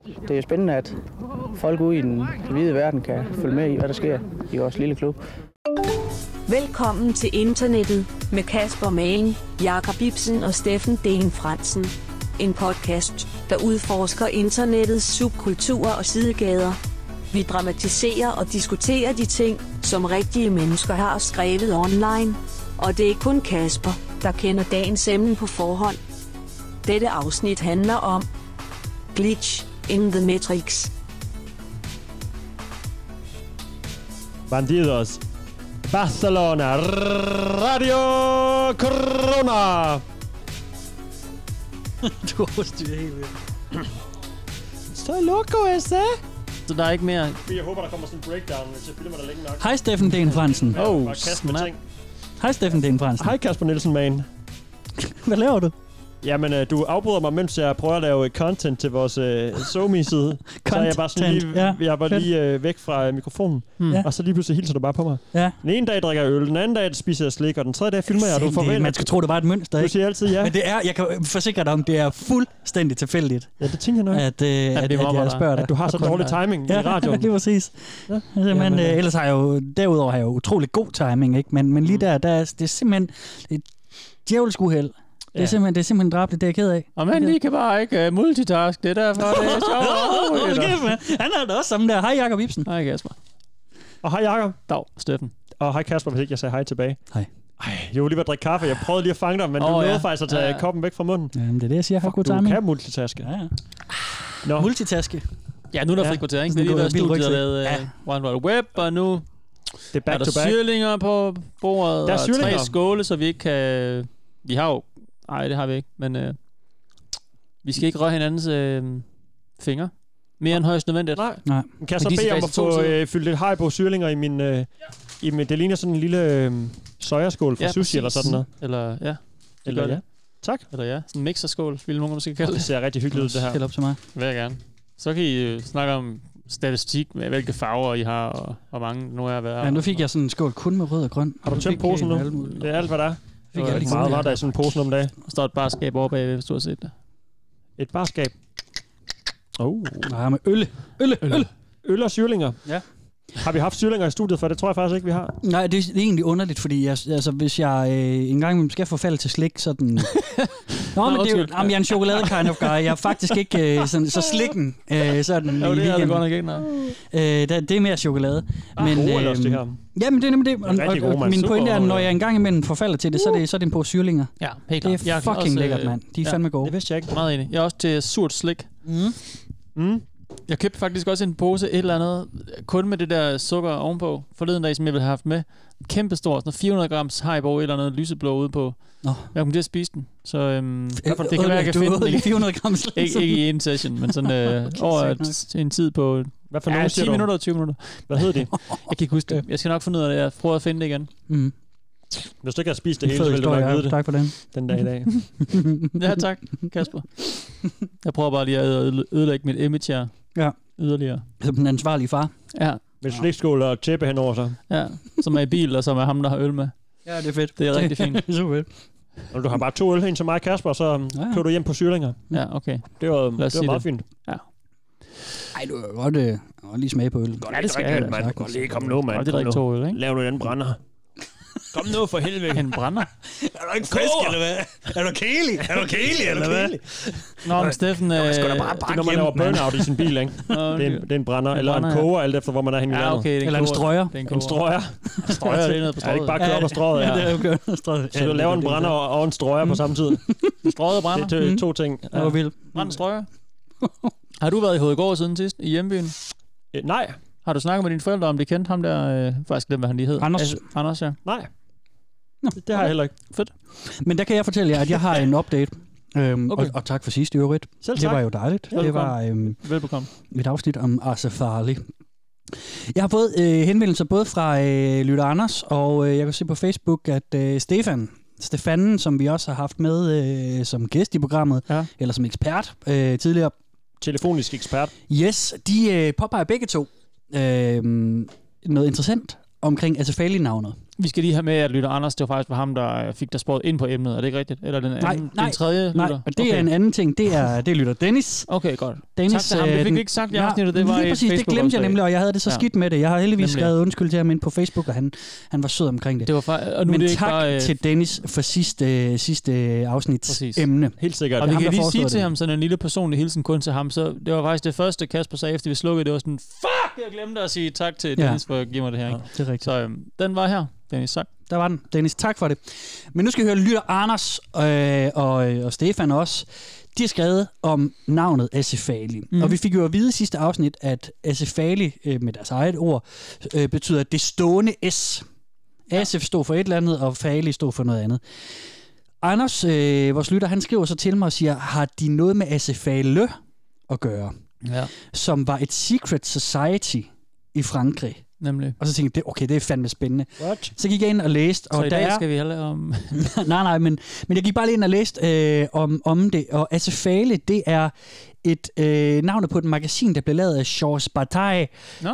Det er spændende, at folk ude i den hvide verden kan følge med i, hvad der sker i vores lille klub. Velkommen til internettet med Kasper Magen, Jakob Ibsen og Steffen Den Frandsen. En podcast, der udforsker internettets subkulturer og sidegader. Vi dramatiserer og diskuterer de ting, som rigtige mennesker har skrevet online. Og det er kun Kasper, der kender dagens emne på forhånd. Dette afsnit handler om Glitch in the Matrix. Bandidos. Barcelona. Radio Corona. Du har styret helt vildt. Så loco, esse. Så der er ikke mere. Jeg håber, der kommer sådan en breakdown, hvis jeg filmer der længe nok. Hej Steffen Den Frandsen. Hej Steffen Den Frandsen. Hej Kasper Nielsen, man. Hvad laver du? Jamen, du afbryder mig, mens jeg prøver at lave content til vores SoMe-side. Så jeg bare sådan lige, jeg var lige væk fra mikrofonen. Og så lige pludselig hilser du bare på mig. Ja. Den ene dag drikker jeg øl, den anden dag spiser jeg slik, og den tredje dag filmer jeg, og du forventer. Man skal tro, det var et mønster, ikke? Du siger altid ja. Men det er, jeg kan forsikre dig om, det er fuldstændig tilfældigt. Ja, det tænker jeg nok. At jeg spørger dig. At du har så dårlig timing i radioen. Ja, lige præcis. Ja. Men ellers har jeg jo, derudover har jeg jo utrolig god timing, ikke? Men lige der er det simpelthen et djævelsk uheld. Det er simpelthen drabeligt, det er jeg ked af. Og man, vi kan bare ikke multitask, det er derfor, det er sjovt. Han er da også sammen der. Hej Jakob Ibsen. Hej Kasper. Og hej Jakob. Dag, Steffen. Og hej Kasper, hvis ikke jeg sagde hej tilbage. Hej. Jeg var lige ved at drikke kaffe. Jeg prøvede lige at fange dig, men du nåede faktisk at tage koppen væk fra munden. Jamen, det er det, jeg siger. Har god timing. Du kan multitaske. Ja. Nå. Multitaske. Ja, nu er der frikvartering. Det er lige været studiet, der lavede One World Web, og nu det er der syrlinger på bordet, og 3 skåle, så vi ikke kan... Vi har jo... Nej, det har vi ikke, men vi skal ikke røre hinandens fingre. Mere end højst nødvendigt. Nej. Kan jeg så bede om at få fyldt lidt Haribo-syrlinger i min... det ligner sådan en lille sojaskål fra sushi eller sådan noget. Eller ja. Eller ja. Tak. Eller ja. Sådan en mixerskål, ville nogen måske kalde det. Det ser rigtig hyggeligt ud, det her. Helt op til mig. Vil jeg gerne. Så kan I snakke om statistik med, hvilke farver I har, og hvor mange nu er været. Ja, nu fik jeg sådan en skål kun med rød og grøn. Har du tømt posen nu? Det er alt, hvad der er. Det er meget der i sådan en pose om dagen. Der står et barskab over bagved, hvis du har set det. Et barskab? Nej, med øl. Øl og syrlinger? Ja. Har vi haft syrlinger i studiet for? Det tror jeg faktisk ikke, vi har. Nej, det er egentlig underligt, fordi hvis jeg engang skal forfalde til slik, sådan... men det er jo, jeg er en chokolade kind of guy. Jeg er faktisk ikke sådan, så slikken sådan jo, i det weekenden. Godt nok ikke, det er mere chokolade. Men også det her. Ja, men det er nemlig det. Og min pointe er, at når jeg engang imellem forfalder til det, så er det en pose syrlinger. Ja, helt klart. Det er fucking lækkert, mand. De er fandme gode. Det vidste jeg ikke. Meget enig. Jeg er også til surt slik. Jeg købte faktisk også en pose et eller andet, kun med det der sukker ovenpå, forleden dag, som jeg ville have haft med. Kæmpestor, sådan 400 grams Haribo, et eller andet lyseblå ude på. Jeg kom til at spise den, så det kan være, jeg kan finde den. 400 grams ikke i en session, men sådan over en tid på 10 minutter og 20 minutter. Hvad hedder det? Jeg kan ikke huske det. Jeg skal nok finde ud af det. Jeg prøver at finde det igen. Hvis du ikke har spist det hele, så vil du nok vide det. Tak for den dag i dag. Ja, tak, Kasper. Jeg prøver bare lige at ødelægge mit image her. Ja. Yderligere. Som den ansvarlige far. Ja. Med slikskål og tæppe henover sig. Ja, som er i bil, og som er ham, der har øl med. Ja, det er fedt. Det er rigtig fint. Super fedt. Og du har bare 2 øl, en til mig, Kasper, og så kører du hjem på syrlinger. Ja, okay. Det var meget fint. Ja. Ej, du kan godt lige smage på øl. Ja, det skal jeg. Man kan lige komme nu, mand. Det er ikke 2 øl, ikke? Lav nu den brænder. Kom nu for helvede. En brænder? Er du ikke frisk, eller hvad? Er du kælig, eller hvad? Nå, men Steffen... det er, når man laver burnout i sin bil, ikke? det er en brænder, eller en koger, alt efter, hvor man er henne i landet. Okay, eller en strøger. En strøger. Strøger, det er noget på strøget. Er det ikke bare kørt op på strøget? Ja, det er jo kørt på strøget. Så du laver en brænder og en strøger på samme tid. Strøget og brænder? Det er 2 ting. Det var vildt. Brænd strøger. Har du været i Hovedgård siden sidst, i hjembyen? Nej. Har du snakket med dine forældre, om de kendte ham der? Faktisk glemt, hvad han lige hed. Anders, ja. Nej. Det har jeg heller ikke. Fedt. Men der kan jeg fortælle jer, at jeg har en update. Okay. Og tak for sidst i øvrigt. Selv tak. Det var jo dejligt. Velbekomme. Det var et afsnit om Arsef Farli. Jeg har fået henvendelser både fra lytter Anders, og jeg kan se på Facebook, at Stefanen, som vi også har haft med som gæst i programmet, eller som ekspert tidligere. Telefonisk ekspert. Yes, de påpeger begge to noget interessant omkring Arsef Farli-navnet. Vi skal lige have med, at lytter Anders, det var faktisk ham, der fik dig sporet ind på emnet. Er det ikke rigtigt? Eller den tredje lytter? Nej, og det er en anden ting. Det er lytter Dennis. Okay, godt. Dennis, tak til ham. Det fik vi ikke sagt i afsnittet. Det var lige præcis, det glemte jeg nemlig, og jeg havde det så skidt med det. Jeg har heldigvis skrevet undskyld til ham ind på Facebook, og han var sød omkring det. Og nu men det tak bare, til Dennis for sidste afsnits emne. Helt sikkert. Og vi kan lige sige til ham sådan en lille personlig hilsen kun til ham. Så det var faktisk det første, Kasper sagde, efter vi slukkede. Det var sådan, fuck, jeg glemte at sige tak til Dennis for at give mig det her. Ja, det er rigtigt. Så den var her. Dennis, tak. Der var den. Dennis, tak for det. Men nu skal vi høre lytter Anders og Stefan også. De har skrevet om navnet Acefali. Og vi fik jo at vide i sidste afsnit, at Acefali, med deres eget ord, betyder det stående S. Acef stod for et eller andet, og Fali stod for noget andet. Anders, vores lytter, han skriver så til mig og siger, har de noget med Acefali at gøre? Ja. Som var et secret society i Frankrig. Nemlig. Og så tænkte jeg, okay, det er fandme spændende. What? Så gik jeg ind og læste. Så og i dag skal vi heller om... nej, men jeg gik bare lige ind og læste om det. Og Acefali, det er et navn på et magasin, der blev lavet af Georges Bataille.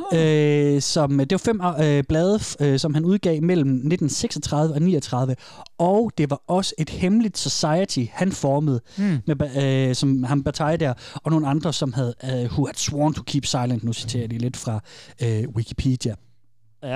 Som, det var 5 blade, som han udgav mellem 1936 og 39. Og det var også et hemmeligt society, han formede, med, som ham Bataille der, og nogle andre, som havde who had sworn to keep silent. Nu citerer jeg lige lidt fra Wikipedia. Ja.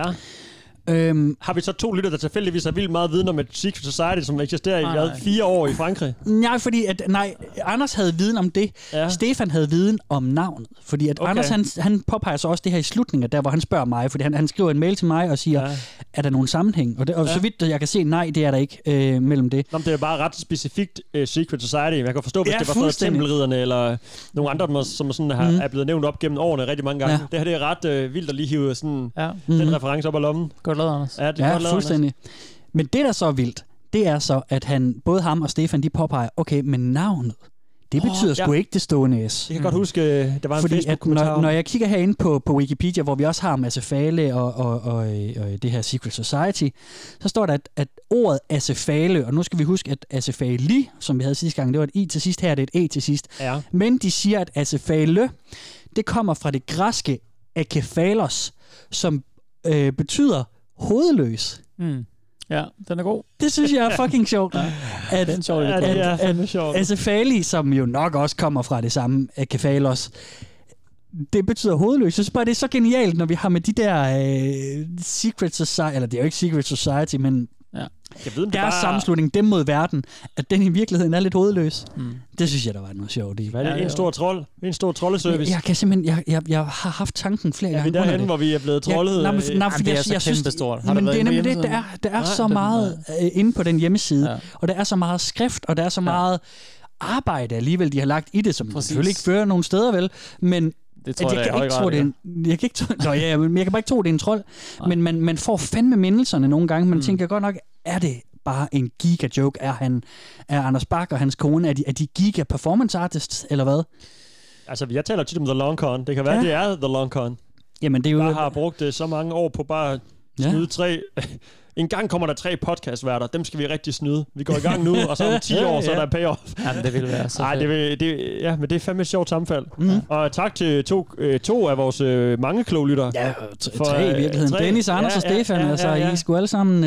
Har vi så 2 lytter, der tilfældigvis har vildt meget viden om et secret society, som eksisterer i 4 år i Frankrig? Nej, fordi Anders havde viden om det. Ja. Stefan havde viden om navnet. Fordi at Anders, han påpeger så også det her i slutningen, der hvor han spørger mig, fordi han skriver en mail til mig og siger, er der nogen sammenhæng? Og så vidt jeg kan se, nej, det er der ikke mellem det. Nå, det er bare ret specifikt secret society. Jeg kan forstå, hvis det var sådan tempelridderne eller nogle andre, som sådan er blevet nævnt op gennem årene rigtig mange gange. Ja. Det her det er ret vildt at lige hive sådan den reference op af lommen. Godt lavet, Anders. Ja, det er godt lavet, fuldstændig. Anders. Men det, der så er vildt, det er så, at både ham og Stefan, de påpeger, okay, men navnet, det betyder sgu ikke det stående S. Jeg kan godt huske, der var en Facebook-kommentar. Når jeg kigger herinde på Wikipedia, hvor vi også har Acefali og det her Secret Society, så står der, at ordet Acefali, og nu skal vi huske, at Acefali, som vi havde sidste gang, det var et I til sidst, her er det et E til sidst. Ja. Men de siger, at Acefali, det kommer fra det græske akefalos, som betyder hovedløs. Ja, den er god. Det synes jeg er fucking sjovt. Den er sjovt. Acefali, som jo nok også kommer fra det samme akefalos, det betyder hovedløs. Jeg synes bare, det er så genialt, når vi har med de der secret society, eller det er jo ikke secret society, men deres sammenslutning, dem mod verden, at den i virkeligheden er lidt hovedløs. Det synes jeg, der var noget sjovt i. Hvad er det? En stor trold? En stor troldeservice? Jeg kan simpelthen, jeg har haft tanken flere gange. Er vi derhen, hvor vi er blevet troldet? Det er så kæmpestort. Men det er nemlig det, der er så meget inde på den hjemmeside, og der er så meget skrift, og der er så meget arbejde alligevel, de har lagt i det, som selvfølgelig ikke fører nogen steder vel, men det tror jeg kan ikke tro, det men jeg kan bare ikke tro, det er en trold. Men man får fandme mindelserne nogle gange. Man tænker godt nok, er det bare en giga-joke? Er Anders Bak og hans kone, er de giga-performance artists, eller hvad? Altså, jeg taler tit om The Long Con. Det kan være, det er The Long Con. Jamen, det er jo... Jeg har brugt så mange år på bare at snyde 3... En gang kommer der 3 podcastværter. Dem skal vi rigtig snyde. Vi går i gang nu, og så om 10 år, så er der payoff. Jamen, det vil være så fedt. Men det er fandme et sjovt sammenfald. Og tak til to af vores mange kloge lyttere. Ja, 3 i virkeligheden. Dennis, Anders og Stefan. I skulle alle sammen...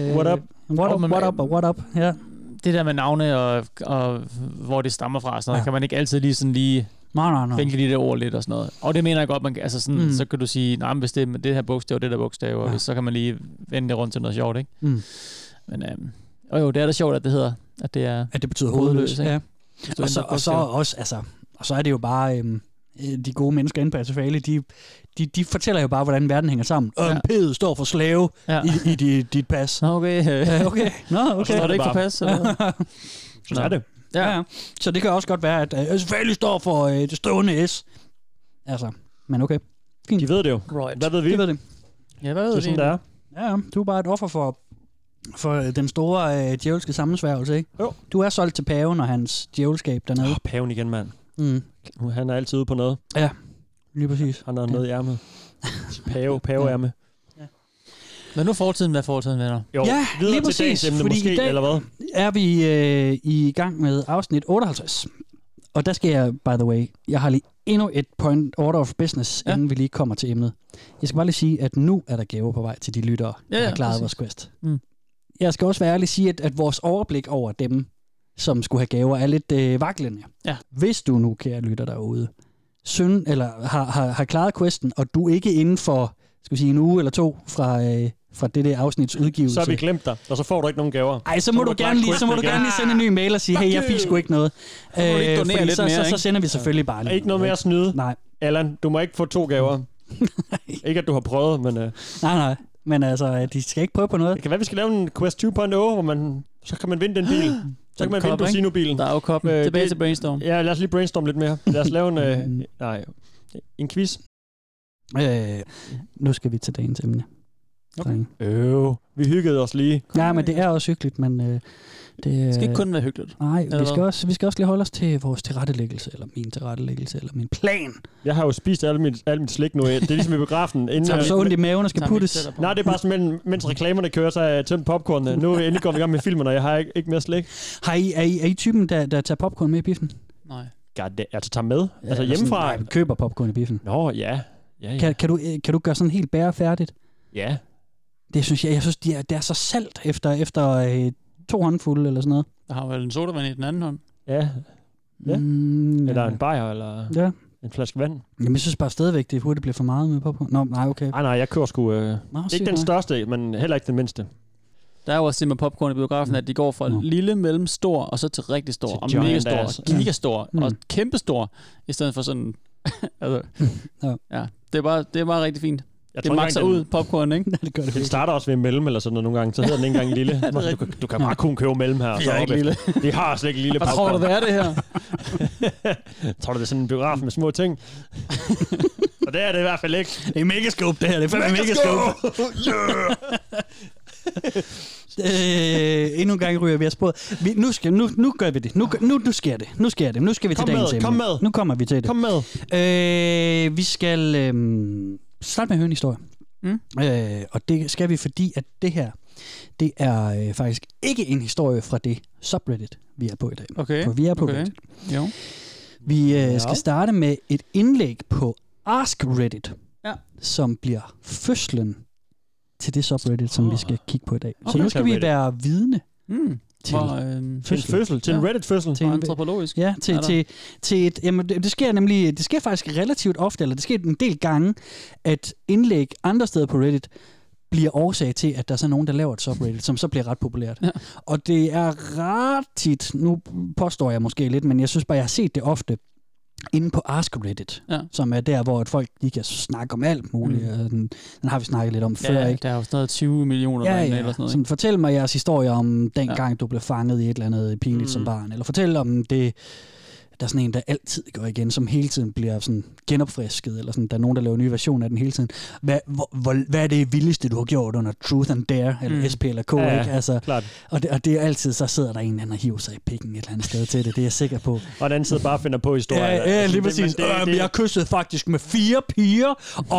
What up? Ja. Det der med navne og hvor det stammer fra, sådan noget, kan man ikke altid lige vinkle lige det ord lidt og sådan noget. Og det mener jeg godt, man kan, altså sådan, så kan du sige, nej, hvis det er det her bogstav, det der bogstav, og så kan man lige vende det rundt til noget sjovt, ikke? Men det er da sjovt, at det hedder, at det betyder hovedløs, ja. Og så er det jo bare de gode mennesker inde på Acefali, de fortæller jo bare, hvordan verden hænger sammen. P'et står for slave i dit pas. Okay. Okay. Og så står det ikke for pas, eller? Så er det. Ja. Så det kan også godt være, at Acefali står for det stående S. Altså, men okay. Fint. De ved det jo. Right. Hvad ved vi? De ved det. Ja, hvad ved det? Sådan det er. Ja, du er bare et offer for den store djævelske sammensværgelse, ikke? Jo. Du er solgt til paven og hans djævelskab dernede. Paven igen, mand. Han er altid ude på noget. Ja, lige præcis. Han har noget i ærmet. Pave-ærme. Men nu fortiden, hvad fortiden vender? Jo, ja, lige præcis, fordi måske, i dag eller hvad? er vi i gang med afsnit 58. Og der skal jeg, by the way, jeg har lige endnu et point order of business, inden vi lige kommer til emnet. Jeg skal bare lige sige, at nu er der gaver på vej til de lyttere, der har klaret vores quest. Jeg skal også være ærlig at sige, at vores overblik over dem, som skulle have gaver, er lidt vaklende. Ja. Hvis du nu, kære lytter derude, har klaret questen, og du ikke inden for en uge eller 2 fra det der afsnits udgivelse. Så har vi glemt dig, og så får du ikke nogen gaver. Ej, så må du gerne lige sende en ny mail og sige, hey, jeg fik sgu ikke noget. Så sender vi selvfølgelig bare lige. Ikke noget mere at snyde. Nej. Allan, du må ikke få 2 gaver. Ikke at du har prøvet, men... Nej. Men altså, de skal ikke prøve på noget. Det kan være, vi skal lave en Quest 2.0, hvor så kan man vinde den bil. Så kan man vinde Dosino-bilen. Der er jo koppen. Tilbage til brainstorm. Ja, lad os lige brainstorme lidt mere. Lad os lave en quiz. Nu skal vi til dagens emne. Okay. Vi hyggede os lige. Ja, men det er også hyggeligt, men... Det skal ikke kun være hyggeligt. Nej, vi skal også lige holde os til vores tilrettelæggelse, eller min tilrettelæggelse, eller min plan. Jeg har jo spist alt mit slik nu. Det er ligesom i biografen. Så ondt i maven og skal puttes. Nej, det er bare sådan, mens reklamerne kører, så er jeg tømt popcorn. Nu er jeg endelig kommet i gang med filmen, og jeg har ikke mere slik. Er I typen, der tager popcorn med i biffen? Nej. Altså tager med? Ja, altså hjemmefra? Nej, køber popcorn i biffen. Nå, ja. Kan du gøre sådan helt bærefærdigt? Ja. Det synes jeg synes, det er så salt efter 2 håndfulde eller sådan noget. Der har vel en sodavand i den anden hånd. Ja. Eller en bajer, eller en flaske vand. Jamen, jeg synes bare stadigvæk, det hurtigt bliver for meget med popcorn. Nå, nej, okay. Nej, jeg kører sgu... ikke den største, men heller ikke den mindste. Der er jo også det med popcorn i biografen, at de går fra lille, mellemstor, og så til rigtig stor, og mega stor, gigastor, og kæmpestor, i stedet for sådan... altså, det er bare rigtig fint. Det makser ud popcorn, ikke? Det gør det. Det starter også ved mellem eller sådan noget nogle gange, så hedder den ikke engang lille. Du kan bare kun købe mellem her. Det er ikke lille. Det har slet ikke lille popcorn. Hvad tror du, det er det her? Tror du, det er sådan en biograf med små ting? Og det er det i hvert fald ikke. Det er megascope, det her. Det er fandme megascope. Endnu en gang ryger vi af sporet. Nu gør vi det. Nu sker det. Nu skal vi til dagens emne. Kom med. Nu kommer vi til det. Kom med. Vi skal starte med at høre en historie. Og det skal vi, fordi at det her, det er faktisk ikke en historie fra det subreddit, vi er på i dag. Okay. For vi er på Reddit. Jo. Vi skal starte med et indlæg på Ask Reddit, som bliver fødslen til det subreddit, som vi skal kigge på i dag. Okay. Så nu skal vi være vidne til en fødsel, til en Reddit-fødsel. Antropologisk. Ja, til et... Jamen, det sker faktisk relativt ofte, eller det sker en del gange, at indlæg andre steder på Reddit bliver årsag til, at der er så nogen, der laver et subreddit, som så bliver ret populært. Ja. Og det er ret tit, nu påstår jeg måske lidt, men jeg synes bare, jeg har set det ofte, inde på Ask Reddit, som er der, hvor folk de kan snakke om alt muligt. Den har vi snakket lidt om før, ikke? Der er jo stadig 20 millioner eller sådan noget. Sådan, fortæl mig jeres historie om dengang, du blev fanget i et eller andet pinligt som barn. Eller fortæl om det, der er sådan en, der altid går igen, som hele tiden bliver sådan genopfrisket, eller sådan, der er nogen, der laver nye versioner af den hele tiden. Hvad er det vildeste, du har gjort under Truth and Dare, eller SP eller K, ikke? Altså, klart. Og det er altid, så sidder der en eller anden og hiver sig i pikken et eller andet sted til det er jeg sikker på. Og den anden sidder bare og finder på historier. Ja, lige præcis. Jeg kyssede faktisk med 4 piger,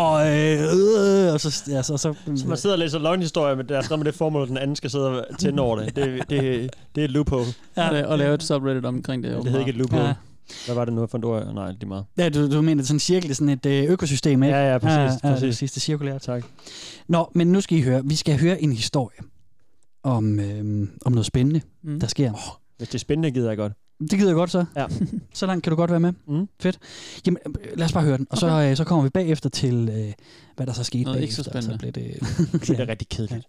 og så man sidder og læser løgnhistorier, men der er skrevet med det formål, at den anden skal sidde og tænde over det. Det er et loophole. Og lave et subreddit omkring det. Det hedder ikke et loophole. Ja. Hvad var det nu for et ord? Nej, det er meget. Ja, du mener sådan en cirkel, sådan et økosystem, ikke? Ja, præcis. Præcis. Det er cirkulært. Tak. Nå, men nu skal I høre. Vi skal høre en historie om noget spændende, der sker. Hvis det er spændende, gider jeg godt. Det gider jeg godt så. Ja. Så langt kan du godt være med. Fedt. Jamen, lad os bare høre den. Og så kommer vi bagefter til, hvad der så skete bagefter. Ikke så spændende. Så bliver det... det bliver rigtig kedeligt.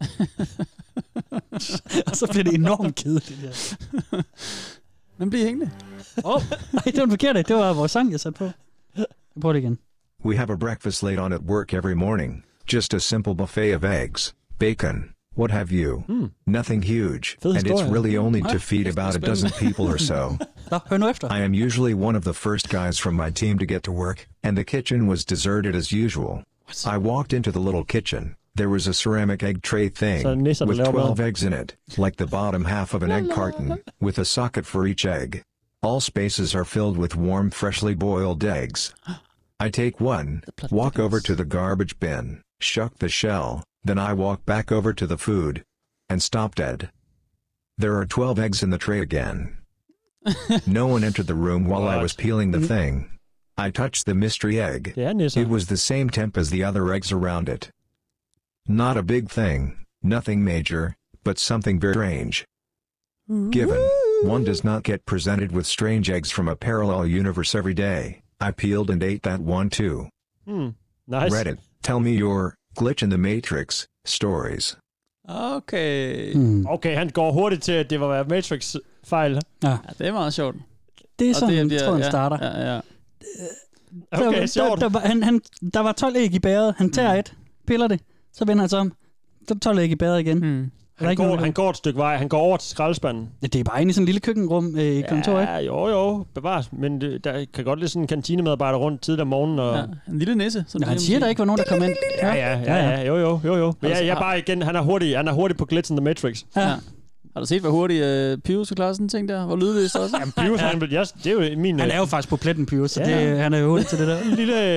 Og så bliver det enormt kedeligt. Ja. Men bliv hængende. Nej, det var den forkerte. Det var vores sang, jeg satte på. Jeg prøver det igen. We have a breakfast late on at work every morning. Just a simple buffet of eggs, bacon, what have you. Nothing huge. And it's really only to feed about a dozen people or so. Hør nu efter. I am usually one of the first guys from my team to get to work, and the kitchen was deserted as usual. I walked into the little kitchen. There was a ceramic egg tray thing with 12 eggs in it, like the bottom half of an egg carton, with a socket for each egg. All spaces are filled with warm, freshly boiled eggs. I take one, walk over to the garbage bin, shuck the shell, then I walk back over to the food, and stop dead. There are 12 eggs in the tray again. No one entered the room while I was peeling the thing. I touched the mystery egg. It was the same temp as the other eggs around it. Not a big thing, nothing major, but something very strange. Given, one does not get presented with strange eggs from a parallel universe every day. I peeled and ate that one too. Nice. Reddit, tell me your glitch in the Matrix stories. Okay. Okay, han går hurtigt til, at det var Matrix-fejl. Ja, det er meget sjovt. Det er sådan, jeg tror, han starter. Ja. Okay, sjovt. Der var 12 æg i bæret. Han tager et, piller det, så vender han sig om. Så er 12 æg i bæret igen. Han går et stykke vej. Han går over til skraldespanden. Ja, det er bare inde i sådan en lille køkkenrum i kontoret. Ja, jo, bevares. Men der kan godt lidt sådan en kantinemedarbejder rundt tidligt om morgenen. Og... Ja, en lille nisse. Han siger, der ikke var nogen, der kom ind. Ja, jo. Men jeg er bare igen, han er hurtig på Glitch in the Matrix. Ja. Har du set, hvor hurtigt Pyrus kan klare sådan en ting der? Hvor lydløst også? Jamen, Pyrus, det er jo min... Han er jo faktisk på pletten, Pyrus, så han er jo hurtigt til det der.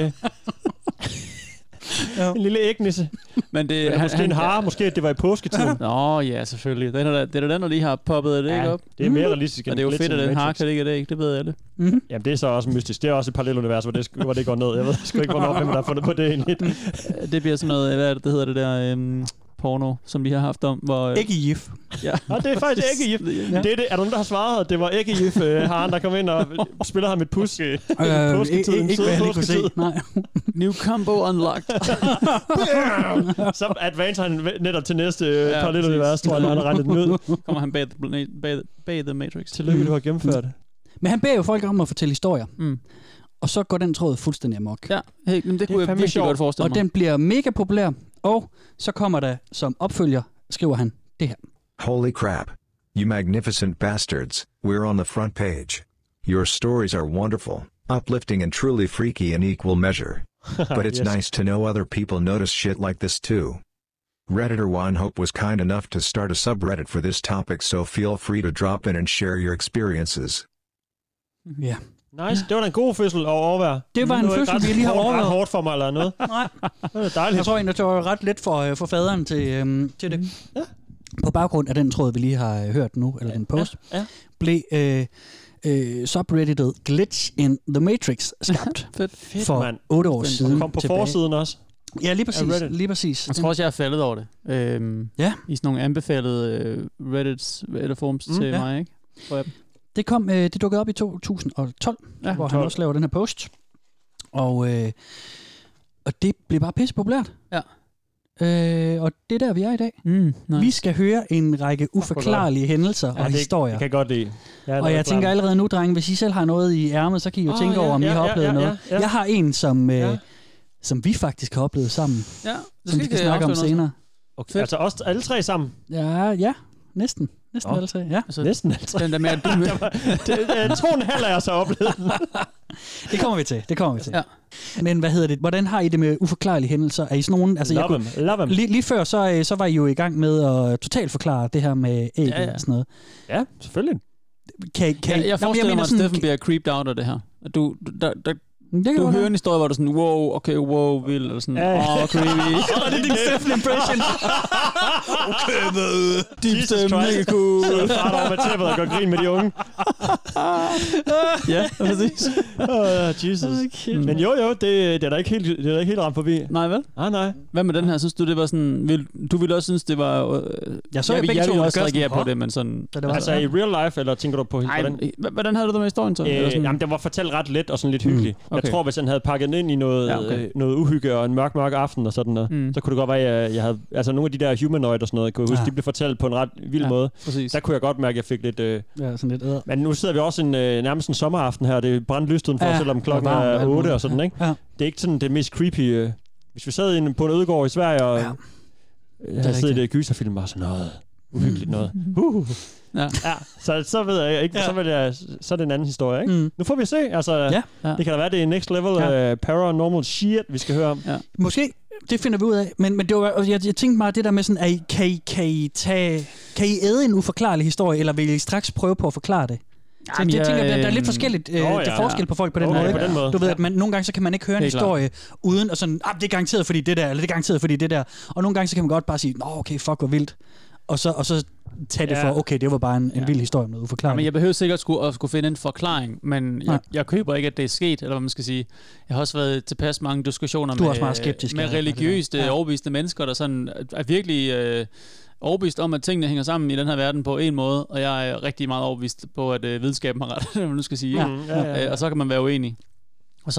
En lille ægnisse. Men det måske en hare, måske det var i påsketiden. Nå, ja, selvfølgelig. Det er da den, der lige har poppet det ikke op. Det er mere realistisk end det er jo fedt, at den hare kan ligge det ikke. Det ved alle. Jamen, det er så også mystisk. Det er også et parallelunivers, hvor det går ned. Jeg ved sgu ikke, hvem der har fundet på det egentlig. Det bliver sådan noget, hvad er det hedder det der... porno, som vi har haft om, hvor... Æggegif. Ja. Det er faktisk æggegif. Ja. Er der nogen, der har svaret, at det var æggegif, haren, der kom ind og spiller ham et pus i påsketiden? Ikke hvad jeg lige kunne se. Nej. New combo unlocked. Så advancer han netop til næste parallelunivers, tror jeg, han har regnet den ud. Kommer han bag The Matrix. Tillykke, du har gennemført det. Men han beder jo folk om at fortælle historier. Og så går den tråd fuldstændig amok. Ja, det kunne jeg virkelig godt forestille mig. Og den bliver mega populær. Og så kommer der som opfølger, skriver han det her. Holy crap. You magnificent bastards, we're on the front page. Your stories are wonderful, uplifting and truly freaky in equal measure. But it's nice to know other people notice shit like this too. Redditor Winehope was kind enough to start a subreddit for this topic, so feel free to drop in and share your experiences. Ja. Nice. Det var da en god fødsel at overvære. Det var en fødsel, vi lige har overvejet. Ret hårdt for mig eller noget. Nej. Det var dejligt. Jeg tror egentlig, det var ret let for faderen til det. Ja. På baggrund af den tråd, vi lige har hørt nu, eller den post, blev subredditet Glitch in the Matrix skabt for 8 år siden. Kom på forsiden også. Ja, lige præcis. Jeg tror også, jeg har faldet over det. I sådan nogle anbefalede Reddits eller forums til mig, ikke? Det dukkede op i 2012, hvor han også laver den her post. Og det blev bare pisse populært. Ja. Og det er der, vi er i dag. Nice. Vi skal høre en række uforklarlige hændelser og historier. Det kan jeg godt lide. Og jeg tænker allerede nu, drenge, hvis I selv har noget i ærmet, så kan I jo tænke over, om I har oplevet noget. Jeg har en, som vi faktisk har oplevet sammen. Ja, som vi kan snakke om senere. Okay. Altså også alle tre sammen? Ja, næsten. Næsten alle tre, ja. Altså, næsten alle tre. Den der med, at du... 2,5 af os har oplevet den. Det kommer vi til. Ja. Men hvad hedder det? Hvordan har I det med uforklarlige hændelser? Er I sådan nogen... Altså, love them. Lige før, så var I jo i gang med at totalt forklare det her med æg og sådan noget. Ja, selvfølgelig. Jeg forestiller mig, at Steffen bliver creeped out af det her. Du hører en historie, hvor du er sådan, wow, vild, eller sådan, creepy. Det er din Steffen impression. Deep stemme, mega cool. Så far over med tæppet og går grin med de unge. Ja, præcis. Jesus. Okay. Men jo, det er da ikke helt ramt forbi. Nej, vel? Nej. Hvad med den her? Synes du, det var sådan... Du ville også synes, det var... Jeg vil også reagere på det, men sådan... Altså i real life, eller tænker du på... Hvordan havde du det med historien så? Jamen, det var fortalt ret let og sådan lidt hyggeligt. Jeg tror, hvis han havde pakket ind i noget uhygge og en mørk aften og sådan noget, så kunne det godt være, at jeg havde... Altså nogle af de der humanoid og sådan noget, kunne jeg huske, de blev fortalt på en ret vild måde. Præcis. Der kunne jeg godt mærke, at jeg fik lidt... sådan lidt men nu sidder vi også nærmest en sommeraften her. Det er brændt lyst udenfor, selvom klokken er 8 og sådan, ikke? Ja. Det er ikke sådan det mest creepy... Hvis vi sad på en ødegård i Sverige og havde siddet i et gyserfilm, bare sådan noget uhyggeligt noget. Så ved jeg ikke, så er det en anden historie, ikke? Nu får vi se, altså det kan da være, det er next level paranormal shit, vi skal høre om. Ja. Måske, det finder vi ud af, men det var, jeg tænkte meget det der med sådan, kan I æde en uforklarlig historie, eller vil I straks prøve på at forklare det? Så jeg tænker, der er lidt forskelligt forskel på folk på den måde. På den måde. Du ved, at nogle gange så kan man ikke høre en historie uden og sådan, det er garanteret fordi det der, eller det er garanteret fordi det der. Og nogle gange så kan man godt bare sige, okay, fuck hvor vildt. og så tage det for, okay, det var bare en vild historie med uforklaret. Men jeg behøver sikkert at skulle finde en forklaring, men jeg køber ikke, at det er sket, eller hvad man skal sige. Jeg har også været tilpas mange diskussioner med religiøst overbeviste mennesker, der sådan er virkelig overbevist om, at tingene hænger sammen i den her verden på en måde, og jeg er rigtig meget overbevist på, at videnskaben har ret, hvad man nu skal sige. Og så kan man være uenig. Og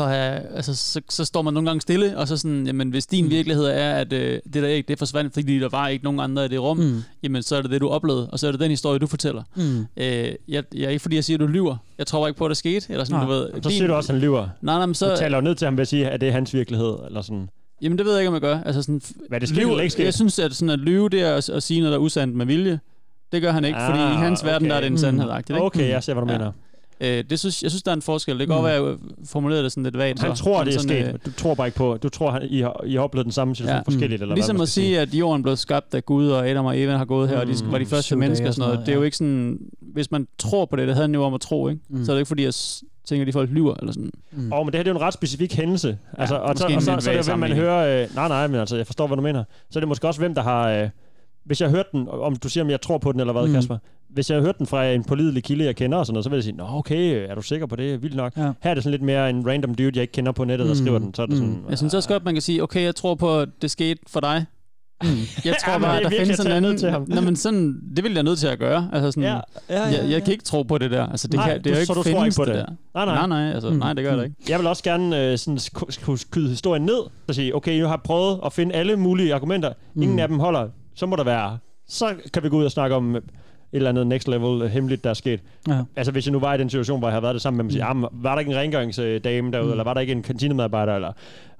så står man nogle gange stille, og så sådan, jamen hvis din virkelighed er, at det der ikke, det forsvandt, fordi der var ikke nogen andre i det rum, jamen så er det du oplevede, og så er det den historie, du fortæller. Jeg er ikke fordi, jeg siger, at du lyver. Jeg tror ikke på, at det skete. Eller sådan, du ved, så siger du også, at han lyver. Nej, men så... Du taler jo ned til ham ved at sige, at det er hans virkelighed, eller sådan... Jamen det ved jeg ikke, om jeg gør. Altså sådan, hvad det sker, ikke sker? Jeg synes, at, sådan, at lyve, det er at sige noget, der er usandt med vilje. Det gør han ikke, fordi i hans verden, der er det en sandhed-agtigt. Okay, jeg ser, hvad du mener. Jeg synes, der er en forskel. Det kan godt være, at jeg formulerede det sådan lidt vagt. Han tror, det er sket. Du tror bare ikke på. Du tror, I har oplevet den samme situation forskelligt. Eller ligesom at sige, at jorden blev skabt af Gud, og Adam og Eva har gået her, og de var de første mennesker og sådan noget. Det er jo ikke sådan... Hvis man tror på det havde han jo om at tro, ikke? Så er det ikke fordi, jeg tænker, at de folk lyver, eller sådan. Men det her det er jo en ret specifik hændelse. Altså, og så er det jo, hvem man hører... nej, men altså, jeg forstår, hvad du mener. Så er det måske også, hvem der har... hvis jeg har hørt den, om du siger, om jeg tror på den, eller hvad, Kasper? Hvis jeg har hørt den fra en pålidelig kilde, jeg kender og sådan noget, så vil jeg sige, nå okay, er du sikker på det? Vildt nok. Ja. Her er det sådan lidt mere en random dude, jeg ikke kender på nettet, der skriver den. Så er det sådan, jeg synes også godt, man kan sige, okay, jeg tror på, at det skete for dig. Jeg tror bare, at der findes sådan andet til ham. Nå, men sådan, det vil jeg nødt til at gøre. Altså sådan, jeg kan ikke tro på det der. Altså, det, det er jo ikke findes det der. Nej, altså, nej, det gør det ikke. Jeg vil også gerne sådan skyde historien ned og sige, okay, jeg har prøvet at finde alle mulige argumenter. Ingen af dem holder. Så må der være. Så kan vi gå ud og snakke om et eller andet next level hemmeligt, der er sket. Ja. Altså hvis jeg nu var i den situation, hvor jeg havde været det sammen med mig, sige, var der ikke en rengøringsdame derude, eller var der ikke en kantinemedarbejder, eller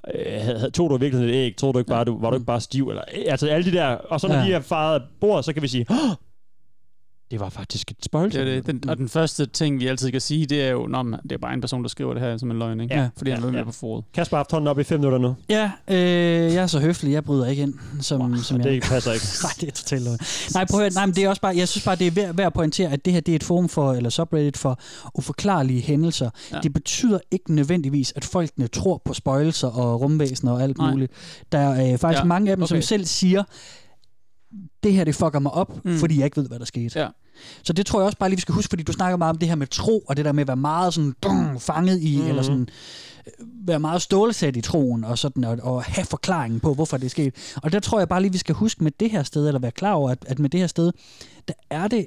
tog du virkelig et æg, troede du ikke bare, var du ikke bare stiv, eller altså alle de der, og så når de er faret bord, så kan vi sige, det var faktisk et spøgelse. Og den første ting, vi altid kan sige, det er jo, det er bare en person, der skriver det her som en løgn, ikke? Ja. Fordi han er med på foråret. Kasper har haft hånden op i 5 minutter nu. Ja, jeg er så høflig, jeg bryder ikke ind. Som det passer ikke. Nej, det er totalt løgn. Nej, prøv at høre, men det er også bare, jeg synes bare, det er værd at pointere, at det her, det er et forum for, eller subreddit for uforklarlige hændelser. Ja. Det betyder ikke nødvendigvis, at folkene tror på spøgelser og rumvæsener og alt muligt. Der er faktisk mange af dem, som selv siger, det her, det fucker mig op, fordi jeg ikke ved, hvad der skete. Ja. Så det tror jeg også bare lige, vi skal huske, fordi du snakker meget om det her med tro, og det der med at være meget sådan fanget i, eller sådan være meget stålsat i troen, og sådan, og have forklaringen på, hvorfor det er sket. Og der tror jeg bare lige, vi skal huske med det her sted, eller være klar over, at med det her sted, der er det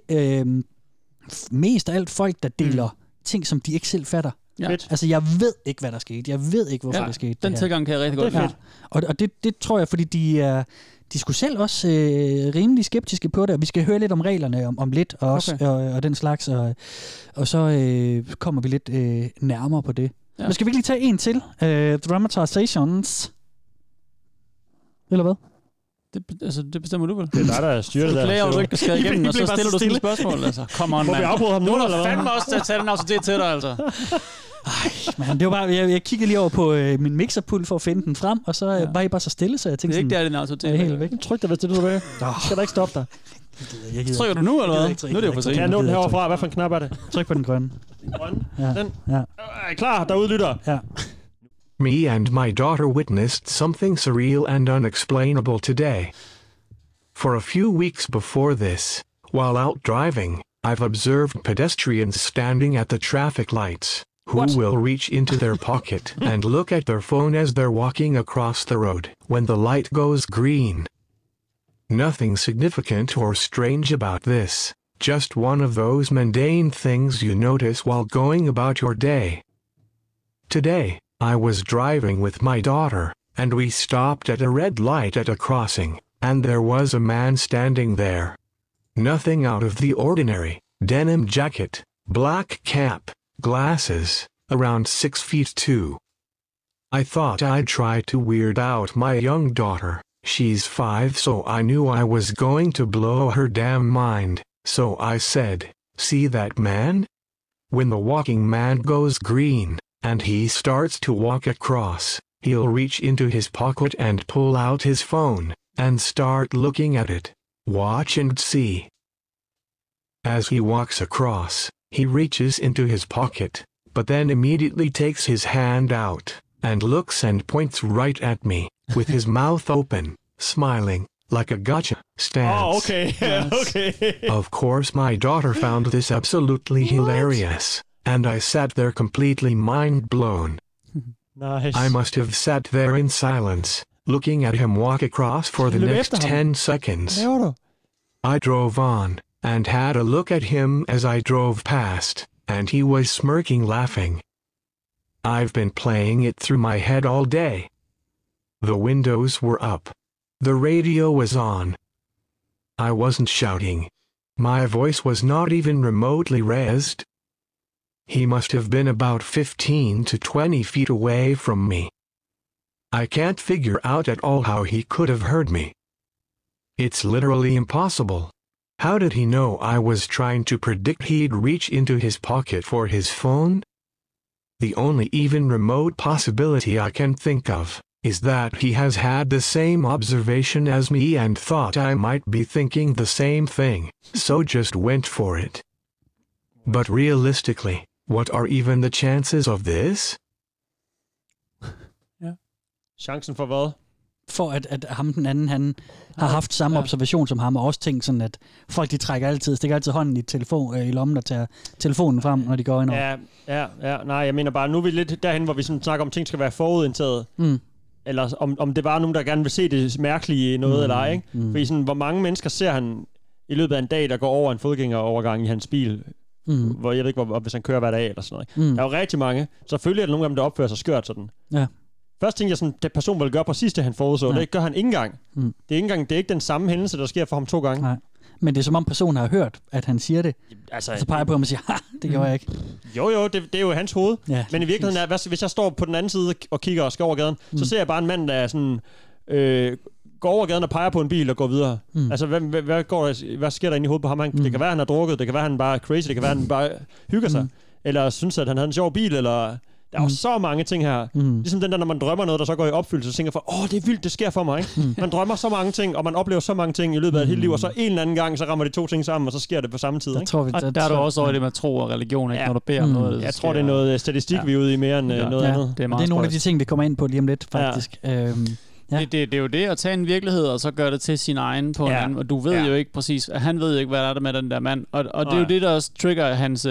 mest af alt folk, der deler ting, som de ikke selv fatter. Ja. Altså, jeg ved ikke, hvad der skete. Jeg ved ikke, hvorfor det skete. Den tilgang kan jeg rigtig godt lide. Og det tror jeg, fordi de skulle selv også rimelig skeptiske på det, og vi skal høre lidt om reglerne om lidt, og, også, og den slags, og så kommer vi lidt nærmere på det. Ja. Men skal vi ikke lige tage en til? Dramatizations. Eller hvad? Det bestemmer du vel? Det er dig, der styrer det der. Du klager, du ikke skal igennem, og så stiller du sådan et spørgsmål. Altså. Come on, man. Må vi afbryde ham nu, eller hvad? Du er fandme også til at tage den autoritet til dig, altså. Ej, man, det var bare, jeg kiggede lige over på min mixerpult for at finde den frem, og så var I bare så stille, så jeg tænkte sådan... Det er ikke der, den autoritet. Helt væk. Tryk dig, hvis det er, du vil. Skal der ikke stoppe dig? Trykker du nu, eller hvad? Nu er det jo for sent. Kan jeg nå den herovre fra? Hvad for en knap er det? Tryk på den grønne. Den grønne? Ja. Den? Ja. Klar, derude lytter. Ja. Me and my daughter witnessed something surreal and unexplainable today. For a few weeks before this, while out driving, I've observed pedestrians standing at the traffic lights, who will reach into their pocket and look at their phone as they're walking across the road when the light goes green. Nothing significant or strange about this, just one of those mundane things you notice while going about your day. Today, I was driving with my daughter, and we stopped at a red light at a crossing, and there was a man standing there. Nothing out of the ordinary, denim jacket, black cap, glasses, around 6 feet 2. I thought I'd try to weird out my young daughter. She's 5, so I knew I was going to blow her damn mind, so I said, "See that man? When the walking man goes green, and he starts to walk across, he'll reach into his pocket and pull out his phone, and start looking at it. Watch and see." As he walks across, he reaches into his pocket, but then immediately takes his hand out, and looks and points right at me, with his mouth open, smiling, like a gotcha stance. Oh, okay. Okay. Of course, my daughter found this absolutely hilarious, and I sat there completely mind blown. Nice. I must have sat there in silence, looking at him walk across for the next 10 seconds. I drove on, and had a look at him as I drove past, and he was smirking, laughing. I've been playing it through my head all day. The windows were up. The radio was on. I wasn't shouting. My voice was not even remotely raised. He must have been about 15 to 20 feet away from me. I can't figure out at all how he could have heard me. It's literally impossible. How did he know I was trying to predict he'd reach into his pocket for his phone? The only even remote possibility I can think of is that he has had the same observation as me and thought I might be thinking the same thing, so just went for it. But realistically, what are even the chances of this? Ja. Chancen for hvad? For at ham den anden, han har haft samme observation som ham, og også tænkt sådan, at folk de stikker altid hånden i lommen og tager telefonen frem, når de går ind over. Ja. Nej, jeg mener bare, nu er vi lidt derhen, hvor vi sådan snakker om, ting skal være forudindtaget. Eller om det bare er nogen, der gerne vil se det mærkelige i noget eller ej, ikke? Fordi sådan, hvor mange mennesker ser han i løbet af en dag, der går over en fodgængerovergang i hans bil, hvor jeg ved ikke, hvis han kører hver dag eller sådan noget. Der er jo rigtig mange. Selvfølgelig er der nogle af dem, der opfører sig skørt sådan. Ja. Først tænkte jeg sådan, at personen vil gøre præcis det, han forudså. Det gør han ikke engang. Det er ikke den samme hændelse, der sker for ham 2 gange. Nej. Men det er som om personen har hørt, at han siger det. Altså, så peger jeg på ham og siger, det gjorde jeg ikke. Jo, det er jo hans hoved. Ja, men i virkeligheden er, hvis jeg står på den anden side og kigger og skal over gaden, så ser jeg bare en mand, der er sådan, går over gaden og peger på en bil og går videre. Altså, hvad sker der inde i hovedet på ham? Det kan være, han har drukket, det kan være, han bare er crazy, det kan være, han bare hygger sig. Eller synes, at han havde en sjov bil, eller... Der er jo så mange ting her. Ligesom den der, når man drømmer noget, der så går i opfyldelse, så tænker for, det er vildt, det sker for mig. Ikke? Man drømmer så mange ting, og man oplever så mange ting i løbet af et helt liv, og så en eller anden gang, så rammer de 2 ting sammen, og så sker det på samme tid. Ikke? Der er du også over det med tro og religion, ikke? Når du beder om noget. Jeg tror, det er noget statistik, vi er ude i mere end noget andet. Det er nogle af de ting, vi kommer ind på lige om lidt, faktisk. Det er jo det at tage en virkelighed og så gøre det til sin egen på en anden. Og du ved jo ikke præcis, han ved jo ikke, hvad der er der med den der mand. Og det er jo det, der også trigger hans,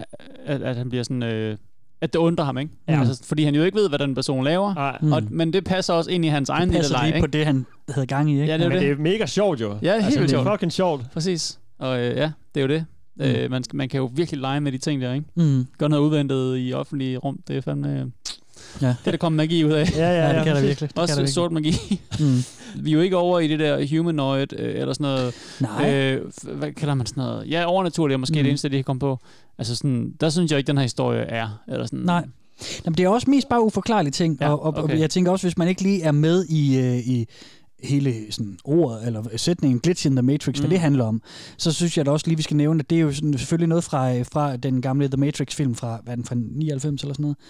at han bliver sådan... at det undrer ham, ikke? Altså, fordi han jo ikke ved, hvad den person laver. Men det passer også ind i hans egen lille leg. Det passer lige på det, han havde gang i, ikke? Ja, det er mega sjovt jo. Ja, helt vildt sjovt. Det er fucking sjovt. Præcis. Og det er jo det. Man kan jo virkelig lege med de ting der, ikke? Gøre noget udventet i offentlige rum. Det er fandme... Det er der kommet magi ud af. Ja, det kan der virkelig. Også sort magi. Vi er jo ikke over i det der humanoid, eller sådan noget... Nej. Hvad kalder man sådan noget? Ja, overnaturligt er måske det eneste, de kan komme på. Altså sådan, der synes jeg ikke, den her historie er. Eller sådan. Nej. Jamen, det er også mest bare uforklarlige ting. Og jeg tænker også, hvis man ikke lige er med i hele sådan ordet, eller sætningen Glitch in the Matrix, hvad det handler om, så synes jeg da også lige, vi skal nævne, at det er jo sådan, selvfølgelig noget fra den gamle The Matrix-film fra 99 eller sådan noget.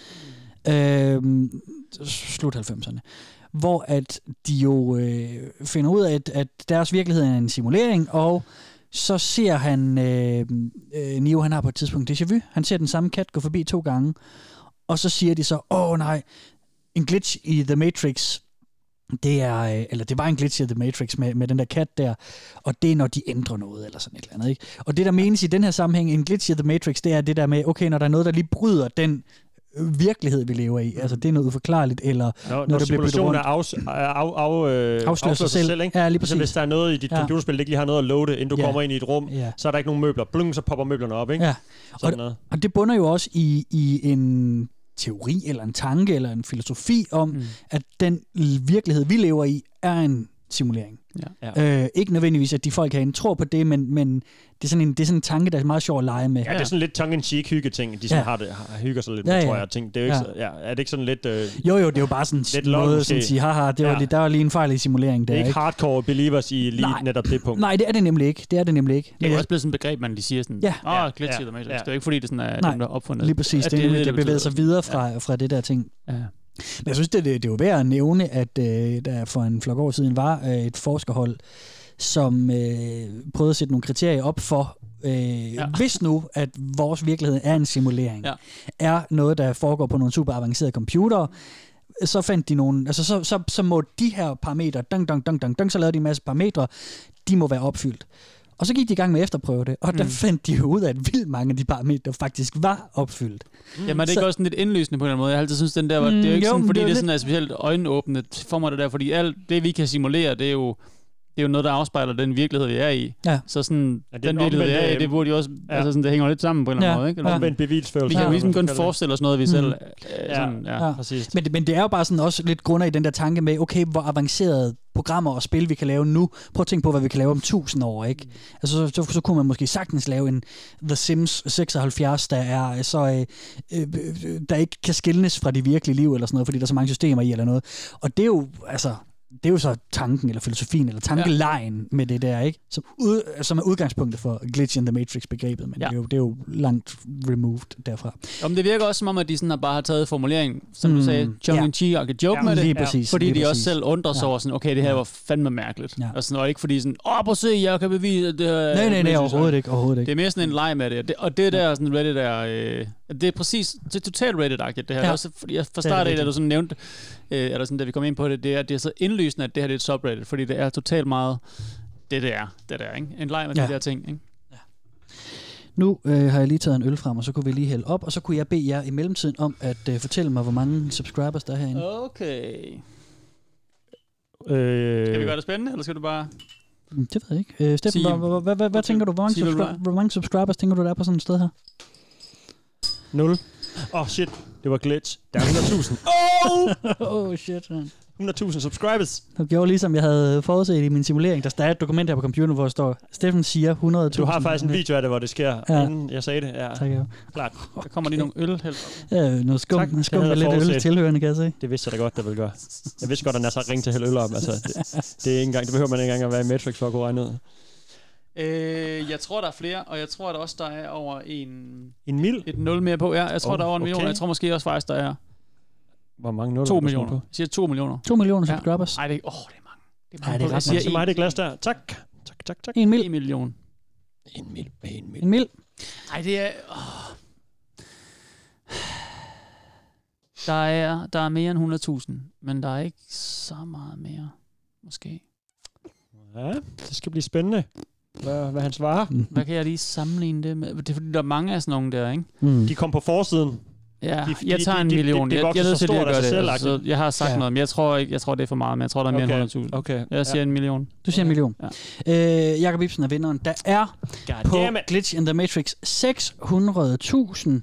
Slut 90'erne, hvor at de jo finder ud af, at deres virkelighed er en simulering, og så ser han Neo, han har på et tidspunkt déjà vu, han ser den samme kat gå forbi 2 gange, og så siger de så, nej, en glitch i The Matrix, det var en glitch i The Matrix med den der kat der, og det er, når de ændrer noget, eller sådan et eller andet, ikke? Og det, der menes i den her sammenhæng, en glitch i The Matrix, det er det der med, okay, når der er noget, der lige bryder den virkelighed, vi lever i. Altså, det er noget uforklarligt, eller når der bliver simulationen afslører sig selv, ikke? Ja, lige præcis. Så hvis der er noget i dit computerspil, der ikke lige har noget at loade, inden du kommer ind i et rum, så er der ikke nogen møbler. Blung, så popper møblerne op, ikke? Ja. Og det bunder jo også i en teori, eller en tanke, eller en filosofi om, at den virkelighed, vi lever i, er en simulering. Ikke nødvendigvis, at de folk herinde tror på det, men det er sådan en tanke, der er meget sjov at lege med. Ja, det er sådan lidt tongue-in-cheek hyggeting. De sådan hygger sig lidt med, tror jeg. Ting. Det er jo ikke er det ikke sådan lidt... Jo, det er jo bare sådan lidt noget, som siger, haha, der var lige en fejl i simuleringen der. Det er ikke hardcore believers i lige netop det punkt. Nej, det er det nemlig ikke. Det er jo også blevet sådan et begreb, man lige siger sådan, glitch i The Matrix. Det er jo ikke fordi, det sådan er dem, der opfundet. Lige præcis. Det er bevæget sig videre fra det der ting. Ja. Men jeg synes, det er jo værd at nævne, at der for en flok år siden var et forskerhold, som prøvede at sætte nogle kriterier op for, hvis nu, at vores virkelighed er en simulering, er noget, der foregår på nogle super avancerede computere, så fandt de nogle, altså så må de her parametre, så lavede de en masse parametre, de må være opfyldt. Og så gik de i gang med at efterprøve det, og der fandt de jo ud af, at vildt mange af de parametre faktisk var opfyldt. Jamen, det er ikke også sådan lidt indlysende på en eller anden måde. Jeg har altid synes, den der var, det er jo ikke sådan, fordi det er sådan specielt øjenåbende for mig det der, fordi alt det, vi kan simulere, det er jo noget, der afspejler den virkelighed, vi er i. Ja. Så sådan, den virkelighed, vi er i, det burde jo også, altså sådan, det hænger lidt sammen på en eller anden måde, ikke? Omvendt bevisførelse. Vi kan jo ligesom kun forestille os noget, vi selv... Præcis. Men det er jo bare sådan også lidt grunder i den der tanke med, okay, hvor avancerede programmer og spil, vi kan lave nu. Prøv at tænke på, hvad vi kan lave om 1000 år, ikke? Altså, så kunne man måske sagtens lave en The Sims 76, der er der ikke kan skelnes fra det virkelige liv, eller sådan noget, fordi der er så mange systemer i, eller noget. Og det er jo, altså... Det er jo så tanken, eller filosofien, eller tankelejen med det der, ikke? Som er udgangspunktet for glitch in the Matrix-begrebet, men det er jo langt removed derfra. Om det virker også som om, at de sådan bare har taget formuleringen, som du sagde, tongue-in-cheek og joke med det, lige præcis, fordi lige de præcis. også selv undrer sig over sådan, okay, det her var fandme mærkeligt. Ja. Og, sådan, og ikke fordi sådan, prøv at se, jeg kan bevise, at det her... Nej, overhovedet ikke. Det er mere sådan en leg med det. Og det der sådan Reddit er... det er præcis, det er totalt Reddit-agtigt, det her. Ja. Også, fordi jeg fra start af, da du sådan nævnte, eller sådan, da vi kom ind på det, det er så indlysende, at det her det er et subreddit, fordi det er totalt meget det er, ikke? En leg med de der ting, ikke? Ja. Nu har jeg lige taget en øl frem, og så kunne vi lige hælde op, og så kunne jeg bede jer i mellemtiden om at fortælle mig, hvor mange subscribers der er herinde. Okay. Skal vi gøre det spændende, eller skal du bare... Det ved jeg ikke. Steffen, hvad tænker du? Hvor mange subscribers tænker du, der er på sådan et sted her? 0. Shit. Det var glitch. Der er 100.000. Shit, man. 100.000 subscribers. Jeg gjorde ligesom jeg havde forudset i min simulering. Der er et dokument her på computeren, hvor der står, Steffen siger 100.000. Du har faktisk en video af det, hvor det sker, inden jeg sagde det. Ja. Tak, ja. Klart. Der kommer lige nogle øl helt. Ja, noget skum med lidt øl tilhørende, kan jeg se. Det vidste jeg da godt, der ville gøre. Jeg vidste godt, at Nasser ringte til at hælde øl op. Altså, det er ikke engang, det behøver man ikke engang at være i Matrix for at kunne regne ud. Jeg tror, der er flere, og jeg tror, der også der er over en mil? Et 0 mere på. Ja, jeg tror, der er over 1 million. Jeg tror måske også faktisk, der er... Hvor mange 0? 2 millioner. Jeg siger 2 millioner. 2 millioner subscribers. Nej, det er mange. Det er mange. Jeg siger så meget det glas der. Tak. 1 mil. 1 million. 1 mil. 1 mil. Nej, det er... Der er mere end 100.000, men der er ikke så meget mere, måske. Ja, det skal blive spændende, hvad han svarer. Hvad kan jeg lige sammenligne det med? Det er fordi, der er mange af sådan nogle der, ikke? De kom på forsiden. Ja, jeg tager 1 million. Jeg er nødt til at gøre det. Så jeg har sagt noget, men jeg tror det er for meget, men jeg tror, der er mere end 100.000. Okay. Jeg siger 1 million. Du siger 1 million. Ja. Jakob Ibsen er vinderen. Der er på Glitch in the Matrix 600.000.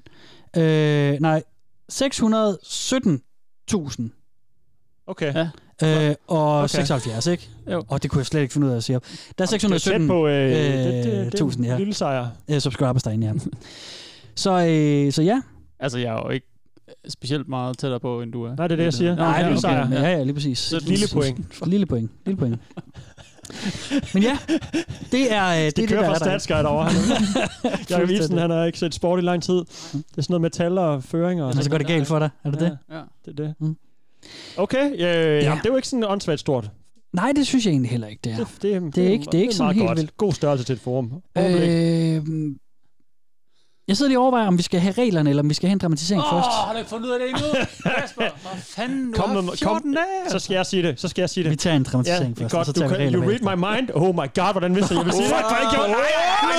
617.000. Okay. Ja. Og 76, ikke? Jo. Og det kunne jeg slet ikke finde ud af at sige op. Der er 617.000 ja. Lille sejr. Subscribers derinde, ja. Så ja. Altså, jeg er jo ikke specielt meget tættere på, end du er. Nej, det er det, jeg siger. Nej, lille sejr. Ja, lige præcis. Så lille point. Lille point. Men ja, det er det kører fra StatsGuide over her. Jakob Ibsen, han har ikke set sport i lang tid. Det er sådan noget med tal og føringer. Og så går det galt for dig, er det det? Ja, det er det. Okay, jamen, det er jo ikke sådan åndssvagt stort. Nej, det synes jeg egentlig heller ikke, det er. Det er ikke sådan helt godt. vildt. God størrelse til et forum. Jeg sidder lige og overvejer, om vi skal have reglerne, eller om vi skal have en dramatisering først. Har du ikke fundet ud af det endnu? Kasper, hvad fanden? Du har 14 dage. Så skal jeg sige det. Vi tager en dramatisering først, godt, og så tager vi reglerne. You read my mind. Oh my god, hvordan vidste jeg vil sige det? Fuck, hvad jeg gjorde? Nej.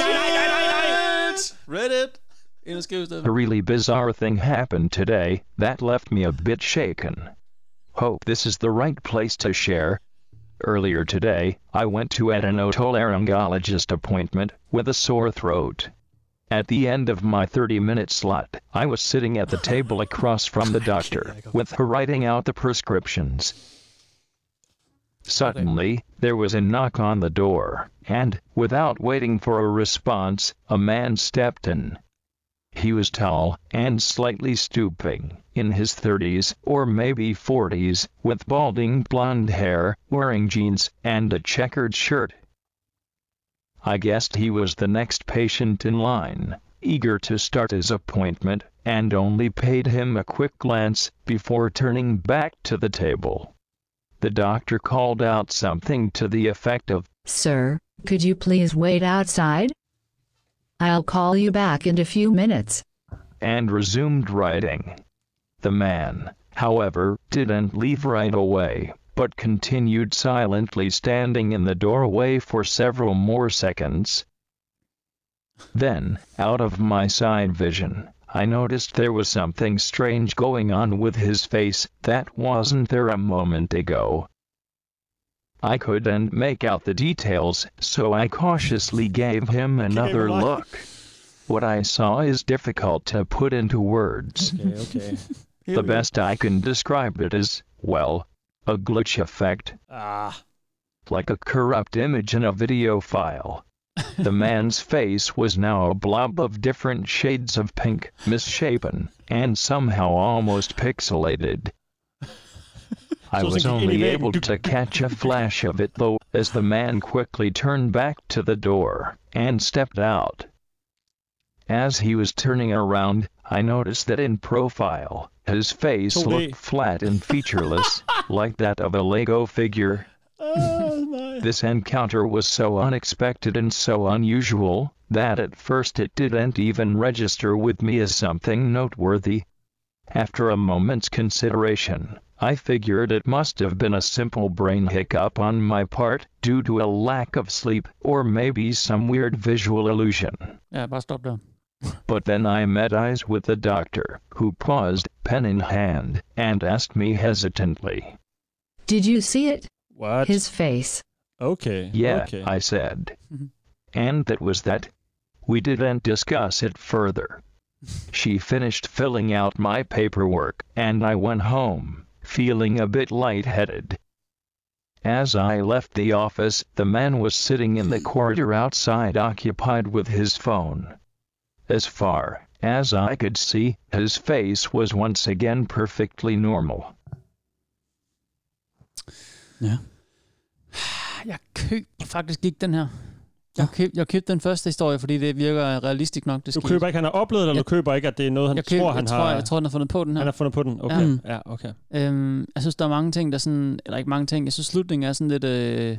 Reddit. A really bizarre thing happened today that left me a bit shaken. Hope this is the right place to share. Earlier today, I went to an otolaryngologist appointment with a sore throat. At the end of my 30-minute slot, I was sitting at the table across from the doctor, with her writing out the prescriptions. Suddenly, there was a knock on the door, and, without waiting for a response, a man stepped in. He was tall and slightly stooping, in his 30s or maybe 40s, with balding blonde hair, wearing jeans and a checkered shirt. I guessed he was the next patient in line, eager to start his appointment, and only paid him a quick glance before turning back to the table. The doctor called out something to the effect of, "Sir, could you please wait outside? I'll call you back in a few minutes," and resumed writing. The man, however, didn't leave right away, but continued silently standing in the doorway for several more seconds. Then, out of my side vision, I noticed there was something strange going on with his face that wasn't there a moment ago. I couldn't make out the details, so I cautiously gave him another look. What I saw is difficult to put into words. Okay. The best I can describe it is, well, a glitch effect. Like a corrupt image in a video file. The man's face was now a blob of different shades of pink, misshapen, and somehow almost pixelated. I was only able to catch a flash of it though, as the man quickly turned back to the door and stepped out. As he was turning around, I noticed that in profile, his face looked flat and featureless, like that of a Lego figure. This encounter was so unexpected and so unusual, that at first it didn't even register with me as something noteworthy. After a moment's consideration, I figured it must have been a simple brain hiccup on my part, due to a lack of sleep, or maybe some weird visual illusion. Ja, bare stop der. But then I met eyes with the doctor, who paused, pen in hand, and asked me hesitantly. Did you see it? What? His face. Okay. Yeah, okay. I said. And that was that. We didn't discuss it further. She finished filling out my paperwork, and I went home, feeling a bit lightheaded. As I left the office, the man was sitting in the corridor outside occupied with his phone. As far as I could see, his face was once again perfectly normal. Ja. Jeg køber faktisk ikke den her. Jeg købte den første historie, fordi det virker realistisk nok. Det du køber ikke, han har oplevet det, eller du køber ikke, at det er noget, han tror, han har... Jeg tror, han har fundet på den her. Han har fundet på den, okay. Ja, okay. Jeg synes, der er mange ting, der sådan... Eller ikke mange ting. Jeg synes, slutningen er sådan lidt...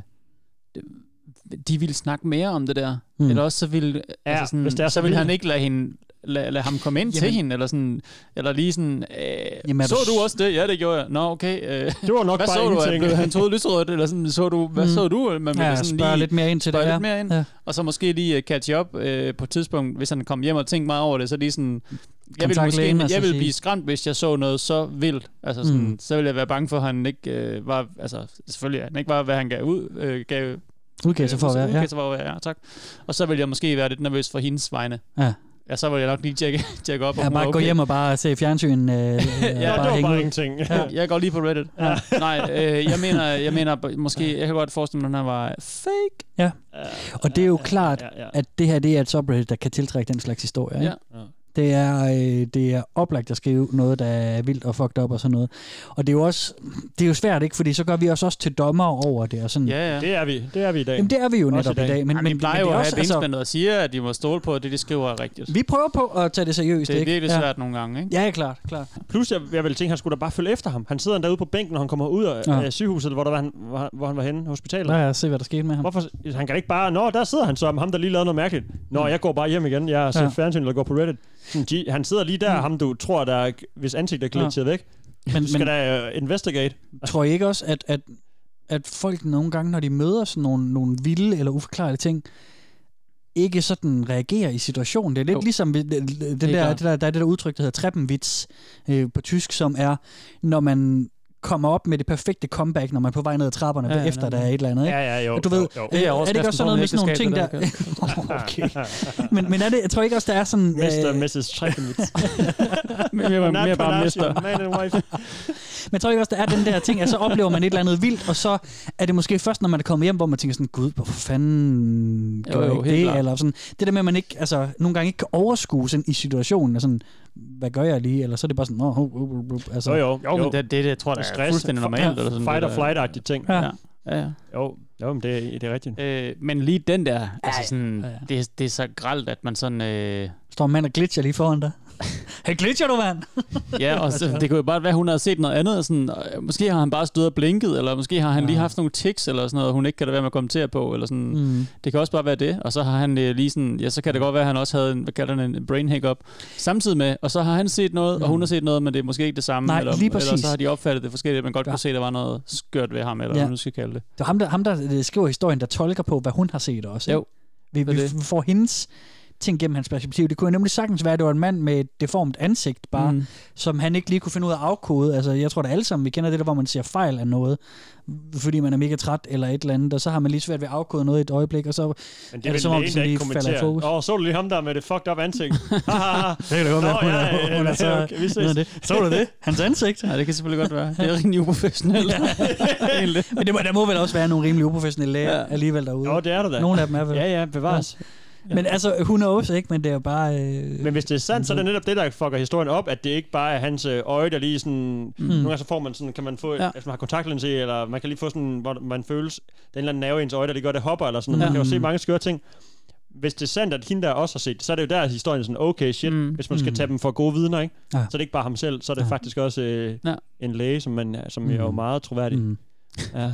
de ville snakke mere om det der. Eller også så ville... Ja, hvis det er så ville han ikke lade ham komme ind til hende, eller sådan, eller lige sådan, så du også det? Ja, det gjorde jeg. Nå, okay. Det var nok hvad bare så ingenting. Du? Han troede lyserødt, eller sådan, så du, hvad så du? Man ja, sådan spørge lidt mere ind til det. Lidt mere ind, og så måske lige catch up på et tidspunkt, hvis han kom hjem og tænkte meget over det, så lige sådan, jeg ville blive skræmt, hvis jeg så noget så vildt. Altså sådan, så ville jeg være bange for, at han ikke var, altså selvfølgelig, han ikke var, hvad han gav udgav sig for at være, ja, tak. Og så ville jeg måske være lidt nervøs for hendes vegne. Ja, så ville jeg nok lige tjekke op. Ja, bare gå hjem og bare se fjernsyn. Ja, det var bare ingenting. Jeg går lige på Reddit. Nej, jeg mener måske, jeg kan godt forestille mig, at den her var fake. Ja, og det er jo klart, at det her det er et subreddit, der kan tiltrække den slags historie. Ja. Det er oplagt at skrive noget, der er vildt og fucked up og sådan noget. Og det er jo også, det er jo svært, ikke? Fordi så gør vi os også til dommer over det og sådan. Ja. Det er vi i dag. Jamen, det er vi jo netop i dag. Men vi plejer jo at have benspændet og siger, at de må stole på, at det de skriver er rigtigt. Vi prøver på at tage det seriøst, det er virkelig svært nogle gange, ikke? Ja, klart. Plus, jeg vil tænke, han skulle da bare følge efter ham. Han sidder derude på bænken, når han kommer ud af sygehuset, hvor han var henne, hospitalet. Ja, se hvad der skete med ham. Hvorfor? Han kan ikke bare, der sidder han så, ham der lige lavede noget mærkeligt. Jeg går bare hjem igen. Jeg har set fjernsyn eller går på Reddit. Han sidder lige der, ham du tror, der er, hvis ansigt er glitchet væk. Men skal der investigate. Tror I ikke også, at folk nogle gange, når de møder sådan nogle vilde eller uforklarlige ting, ikke sådan reagerer i situationen? Det er lidt ligesom der er det der udtryk, der hedder Treppenwitz på tysk, som er, når man kommer op med det perfekte comeback, når man er på vej ned ad trapperne, efter der er et eller andet, ikke? Ja, jo. Du ved, er det ikke også sådan noget med sådan nogle ting der? Okay. Men er det, jeg tror ikke også, der er sådan... Mr. og Mrs. Treppenwitz. mere bare Mr. Man and wife. Men jeg tror ikke også, der er den der ting, at så oplever man et eller andet vildt, og så er det måske først, når man er kommet hjem, hvor man tænker sådan, gud, hvorfor fanden gør jeg ikke det? Eller sådan. Det der med, at man ikke, altså, nogle gange ikke kan overskue sådan, i situationen, og sådan, hvad gør jeg lige? Eller så er det bare sådan, altså. Jo, men det tror jeg er fuldstændig normalt. Eller sådan, fight or flight-agtige ting. Ja. Jo, men det er rigtigt. Men lige den der, altså sådan, det er så grelt, at man sådan... Står en mand og glitcher lige foran dig. Hey, glitcher du, mand? Ja, og så, det kunne jo bare være, at hun havde set noget andet. Sådan, måske har han bare stået og blinket, eller måske har han lige haft nogle tics, eller sådan noget, hun ikke kan da være med at kommentere på. Eller sådan. Det kan også bare være det. Og så har han lige sådan, ja, så kan det godt være, at han også havde en brain hiccup samtidig med, og så har han set noget, og hun har set noget, men det er måske ikke det samme. Nej, eller så har de opfattet det forskelligt, man godt kunne se, at der var noget skørt ved ham, eller hvad man nu skal kalde det. Det var ham, der skriver historien, der tolker på, hvad hun har set også. Jo. Vi får hendes ting gennem hans perspektiv. Det kunne nemlig sagtens være, at det var en mand med et deformt ansigt, bare, som han ikke lige kunne finde ud af at afkode. Altså, jeg tror da alle sammen, vi kender det der, hvor man ser fejl af noget, fordi man er mega træt eller et eller andet, og så har man lige svært ved at afkode noget i et øjeblik, og så men det er det som om, det lige falder i fokus. Så du lige ham der med det fucked up ansigt? Det kan da godt være, hun er så... Så du det? Hans ansigt? Ja, det kan selvfølgelig godt være. Det er rimelig uprofessionelt. Men der må vel også være nogle rimelig uprofessionelle læger alligevel derude. Jo, det er der da. Nogle af dem er vel. Ja, bevares. Ja. Men altså, hun er også, ikke? Men det er jo bare... Men hvis det er sandt, så er det netop det, der fucker historien op, at det ikke bare er hans øje, der lige sådan... Nogle gange så får man sådan, kan man få... Altså, man har kontaktlinse i, eller man kan lige få sådan, hvor man føles... Den eller anden nerve i ens øje, der lige gør det hopper, eller sådan. Man kan jo se mange skøre ting. Hvis det er sandt, at hende der også har set, så er det jo der historien sådan, okay, shit, hvis man skal tage dem for gode vidner, ikke? Så er det ikke bare ham selv, så er det faktisk også en læge, som er jo meget troværdig. Ja,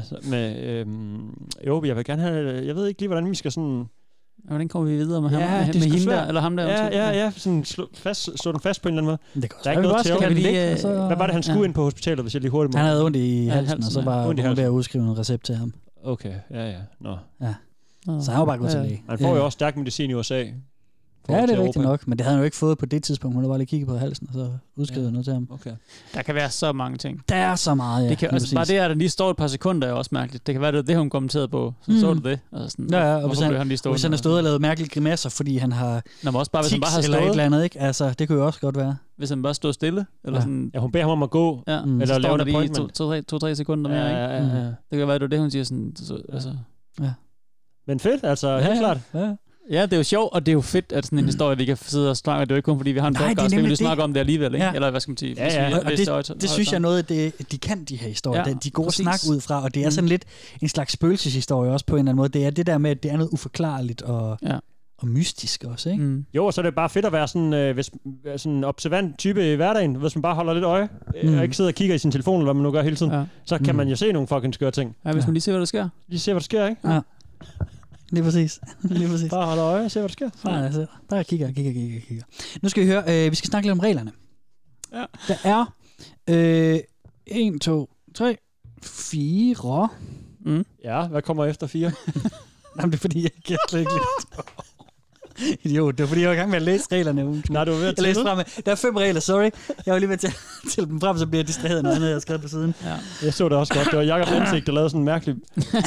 jo, jeg vil gerne have... Jeg ved ikke lige, hvordan vi skal sådan... Hvordan kommer vi videre med ham? Med hende der, eller ham der? Ja, sådan slå den fast på en eller anden måde. Det kan der er ikke noget til. Hvad var det, han skulle ind på hospitalet, hvis jeg lige hurtigt må? Han havde ondt i halsen, og så var hun ved at udskrive en recept til ham. Okay, ja. Nå. Ja. Så han var bare gået til læge. Han får jo også stærk medicin i USA. Ja, det er rigtigt nok, men det havde han jo ikke fået på det tidspunkt. Hun havde bare lige kigget på halsen, og så udskrevet noget til ham. Okay. Der kan være så mange ting. Der er så meget, ja. Det kan, altså, bare det, at der lige står et par sekunder, er også mærkeligt. Det kan være, det er det, hun kommenterede på. Så du det? Altså sådan, og hvis han har stået og lavet mærkelige grimasser, fordi han har også bare, hvis han bare har eller et eller andet, ikke? Altså, det kunne jo også godt være. Hvis han bare stod stille, eller sådan... Ja, hun beder ham om at gå, eller lave en appointment. 2-3 sekunder mere, ikke? Det kan være, det er det, hun siger sådan... Altså. Ja. Men fedt, altså, helt klart. Ja, det er jo sjovt, og det er jo fedt, at sådan en historie, vi kan sidde og snakke. Det er jo ikke kun, fordi vi har en podcast, vi vil snakke om det alligevel, ikke? Eller hvad skal man sige? Det synes jeg er noget, de kan, de her historier. De gode snak ud fra, og det er sådan lidt en slags spøgelseshistorie også på en eller anden måde. Det er det der med, at det er noget uforklarligt og mystisk også, ikke? Jo, og så er det bare fedt at være sådan en observant type i hverdagen, hvis man bare holder lidt øje, og ikke sidder og kigger i sin telefon, eller hvad man nu gør hele tiden. Så kan man jo se nogle fucking skøre ting. Ja, hvis man lige ser, hvad der sker. Lige ser, hvad der sker, ikke? Ja. Lige præcis. Bare holde øje og se, hvad der sker. Bare kigger. Nu skal vi høre, vi skal snakke lidt om reglerne. Ja. Der er 1, 2, 3, 4. Ja, hvad kommer efter 4? Jamen, det er fordi, jeg kan slet ikke læse. Idiot, det var fordi, jeg var i gang med at læse reglerne. Nej, du var ved at læse frem. Der er 5 regler, sorry. Jeg var lige ved at tælle dem frem, så bliver jeg distraheret af noget andet, jeg har skrevet på siden. Ja. Jeg så det også godt. Det var Jakob Ansigt, der lavede sådan en mærkelig...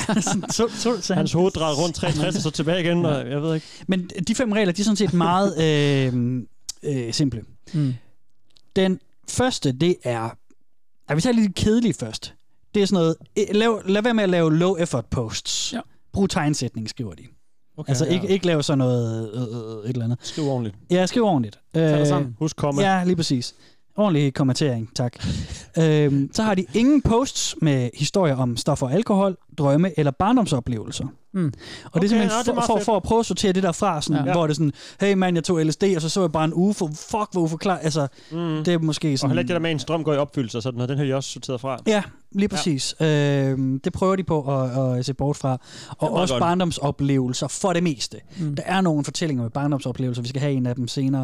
Hans hoved drejede rundt 63 og så tilbage igen, og jeg ved ikke. Men de 5 regler, de er sådan set meget simple. Den første, det er... vi tager lidt kedeligt først. Det er sådan noget... Lad være med at lave low effort posts. Ja. Brug tegnsætning, skriver de. Okay, altså ikke lave sådan noget et eller andet. Skriv ordentligt. Ja, skriv ordentligt. Husk komma. Ja, lige præcis. Ordentlig kommentering, tak. Så har de ingen posts med historier om stoffer og alkohol, drømme eller barndomsoplevelser. Og det er simpelthen for at prøve at sortere det der fra, sådan, hvor det er sådan, hey mand, jeg tog LSD, og så jeg bare en UFO. Fuck, hvor uforklaret. Altså, det er måske sådan... Og heller ikke det der med, en strøm går i opfyldelse og sådan noget. Den har de også sorteret fra. Ja, lige præcis. Det prøver de på at se bort fra. Og også godt. Barndomsoplevelser for det meste. Der er nogle fortællinger med barndomsoplevelser. Vi skal have en af dem senere.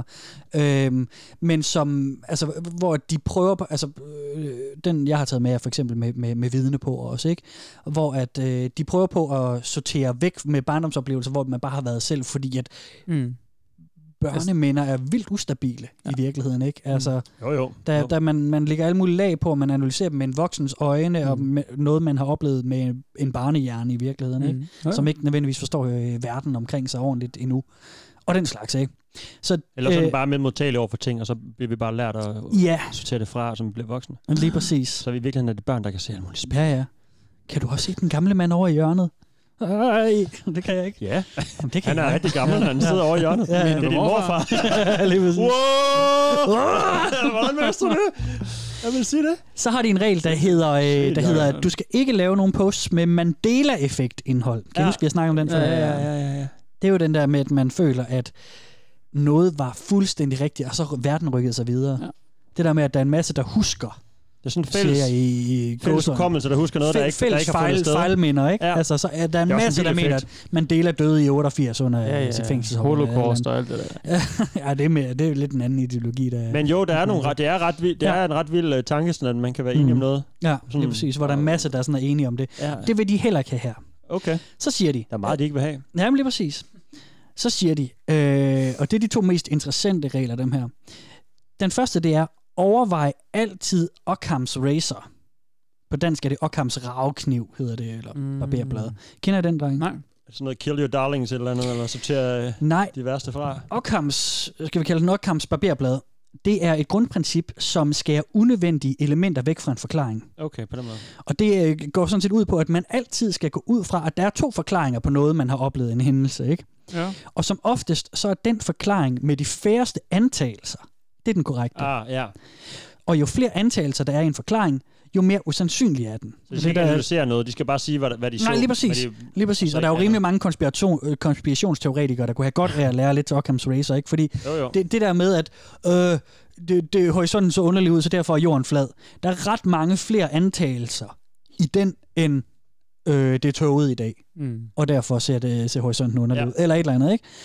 Men som, altså, hvor de prøver på, altså, den jeg har taget med, for eksempel med vidne på også, ikke? Hvor at de prøver på at sortere væk med barndomsoplevelser, hvor man bare har været selv, fordi at børneminder er vildt ustabile i virkeligheden, ikke? Altså, der man lægger alle mulige lag på, og man analyserer dem med en voksens øjne, og med noget, man har oplevet med en barnehjerne i virkeligheden, ikke? Som ikke nødvendigvis forstår verden omkring sig ordentligt endnu. Og den slags, ikke? Så, eller sådan bare med modtagelig over for ting, og så bliver vi bare lært at sortere det fra, som vi bliver voksne. Lige præcis. Så i virkeligheden er det børn, der kan se alt muligt spil. Ja. Kan du også se den gamle mand over i hjørnet? Det kan jeg ikke. Ja, jamen, det kan han er rigtig gammel, han sidder over i hjørnet. Det er din morfar. Hvordan vidste du det? Jeg vil sige det. Så har de en regel, der hedder, at du skal ikke lave nogen posts med Mandela-effekt-indhold. Kan du huske, at jeg snakker om den? Ja. Det er jo den der med, at man føler, at noget var fuldstændig rigtigt, og så verden rykkede sig videre. Ja. Det der med, at der er en masse, der husker. Det er sådan en fælles hukommelse, der husker noget, der ikke har fundet sted. Fejlminder, ikke? Ja. Altså, så er der en masse, der mener, at Mandela døde i 88 under sit fængselsophold. Holocaust og alt det der. Ja, det er lidt en anden ideologi, der. Men jo, det er en ret vild tanke, sådan, at man kan være enig om noget. Ja, det er præcis, hvor der er en masse, der er sådan enige om det. Ja. Det vil de heller ikke have her. Okay. Så siger de. Der er meget, de ikke vil have. Ja, men lige præcis. Så siger de, og det er de 2 mest interessante regler, dem her. Den første, det er, overvej altid Ockhams razor. På dansk er det Ockhams ravekniv, hedder det, eller barberblad. Kender I den, dreng? Nej. Sådan noget kill your darlings eller andet, eller sortere de værste fra? Ockhams, skal vi kalde den Ockhams barberblad, det er et grundprincip, som skærer unødvendige elementer væk fra en forklaring. Okay, på den måde. Og det går sådan set ud på, at man altid skal gå ud fra, at der er 2 forklaringer på noget, man har oplevet en hændelse, ikke? Ja. Og som oftest, så er den forklaring med de færreste antagelser, det er den korrekte. Ja. Og jo flere antagelser, der er i en forklaring, jo mere usandsynlig er den. Så de skal ikke analysere noget, de skal bare sige, hvad de så. Nej, lige præcis. Lige præcis. Og der er jo rimelig mange konspirationsteoretikere, der kunne have godt af at lære lidt til Ockhams razor, ikke? Fordi jo. Det der med, at det horisonten så underlig ud, så derfor er jorden flad. Der er ret mange flere antagelser i den, end det er tåget i dag. Og derfor ser horisonten underlig ud. Eller et eller andet, ikke?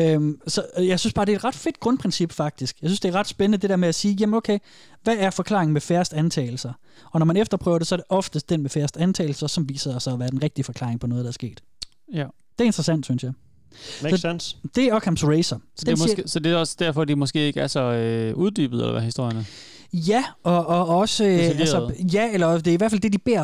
Så jeg synes bare, det er et ret fedt grundprincip, faktisk. Jeg synes, det er ret spændende, det der med at sige, jamen okay, hvad er forklaringen med færrest antagelser? Og når man efterprøver det, så er det oftest den med færrest antagelser, som viser sig at være den rigtige forklaring på noget, der er sket. Ja. Det er interessant, synes jeg. Makes sense. Det er Ockhams razor. Så det er også derfor, de måske ikke er så uddybet, eller hvad historien er? Ja, og også... eller det er i hvert fald det, de beder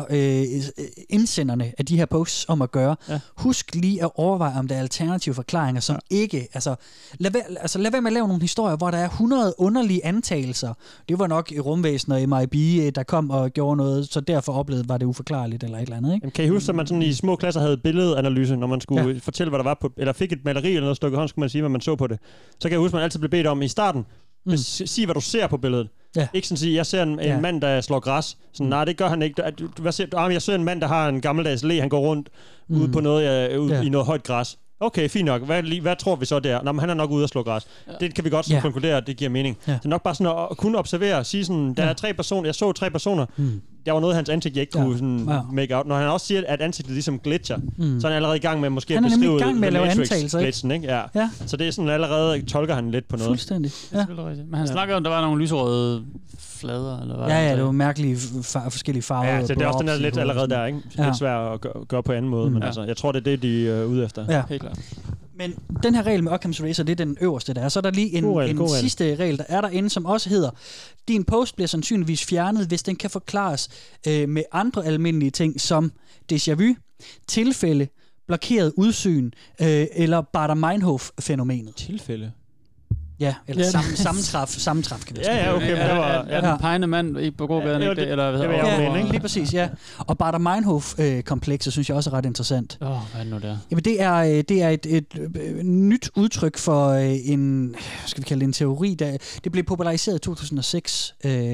indsenderne af de her posts om at gøre. Ja. Husk lige at overveje, om der er alternative forklaringer, som ikke... Lad være med at lave nogle historier, hvor der er 100 underlige antagelser. Det var nok rumvæsener i MIB, der kom og gjorde noget, så derfor oplevede, var det uforklarligt eller et eller andet, ikke? Jamen, kan I huske, at man sådan i små klasser havde billedanalyse, når man skulle fortælle, hvad der var på... Eller fik et maleri eller noget stykke hånd, skulle man sige, hvad man så på det. Så kan jeg huske, at man altid blev bedt om i starten, sig, hvad du ser på billedet. Ja. Ikke sådan sige, jeg ser en mand, der slår græs. Sådan, nej, det gør han ikke. Hvad ser du? Jeg ser en mand, der har en gammeldags le, han går rundt ude på noget, i noget højt græs. Okay, fint nok. Hvad tror vi så der? Nå, men han er nok ude at slå græs. Ja. Det kan vi godt sådan konkludere, at det giver mening. Ja. Det er nok bare sådan at kunne observere, sige sådan, der er 3 personer, jeg så 3 personer, der var noget af hans ansigt, jeg ikke kunne sådan make out. Når han også siger, at ansigtet ligesom glitcher, så er han allerede i gang med måske at beskrive Matrix-glitchen, ikke? Ja. Så det er sådan, allerede tolker han lidt på noget. Fuldstændig. Ja. Men han snakker om, der var nogle lyserøde flader, eller hvad? Ja, det var mærkelige forskellige farver. Ja, så det er også den der lidt allerede der, ikke? Lidt svært at gøre på anden måde, men altså, jeg tror, det er det, de er ude efter. Ja. Helt klart. Men den her regel med Occam's razor, det er den øverste der. Så er der lige en sidste regel, der er derinde, som også hedder, din post bliver sandsynligvis fjernet, hvis den kan forklares med andre almindelige ting, som déjà vu, tilfælde, blokeret udsyn, eller Baader-Meinhof-fænomenet. Tilfælde? Ja, eller sammentræf, kan vi sige. Ja, okay. Det var den pegende mand i på gågaden, ikke det? Eller hvad hedder det? Lige præcis, ja. Og Baader-Meinhof-komplekset synes jeg også er ret interessant. Hvad er det nu der? Jamen, det er et nyt udtryk for skal vi kalde det en teori, det blev populariseret i 2006,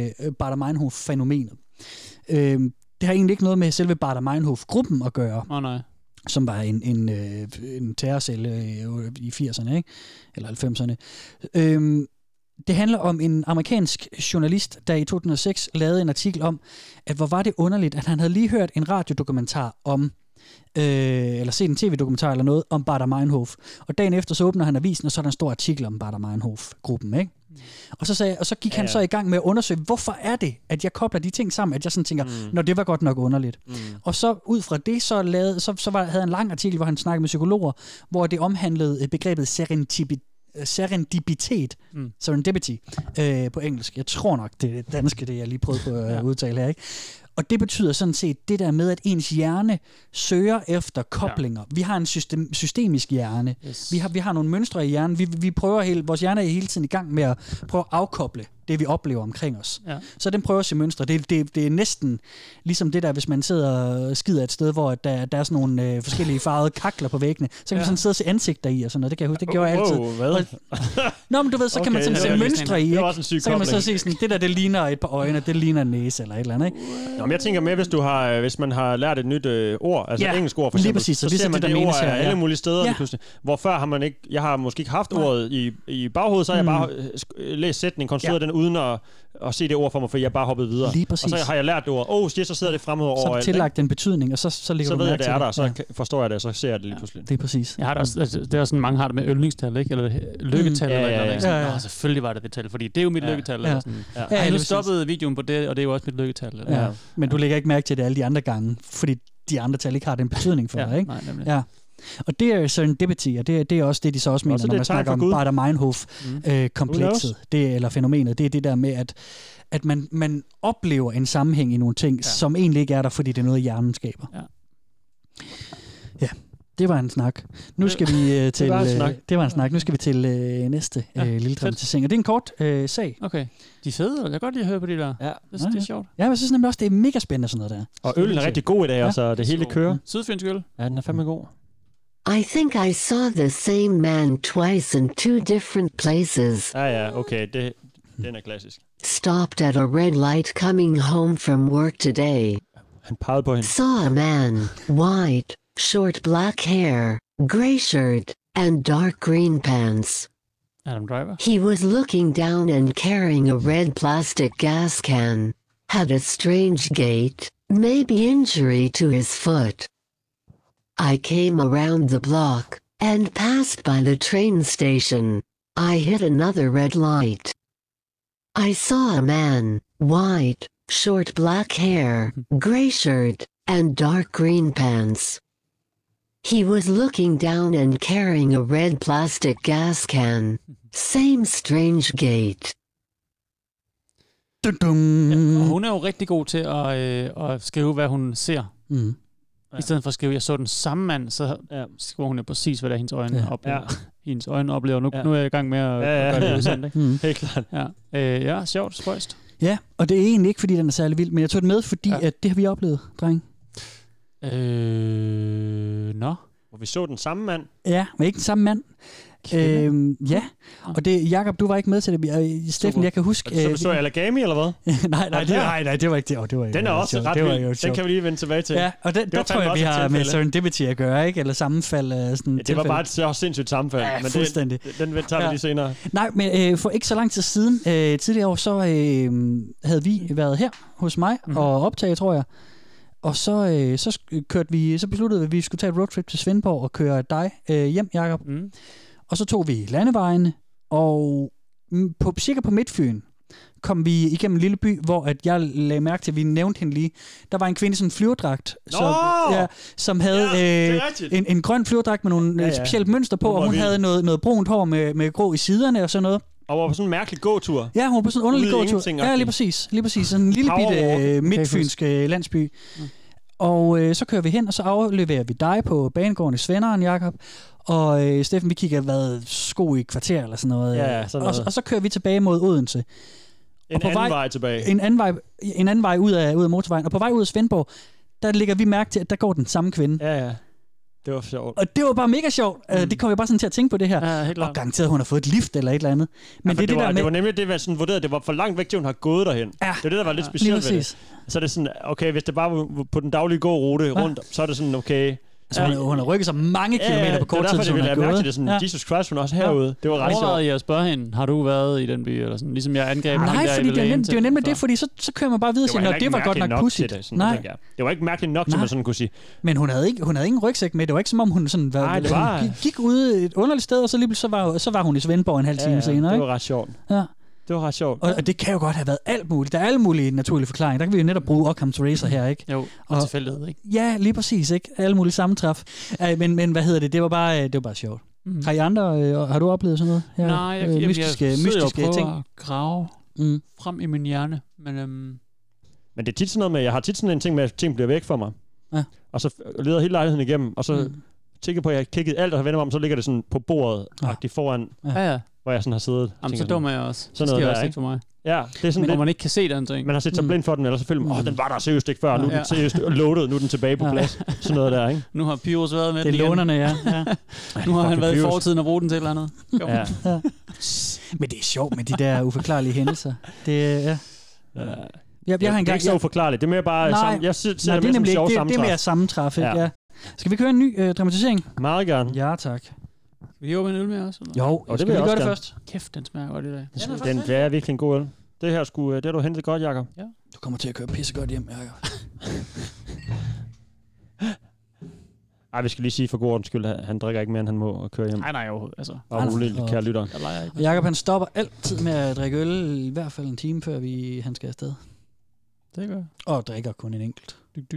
Baader-Meinhof-fænomenet. Det har egentlig ikke noget med selve Baader-Meinhof-gruppen at gøre. Nej. Som var en terrorcelle i 80'erne, ikke? Eller 90'erne. Det handler om en amerikansk journalist, der i 2006 lavede en artikel om, at hvor var det underligt, at han havde lige hørt en radiodokumentar om, eller set en tv-dokumentar eller noget om Baader-Meinhof. Og dagen efter så åbner han avisen, og så er der en stor artikel om Baader-Meinhof-gruppen, ikke? Og så gik han så i gang med at undersøge, hvorfor er det, at jeg kobler de ting sammen, at jeg sådan tænker, når det var godt nok underligt. Og så ud fra det, havde han en lang artikel, hvor han snakkede med psykologer, hvor det omhandlede begrebet serendipity på engelsk. Jeg tror nok, det er danske, det jeg lige prøvede på at udtale her, ikke? Og det betyder sådan set det der med, at ens hjerne søger efter koblinger. Ja. Vi har en systemisk hjerne. Yes. Vi har nogle mønstre i hjernen. Vores hjerne er hele tiden i gang med at prøve at afkoble det vi oplever omkring os. Ja. Så den prøver at se mønstre. Det er næsten ligesom det der, hvis man sidder og skider et sted, hvor der er sådan nogle forskellige farvede kakler på væggene, så kan man sådan sidde og se ansigter i og sådan noget. Det kan jeg huske, det gjorde jeg altid. Hvad? Nå, men du ved, så kan man sådan se mønstre i, ikke? Så kan man så se sådan, det ligner et par øjne, det ligner en næse eller et eller andet, ikke? Nå, men jeg tænker med, hvis man har lært et nyt ord, altså engelsk ord for eksempel, præcis, så ser man det ord her, alle mulige steder. Hvor før har man ikke, jeg har måske ikke haft ordet i baghovedet, så har jeg bare læst sætningen, konstrueret den uden at se det ord for mig, for jeg bare hoppet videre. Lige præcis. Og så har jeg lært det ord. Så sidder det fremmede over. Så har tillagt en betydning, og så ligger så du ved jeg, mærke det er der, til så forstår jeg det, og så ser jeg det lige pludselig. Det er præcis. Jeg har det også, det er sådan, mange har det med yndlingstal, ikke? Eller lykketal, eller noget. Selvfølgelig var det tal, fordi det er jo mit lykketal. Eller sådan. Jeg nu stoppede videoen på det, og det er jo også mit lykketal. Ja. Men du lægger ikke mærke til det alle de andre gange, fordi de andre tal ikke har den betydning for dig, ikke? Nej, nemlig. Ja. Og det er serendipity, og det er også det, de så også mener, når man snakker om Baader-Meinhof-komplekset, eller fænomenet. Det er det der med, at man oplever en sammenhæng i nogle ting, som egentlig ikke er der, fordi det er noget, hjernen skaber. Ja, det var en snak. Nu skal vi til... Det var en snak. Nu skal vi til næste lille dramatisering. Og det er en kort sag. Okay. De er fede, jeg kan godt lide at høre på de der. Ja. Det er sjovt. Ja, jeg synes nemlig også, det er mega spændende sådan noget der. Og øllen er rigtig god i dag, så det hele kører. Sydfynsk øl. Ja, den er fandme god. I think I saw the same man twice in 2 different places. Ja, okay, den er klassisk. Stopped at a red light coming home from work today. Han pegede på hende. Saw a man, white, short black hair, gray shirt, and dark green pants. Adam Driver. He was looking down and carrying a red plastic gas can. Had a strange gait, maybe injury to his foot. I came around the block and passed by the train station. I hit another red light. I saw a man, white, short black hair, gray shirt, and dark green pants. He was looking down and carrying a red plastic gas can. Same strange gait. Ja, og hun er jo rigtig god til at skrive, hvad hun ser. Mm. I stedet for at skrive, at jeg så den samme mand, så skriver hun jo præcis, hvad der hendes øjne oplever. Ja. Hendes øjne oplever. Nu er jeg i gang med at gøre det udsendt. Ikke? Helt klart. Ja, sjovt, spøjst. Ja, og det er egentlig ikke, fordi den er særlig vild, men jeg tog det med, fordi at det har vi oplevet, dreng. Hvor vi så den samme mand. Ja, men ikke den samme mand. Ja, og det, Jakob, du var ikke med til det. Steffen, jeg kan huske... Så Allergami, eller hvad? nej, det var ikke det. Det var den er også ret vild. Den kan vi lige vende tilbage til. Ja, og der tror jeg, vi har med serendipity at gøre, ikke? Eller sammenfald. Sådan det var bare et så sindssygt sammenfald. Ja, fuldstændig. Den tager vi lige senere. Nej, men for ikke så lang tid siden, tidligere år, så havde vi været her hos mig og optage, tror jeg. Og så besluttede vi, at vi skulle tage et roadtrip til Svendborg og køre dig hjem, Jakob. Og så tog vi landevejene, og cirka på Midtfyn kom vi igennem en lille by, hvor at jeg lagde mærke til, at vi nævnte hende lige. Der var en kvinde i sådan en flyverdragt, som havde en grøn flyverdragt med nogle specielt mønster på, og hun havde noget brunt hår med grå i siderne og sådan noget. Og var på sådan en mærkelig gåtur. Ja, hun var på sådan en underlig gåtur. Ja, lige præcis. Sådan en lille bitte midtfynsk landsby. Og så kører vi hen, og så afleverer vi dig på banegården i Svenderen, Jakob. Og Steffen, vi kigger sko i et kvarter eller sådan noget. Ja, sådan noget. Og så kører vi tilbage mod Odense. En anden vej tilbage. En anden vej ud af motorvejen. Og på vej ud af Svendborg, der lægger vi mærke til, at der går den samme kvinde. Ja. Det var sjovt. Og det var bare mega sjovt. Det kom jeg bare sådan til at tænke på det her. Ja, og garanteret, hun har fået et lift eller et eller andet. Men det var nemlig det, var sådan vurderet, det var for langt væk til, hun har gået derhen. Ja. Det var det, der var lidt specielt ved det. Så er det sådan, okay, hvis det bare var på den daglige gårute rundt, så er det sådan, okay... Altså, hun har rykket sig mange kilometer på kort tid, så hun har gået. Det er sådan, Jesus Christ, hun er også herude. Det var ret sjovt. Jeg spørger hende, har du været i den by, eller sådan, ligesom jeg angreb hende. Nej, fordi det er nemlig det, fordi så kører man bare videre og siger, det var godt nok pudsigt. Nej. Det var ikke mærkeligt nok, som man sådan kunne sige. Men hun havde ingen rygsæk med. Det var ikke som om hun sådan gik ud et underligt sted, og så lige så var hun i Svendborg en halv time senere. Det var ret sjovt. Ja. Det var ret sjovt. Og det kan jo godt have været alt muligt. Der er alle mulige naturlige forklaringer. Der kan vi jo netop bruge Occam's Razor her, ikke? Jo, og tilfældighed, ikke? Ja, lige præcis, ikke? Alle mulige sammentræf. Men hvad hedder det? Det var bare sjovt. Har I andre, har du oplevet sådan noget? Ja, nej, jeg mystiske ting. At grave frem i min hjerne. Men det er tit sådan noget med, jeg har tit sådan en ting med, at ting bliver væk fra mig. Ja. Og så leder hele lejligheden igennem, og så tænker på, at jeg har kigget alt, og har vendt mig om, så ligger det sådan på bordet, foran... Ja. Hvor jeg sådan har siddet. Jamen, så dum er jeg også. Sådan noget der, også ikke for mig. Ja, det er sådan hvor man ikke kan se den ting. Man har set sig blind for den, eller så filmen, den var der seriøst ikke før, nu er den seriøst loaded, nu er den tilbage på plads. Sådan noget der, ikke? Nu har Pyrus været med det. Det er lånerne, ja. Nu har han været i fortiden og brugt den til et eller andet. Ja. Men det er sjovt med de der uforklarlige hændelser. Det er... Jeg har det er ikke så uforklarligt. Det er mere bare... Jeg ser det med som sjov sammentræf. Det er mere sammentræf, ja. Skal vi køre en ny dramatisering? Meget gerne. Ja, tak. Vil I åbne en øl med også? Eller? Jo, det skal vi gøre det først? Kæft, den smager godt i dag. Det er virkelig en god øl. Det her det har du hentet godt, Jakob. Ja. Du kommer til at køre pissegodt hjem, Jakob. Ej, vi skal lige sige for god ordens skyld, han drikker ikke mere, end han må køre hjem. Nej, overhovedet. Altså. Og roligt, kære lytter. Jakob, han stopper altid med at drikke øl, i hvert fald en time, før han skal afsted. Det gør. Og drikker kun en enkelt.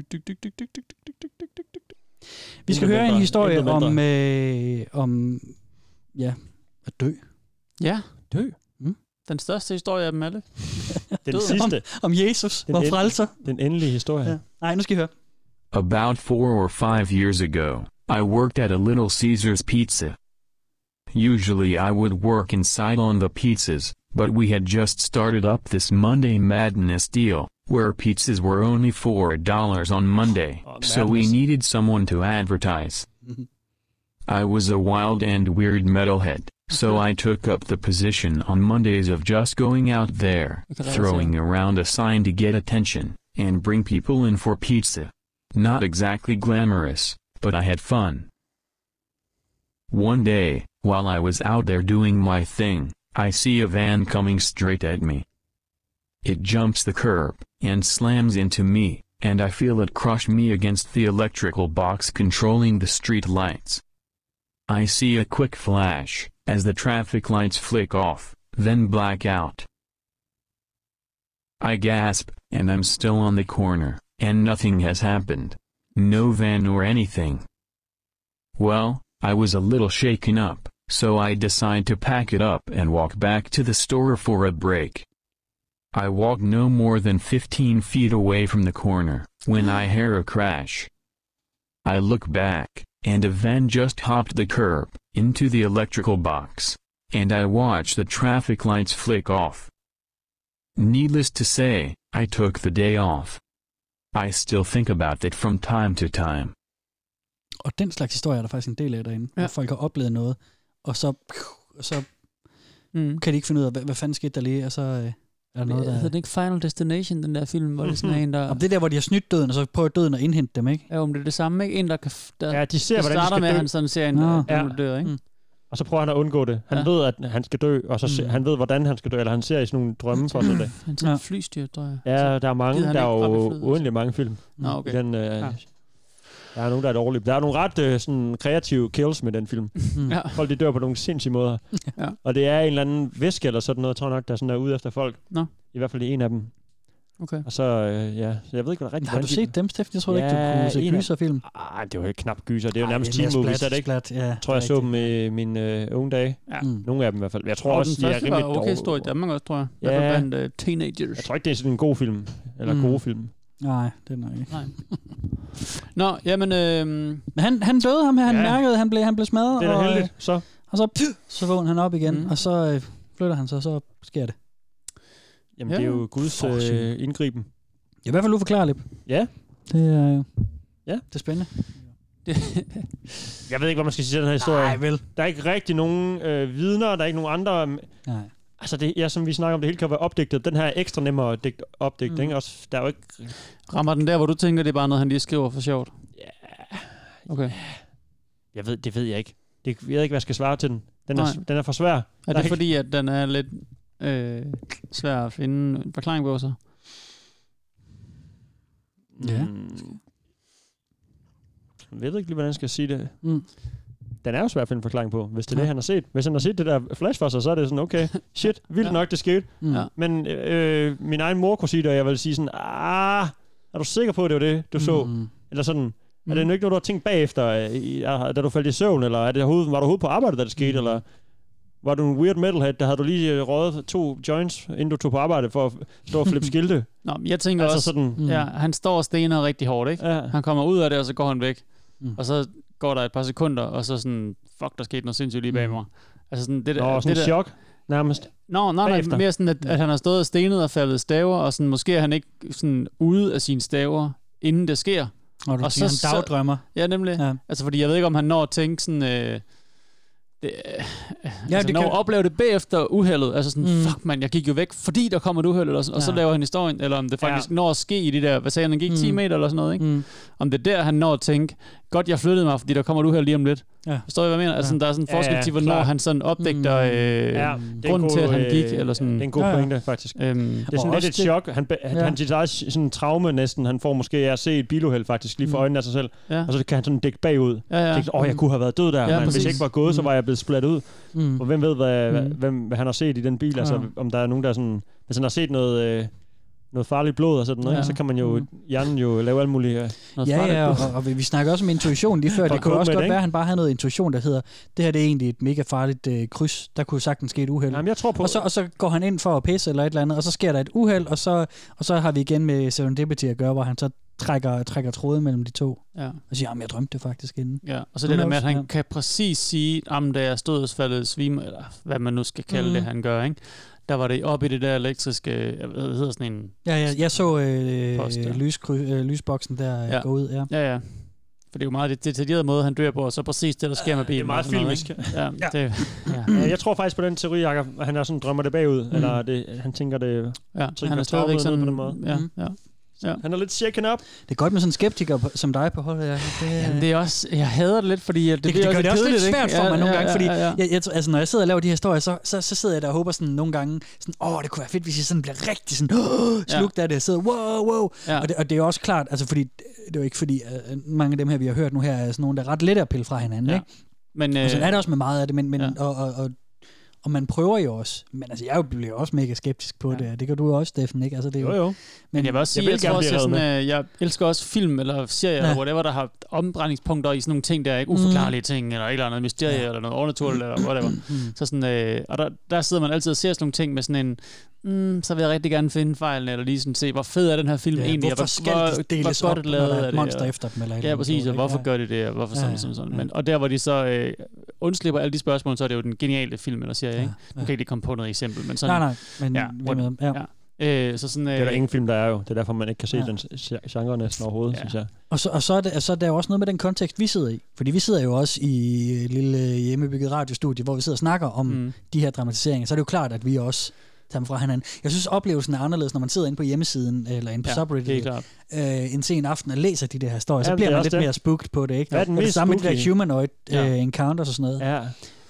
Vi skal høre en historie om at dø. Ja, dø. Den største historie af dem alle. Den sidste. Om Jesus, hvor frelser. Den endelige historie. Ja. Nej, nu skal I høre. About 4 or 5 years ago, I worked at a Little Caesars Pizza. Usually I would work inside on the pizzas, but we had just started up this Monday Madness deal, where pizzas were only $4 on Monday, so we needed someone to advertise. I was a wild and weird metalhead, so I took up the position on Mondays of just going out there, throwing around a sign to get attention, and bring people in for pizza. Not exactly glamorous, but I had fun. One day, while I was out there doing my thing, I see a van coming straight at me. It jumps the curb, and slams into me, and I feel it crush me against the electrical box controlling the street lights. I see a quick flash, as the traffic lights flick off, then black out. I gasp, and I'm still on the corner, and nothing has happened. No van or anything. Well, I was a little shaken up, so I decide to pack it up and walk back to the store for a break. I walk no more than 15 feet away from the corner, when I hear a crash. I look back, and a van just hopped the curb, into the electrical box, and I watch the traffic lights flick off. Needless to say, I took the day off. I still think about it from time to time. Og den slags historie er der faktisk en del af derinde, hvor folk har oplevet noget, og så kan de ikke finde ud af, hvad fanden skete der lige, og så er der noget, der... Det er ikke Final Destination, den der film, hvor det sådan en, der... Og det der, hvor de har snydt døden, og så prøver døden at indhente dem, ikke? Ja, om det er det samme, ikke? En, der kan... Ja, de ser, hvordan de starter skal med, dø. at han sådan ser en, der dør, ikke? Og så prøver han at undgå det. Han ved, at han skal dø, og så han ved, hvordan han skal dø, eller han ser i sådan nogle drømme for sig det. Han ser flystyr, tror jeg. Ja, der er mange, der er jo uendelig mange film. Okay. Den, der er nogen, der er dårlige. Der er nogle ret sådan, kreative kills med den film. Folk, de dør på nogle sindssyge måder. Ja. Og det er en eller anden væske eller sådan noget, tror jeg nok, der sådan er ude efter folk. I hvert fald en af dem. Okay. Og så, jeg ved ikke, hvad rigtigt. Har du set dem, Steffen? Jeg tror ikke, du kunne se gyserfilm. Det var jo ikke knap gyser. Det er jo nærmest teen-movies, er det ikke? Jeg tror, jeg så dem i mine unge dage. Ja. Nogle af dem i hvert fald. Jeg tror også, de er rimelig dårlige. Okay, stor i Danmark også, tror jeg. Ja. Blandt teenagers. Jeg tror ikke, det er sådan en god film. Eller gode film. Nej, det er nok ikke. Nej. Nå, jamen... Han døde ham her, han mærkede, han blev smadret. Det er da heldigt, så. Og så vågner han op igen, og så flytter han sig, og så sker det. Jamen, det er jo Guds indgriben. Det er i hvert fald uforklarligt. Ja. Det er det er spændende. Jeg ved ikke, hvad man skal sige til den her historie. Nej, vel. Der er ikke rigtig nogen vidner, der er ikke nogen andre... Nej. Altså, det, som vi snakker om, det hele kan være opdigtet. Den her er ekstra nemmere at opdigte, ikke? Også, der er jo ikke... Rammer den der, hvor du tænker, det er bare noget, han lige skriver for sjovt? Ja. Okay. Det ved jeg ikke. Jeg ved ikke, hvad jeg skal svare til den. Den er for svær. Er det fordi, at den er lidt svær at finde en forklaring på så? Ja. Jeg ved ikke lige, hvordan jeg skal sige det. Den er jo svær at finde en forklaring på, hvis det er det, han har set. Hvis han har set det der flash for sig, så er det sådan, okay, shit, vildt nok, det skete. Men min egen mor kunne sige det, og jeg vil sige sådan, er du sikker på, at det var det, du så? Eller sådan, er det ikke noget, du har tænkt bagefter, da du faldt i søvn, eller var du overhovedet på arbejde, da det skete, eller var du en weird metalhead, der havde du lige røget 2 joints, inden du tog på arbejde, for at stå og flippe skilte? Nå, jeg tænker altså også, sådan, han står og stener rigtig hårdt, ikke? Ja. Han kommer ud af det, og så går han væk. Og så går der et par sekunder, og så sådan, fuck, der skete noget sindssygt lige bag mig. Altså sådan, det der, sådan det chok? nærmest. Nej, mere sådan, at han har stået og stenet og faldet staver, og sådan, måske er han ikke sådan ude af sine staver, inden det sker. Og du siger, han dagdrømmer. Ja, nemlig. Ja. Altså, fordi jeg ved ikke, om han når at tænke sådan... det når at opleve det bagefter uheldet, altså sådan, fuck man, jeg gik jo væk, fordi der kommer et uheld, og så laver han historien, eller om det faktisk når at ske i de der, hvad sagde han gik 10 meter eller sådan noget, ikke? Om det er der, han når at tænke, godt, jeg flyttede mig, fordi der kommer et uheld lige om lidt. Ja. Forstår I, hvad jeg mener? Altså, der er sådan en forskel til, hvornår han sådan opdægter grunden til, at han gik, eller sådan. Det er en god pointe, faktisk. Det er sådan lidt et chok. Han sit eget sådan en traume næsten, han får måske at se et biluheld faktisk lige for øjnene af sig selv, og så kan han sådan dække bagud. Jeg kunne have været død der, men hvis jeg ikke var gået, så var jeg blevet splattet ud. Og hvem ved, hvad han har set i den bil, altså om der er nogen, der sådan, hvis han har set noget farligt blod og sådan noget, så kan man jo hjernen jo lave alt muligt og vi snakker også om intuition lige før. Det kunne også godt være, at han bare havde noget intuition, der hedder, det her det er egentlig et mega farligt kryds, der kunne sagtens ske et uheld. Jamen, jeg tror på... og så går han ind for at pisse eller et eller andet, og så sker der et uheld, og så har vi igen med serendipity at gøre, hvor han så trækker tråde mellem de to. Ja. Og siger, jeg drømte det faktisk inden. Ja, og så det der med, at han kan præcis sige, da jeg stod og faldet svime, eller hvad man nu skal kalde det, han gør, ikke? Der var det oppe i det der elektriske, hvad hedder sådan en... Ja, jeg så lysboksen der gå ud. Ja. For det er jo meget detaljeret måde, han dør på, og så præcis det, der sker med bilen. Det er meget filmisk. Jeg tror faktisk på den teori, Jacob, at han er sådan drømmer det bagud, eller han tænker det... Ja, han er stadigvæk sådan på den måde. Ja. Han er lidt shaken up. Det er godt med sådan en skeptiker som dig på holdet. Jamen, det er også, jeg hader det lidt, fordi det gør det også lidt svært for mig nogle gange, fordi altså, når jeg sidder og laver de her historier, så sidder jeg der og håber sådan nogle gange, sådan, det kunne være fedt, hvis jeg sådan bliver rigtig sådan, slugt af det, jeg sidder, wow. Ja. Og det er jo også klart, altså fordi, det er jo ikke fordi, mange af dem her, vi har hørt nu her, er sådan nogle, der er ret lette at pille fra hinanden, ikke? Men, og sådan er det også med meget af det, men og man prøver jo også, men altså jeg bliver også mega skeptisk på det. Det gør du også, Steffen, ikke? Altså det er jo. Men jeg vil også sige, jeg elsker også film eller serier eller whatever, der har omdrejningspunkter i sådan nogle ting, der er ikke uforklarlige ting, eller et eller andet mysterie, eller noget overnaturligt, eller whatever. Så sådan, og der sidder man altid og ser sådan nogle ting med sådan en, så vil jeg rigtig gerne finde fejlen, eller lige sådan se, hvor fed er den her film egentlig, hvorfor skal de deles op, når der er et monster efter dem, eller ja, præcis, og hvorfor gør de det, og hvorfor sådan. Men, og der, hvor de så undslipper alle de spørgsmål, så er det jo den geniale film, eller serie, ikke? Nu kan ikke lige komme på noget eksempel, men sådan... Nej, men så sådan, det er der ingen film, der er jo. Det er derfor, man ikke kan se den genre næsten overhovedet, synes jeg. Og så er der jo også noget med den kontekst, vi sidder i. Fordi vi sidder jo også i et lille hjemmebygget radiostudie, hvor vi sidder og snakker om de her dramatiseringer. Så er det jo klart, at vi også tager dem fra hinanden. Jeg synes, oplevelsen er anderledes, når man sidder inde på hjemmesiden, eller inde på subreddit, en sen aften og læser de der historier. Så bliver man lidt mere spooked på det, ikke? Hvad er den mest samme med de der humanoid encounters og sådan noget.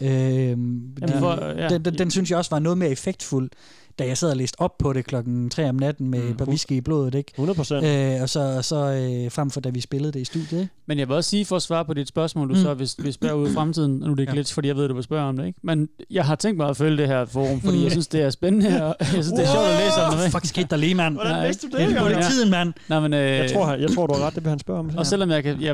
Ja. Den synes jeg også var noget mere effektfuld, da jeg sad og læste op på det 3 om natten med et par whisky i blodet, ikke? 100%. Og så frem for, da vi spillede det i studiet, ikke? Men jeg vil også sige, for at svare på dit spørgsmål, du så vil spørge ud i fremtiden, nu er det ikke lidt, fordi jeg ved, du vil spørge om det, ikke? Men jeg har tænkt mig at følge det her forum, fordi jeg synes, det er spændende, og jeg synes, det er sjovt at læse om det, ikke? Fuck, skete der lige, mand. Hvordan vidste du det? Det er tiden, mand. Nej, men, jeg tror, du har ret, det vil han spørge om. Og selvom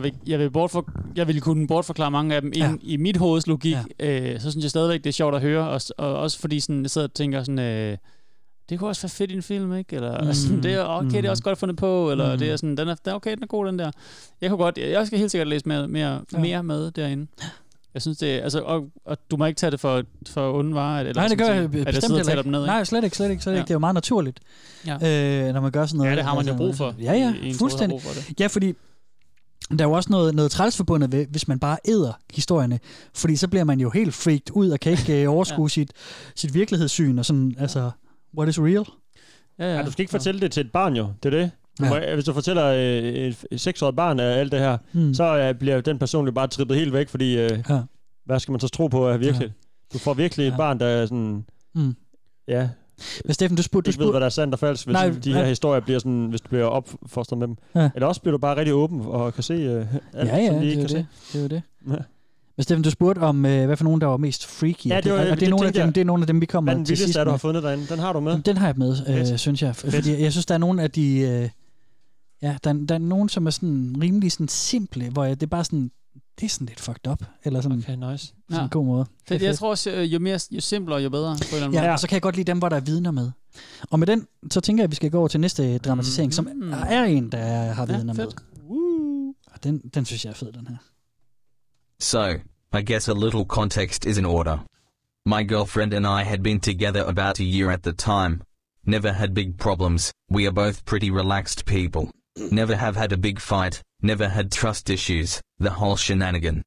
jeg vil kunne bortforklare mange af dem i mit hoveds logik, så synes jeg stadigvæk, det er sjovt at høre, og også fordi sådan, jeg sidder og tænker sådan... det kunne også være fedt i en film, ikke? Eller sådan, det er okay, det er også godt fundet på, eller det er sådan, den er god, den der. Jeg skal helt sikkert læse mere med derinde. Jeg synes det, altså, og du må ikke tage det for onde varer, eller nej, det gør jeg bestemt ikke. Dem ned, nej, slet ikke. Det er jo meget naturligt, når man gør sådan noget. Ja, det har man jo brug for. Ja, fuldstændig. Ja, fordi der er jo også noget træls forbundet ved, hvis man bare æder historierne, fordi så bliver man jo helt freaked ud og kan ikke overskue sit virkelighedssyn og sådan, altså, what is real? Ja, du skal ikke fortælle det til et barn jo, det er det. Hvis du fortæller et 6-årigt barn af alt det her, så bliver den person jo bare trippet helt væk, fordi hvad skal man så tro på er virkelig? Du får virkelig et barn, der er sådan... Ja. Men Steffen, du spurgte... Ikke ved, hvad der er sandt og falsk, hvis de her historier bliver sådan, hvis du bliver opfostret med dem. Ja. Eller også bliver du bare rigtig åben og kan se alt, som de ikke kan se. Det er jo det. Ja. Men Steffen, du spurgte om, hvad for nogen, der var mest freaky. Ja, det er nogle af dem, vi kommer til sidst med. Hvad er den vildeste, du har fundet derinde? Den har du med? Den har jeg med, synes jeg. Fordi jeg synes, der er nogle af de... der er nogen, som er sådan rimelig sådan simple, hvor det er bare sådan... Det er sådan lidt fucked up. Eller sådan, okay, nice. Sådan en god måde. Jeg tror også, jo simplere, jo bedre. På en eller anden måde. Og så kan jeg godt lide dem, hvor der er vidner med. Og med den, så tænker jeg, at vi skal gå over til næste dramatisering, som er en, der har vidner med. Og den synes jeg er fed, den her. So, I guess a little context is in order. My girlfriend and I had been together about a year at the time. Never had big problems, we are both pretty relaxed people. Never have had a big fight, never had trust issues, the whole shenanigan.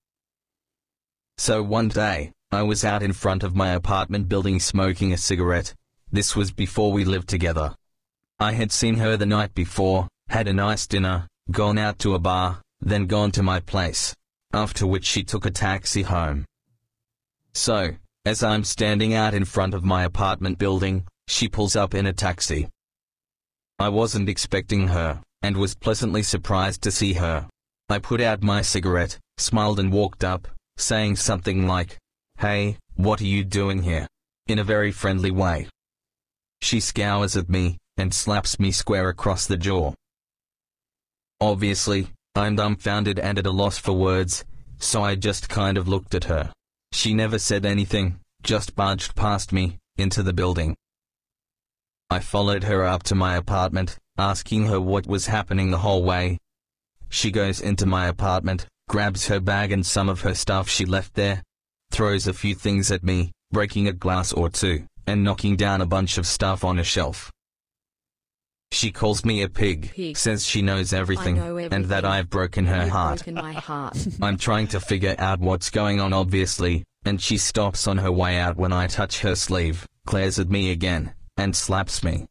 So one day, I was out in front of my apartment building smoking a cigarette. This was before we lived together. I had seen her the night before, had a nice dinner, gone out to a bar, then gone to my place, after which she took a taxi home. So, as I'm standing out in front of my apartment building, she pulls up in a taxi. I wasn't expecting her, and was pleasantly surprised to see her. I put out my cigarette, smiled and walked up, saying something like, "Hey, what are you doing here?" in a very friendly way. She scowls at me, and slaps me square across the jaw. Obviously, I'm dumbfounded and at a loss for words, so I just kind of looked at her. She never said anything, just barged past me, into the building. I followed her up to my apartment, asking her what was happening the whole way. She goes into my apartment, grabs her bag and some of her stuff she left there, throws a few things at me, breaking a glass or two, and knocking down a bunch of stuff on a shelf. She calls me a pig, says she knows everything, and that I've broken her heart. I'm trying to figure out what's going on obviously, and she stops on her way out when I touch her sleeve, glares at me again, and slaps me.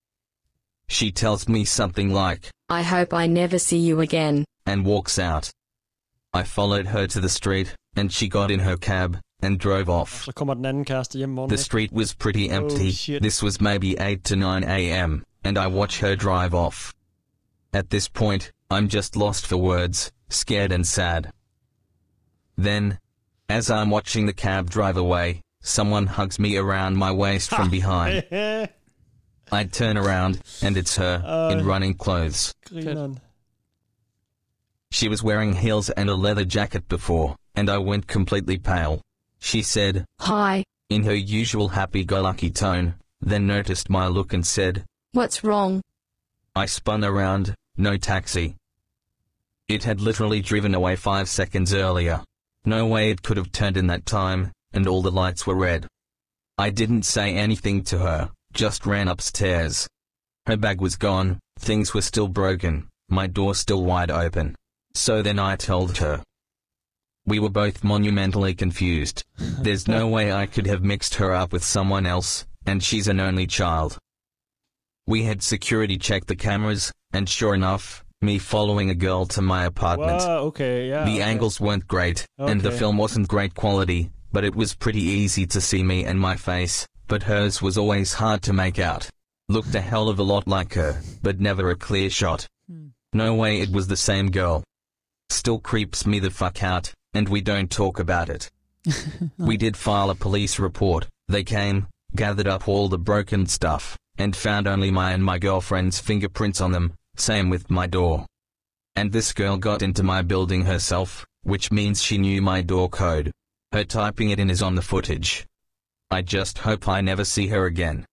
She tells me something like, "I hope I never see you again," and walks out. I followed her to the street, and she got in her cab, and drove off. Så kommer den anden kæreste hjem morgen. The street was pretty empty. This was maybe 8 to 9 a.m., and I watch her drive off. At this point, I'm just lost for words, scared and sad. Then, as I'm watching the cab drive away, someone hugs me around my waist from behind. I turn around, and it's her, in running clothes. She was wearing heels and a leather jacket before, and I went completely pale. She said, "Hi," in her usual happy-go-lucky tone, then noticed my look and said, "What's wrong?" I spun around, no taxi. It had literally driven away 5 seconds earlier. No way it could have turned in that time, and all the lights were red. I didn't say anything to her, just ran upstairs. Her bag was gone, things were still broken, my door still wide open. So then I told her. We were both monumentally confused. There's no way I could have mixed her up with someone else, and she's an only child. We had security check the cameras, and sure enough, me following a girl to my apartment. Whoa, okay, yeah. The angles weren't great, and the film wasn't great quality, but it was pretty easy to see me and my face, but hers was always hard to make out. Looked a hell of a lot like her, but never a clear shot. No way it was the same girl. Still creeps me the fuck out, and we don't talk about it. We did file a police report. They came, gathered up all the broken stuff, and found only my and my girlfriend's fingerprints on them, same with my door. And this girl got into my building herself, which means she knew my door code. Her typing it in is on the footage. I just hope I never see her again.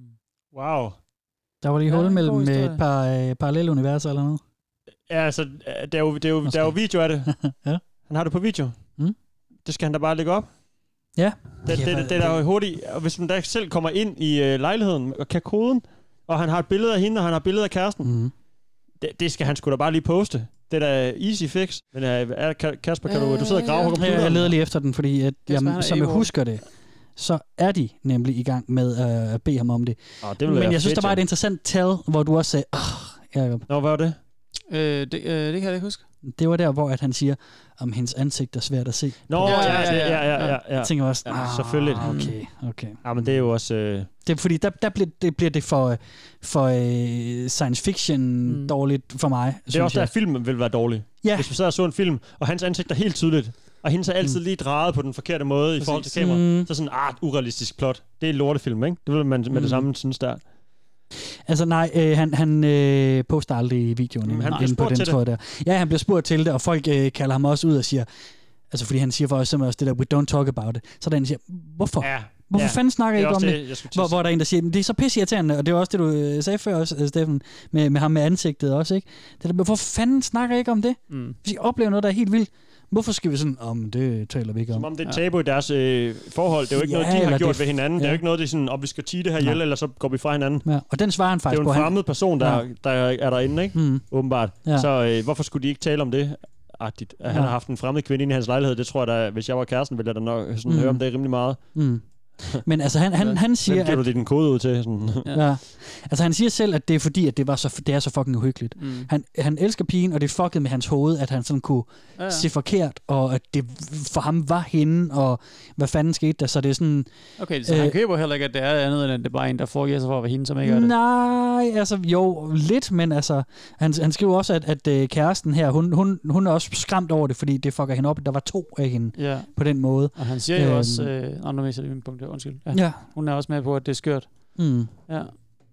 Wow. Der var lige hul mellem et par parallelle universer eller noget. Ja, altså, der er jo video af det. Ja. Han har det på video. Det skal han da bare lægge op. Ja. Det er jo hurtigt. Og hvis man da selv kommer ind i lejligheden og kan koden, og han har et billede af hende, og han har et billede af kæresten, det skal han sgu da bare lige poste. Det er da easy fix. Men Kasper, kan du sidder og graver på computeren? Jeg leder lige efter den, fordi at, som jeg husker det, så er de nemlig i gang med at bede ham om det. Men jeg synes, der var et interessant tell, hvor du også sagde, Jacob. Nå, hvad var det? Det kan jeg ikke huske. Det var der, hvor at han siger, om hendes ansigt er svært at se. Nå, ja. Jeg tænker også, selvfølgelig. Okay. Ja, men det er jo også... Det er fordi, der bliver det for science fiction dårligt for mig. Det er også der, filmen vil være dårlig. Ja. Hvis vi så så en film, og hans ansigt er helt tydeligt, og hendes er altid lige drejet på den forkerte måde i forhold til kamera, så sådan, urealistisk plot. Det er lortefilm, ikke? Det vil man med det samme synes der. Altså nej, han poster aldrig videoen han bliver spurgt til det. Der. Ja, han bliver spurgt til det, og folk kalder ham også ud og siger, altså fordi han siger for eksempel også det der, we don't talk about it. Så der han siger, hvorfor? Ja. Hvorfor fanden snakker I ikke om det? Hvor der er en, der siger, det er så pisseirriterende, og det var også det, du sagde før også, Steffen, med ham med ansigtet også, ikke? Det der, hvorfor fanden snakker I ikke om det? Hvis I oplever noget, der er helt vildt, hvorfor skal vi sådan, det taler vi ikke om? Som om det er tabu i deres forhold. Det er jo ikke noget, de har gjort ved hinanden. Det er jo ikke noget, det er sådan, vi skal tige det her ihjel, eller så går vi fra hinanden. Ja. Og den svarer han faktisk på. Det er jo en fremmed person, der er derinde, ikke? Åbenbart. Ja. Så hvorfor skulle de ikke tale om det? At han har haft en fremmed kvinde inde i hans lejlighed, det tror jeg da, hvis jeg var kæresten, ville jeg da nok sådan høre om det rimelig meget. Men altså han siger, hvem giver du det din kode ud til? Sådan. Ja. Altså han siger selv, at det er fordi, at det er så fucking uhyggeligt. Han elsker pigen, og det fuckede med hans hoved, at han sådan kunne se forkert, og at det for ham var hende, og hvad fanden skete der, så det er sådan... Okay, så han køber heller ikke, at det er andet, end at det er bare en, der foregiver sig for at være hende, som ikke er det? Nej, altså jo, lidt, men altså, han skriver også, at kæresten her, hun er også skræmt over det, fordi det fucker hende op, der var 2 af hende på den måde. Og han siger jo også, nu mister jeg min punkt, undskyld. Ja. Hun er også med på, at det er skørt. Ja.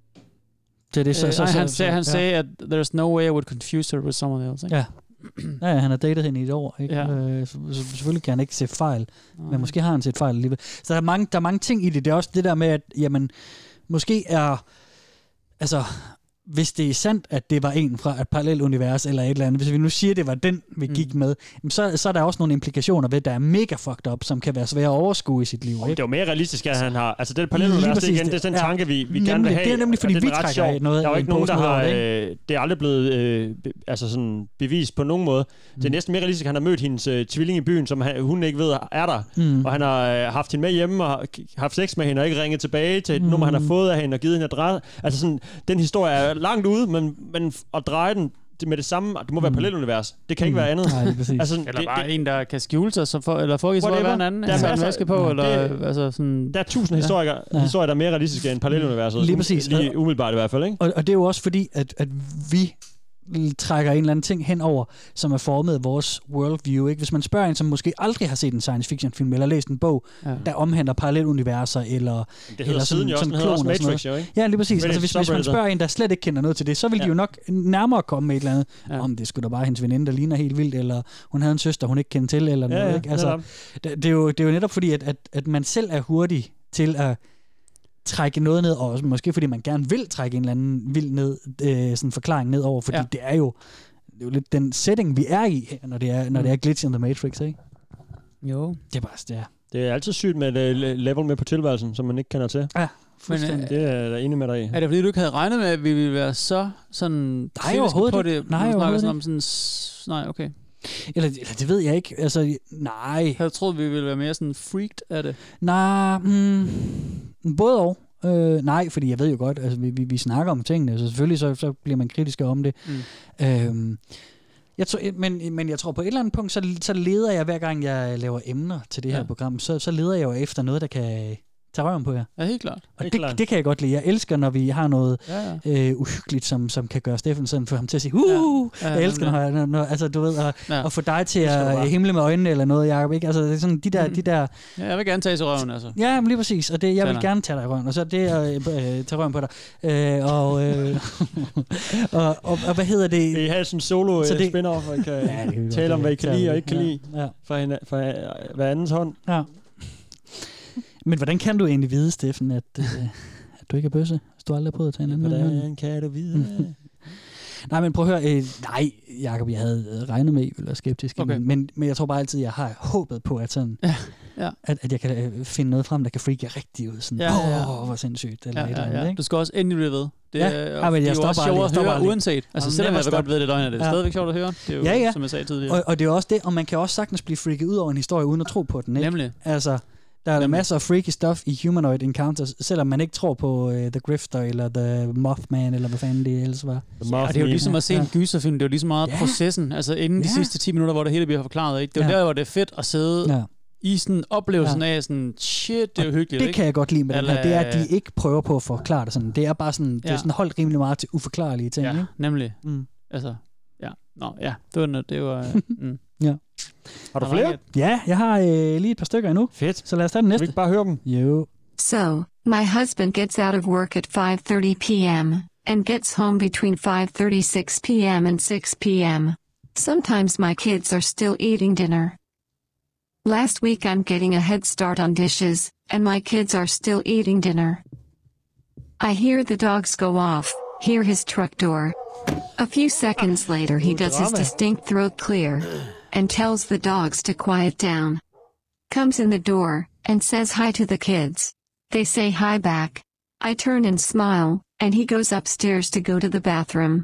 Han sagde, at there's no way I would confuse her with someone else. Ikke? Ja, han har datet hende i et år. Ikke? Ja. Selvfølgelig kan han ikke se fejl, men måske har han set fejl alligevel. Så der er mange ting i det. Det er også det der med, at jamen, måske er... Altså, hvis det er sandt, at det var en fra et parallelunivers eller et eller andet, hvis vi nu siger, at det var den, vi gik med, så er der også nogle implikationer ved, der er mega fucked up, som kan være svære at overskue i sit liv. Ikke? Det er jo mere realistisk, at han har... Altså, det parallelunivers, det er den tanke, vi gerne vil have. Det er nemlig, fordi vi trækker noget. Der er jo ikke nogen, der har... Det er aldrig blevet altså sådan bevist på nogen måde. Det er næsten mere realistisk, at han har mødt hendes tvilling i byen, som hun ikke ved er der. Og han har haft hende med hjemme og haft sex med hende og ikke ringet tilbage til et nummer, han har fået af hende og givet hende adresse. Altså sådan, den historie er langt ude, men at dreje den med det samme, det må være parallelunivers. Det kan ikke være andet. Nej, altså, eller bare en, der kan skjule sig, eller foregive sig for at være en anden. Der er maske på, eller altså sådan... Der er 1000 historier, der er mere realistiske end paralleluniverset. Lige præcis. Lige umiddelbart i hvert fald, ikke? Og det er jo også fordi, at vi trækker en eller anden ting henover, som er formet af vores worldview. Ikke? Hvis man spørger en, som måske aldrig har set en science fiction film, eller læst en bog, der omhandler paralleluniverser, eller... Det hedder siden jo også, den hedder også Matrix, jo, ikke? Ja, lige præcis. Altså, hvis man spørger en, der slet ikke kender noget til det, så vil de jo nok nærmere komme med et eller andet, om det skulle da bare hendes veninde, der ligner helt vildt, eller hun havde en søster, hun ikke kendte til, eller noget. Ikke? Altså, det er jo netop fordi, at man selv er hurtig til at trække noget ned, og måske fordi man gerne vil trække en eller anden vild ned, sådan forklaring ned over, fordi det er jo lidt den setting, vi er i, når det er glitch in the Matrix, ikke? Jo. Det er bare det. Det er altid sygt med et level med på tilværelsen, som man ikke kender til. Ja, fuldstændig. Det er jeg da enig med dig i. Er det fordi, du ikke havde regnet med, at vi ville være så sådan kritiske på det? Nej, overhovedet ikke. Nej, okay. Eller det ved jeg ikke. Altså, nej. Jeg troede, vi ville være mere sådan freaked af det. Nej, både og. Nej, fordi jeg ved jo godt, altså vi snakker om tingene, så selvfølgelig så bliver man kritisk om det. Men jeg tror på et eller andet punkt, så leder jeg, hver gang jeg laver emner til det her program, så leder jeg jo efter noget, der kan tage røven på jer. Ja, helt klart. Og det kan jeg godt lide. Jeg elsker, når vi har noget uhyggeligt, som kan gøre Steffen sådan, for ham til at sige, jeg elsker, når altså du ved, at få dig til at himle med øjnene eller noget, Jacob, ikke? Altså det er sådan de der... Ja, jeg vil gerne tage til røven, altså. Ja, men lige præcis, og jeg vil gerne tage dig i røven, og så det at tage røven på dig. Og hvad hedder det? Vi har sådan en solo spin-off, hvor I kan tale om, hvad I kan lide og ikke kan lide fra hver andens hånd. Ja. Men hvordan kan du egentlig vide, Steffen, at du ikke er bøsse, hvis du aldrig har prøvet at tage en anden? Hvordan kan du vide? Nej, men prøv at høre. Nej, Jacob, jeg havde regnet med, at I ville være skeptisk. Okay. Men jeg tror bare altid, jeg har håbet på, at sådan... At jeg kan finde noget frem, der kan freak jer rigtig ud. Sådan, hvor sindssygt. Eller et eller andet, ikke? Du skal også endelig blive ved. Det er jo også sjovt at høre, uanset. Altså, selvom jeg godt ved, det løgn, er det stadigvæk sjovt at høre. Det er jo, som jeg sagde tidligere. Og det er også det, og man kan også sagtens blive freaket ud over en historie, uden at tro på den, ikke? Nemlig. Altså... Der er masser af freaky stuff i Humanoid Encounters, selvom man ikke tror på The Grifter eller The Mothman, eller hvad fanden det ellers var. Det er jo ligesom at se en gyserfilm, det er jo ligesom meget processen, altså inden de sidste 10 minutter, hvor det hele bliver forklaret, ikke? Det er jo der, hvor det er fedt at sidde i sådan oplevelsen af sådan, shit, det er jo hyggeligt, det ikke? kan jeg godt lide med den her, det er, at de ikke prøver på at forklare det sådan. Det er bare sådan, det er sådan holdt rimelig meget til uforklarlige ting, ikke? Nemlig. Altså, det var... Ja. Har du flere? Ja, jeg har lige et par stykker endnu. Fedt. Så lad os tage den næste. Kan vi ikke bare høre dem? Jo. So, my husband gets out of work at 5:30 p.m. and gets home between 5:36 p.m. and 6 p.m. Sometimes my kids are still eating dinner. Last week I'm getting a head start on dishes, and my kids are still eating dinner. I hear the dogs go off, hear his truck door. A few seconds later he does his distinct throat clear, and tells the dogs to quiet down. Comes in the door, and says hi to the kids. They say hi back. I turn and smile, and he goes upstairs to go to the bathroom.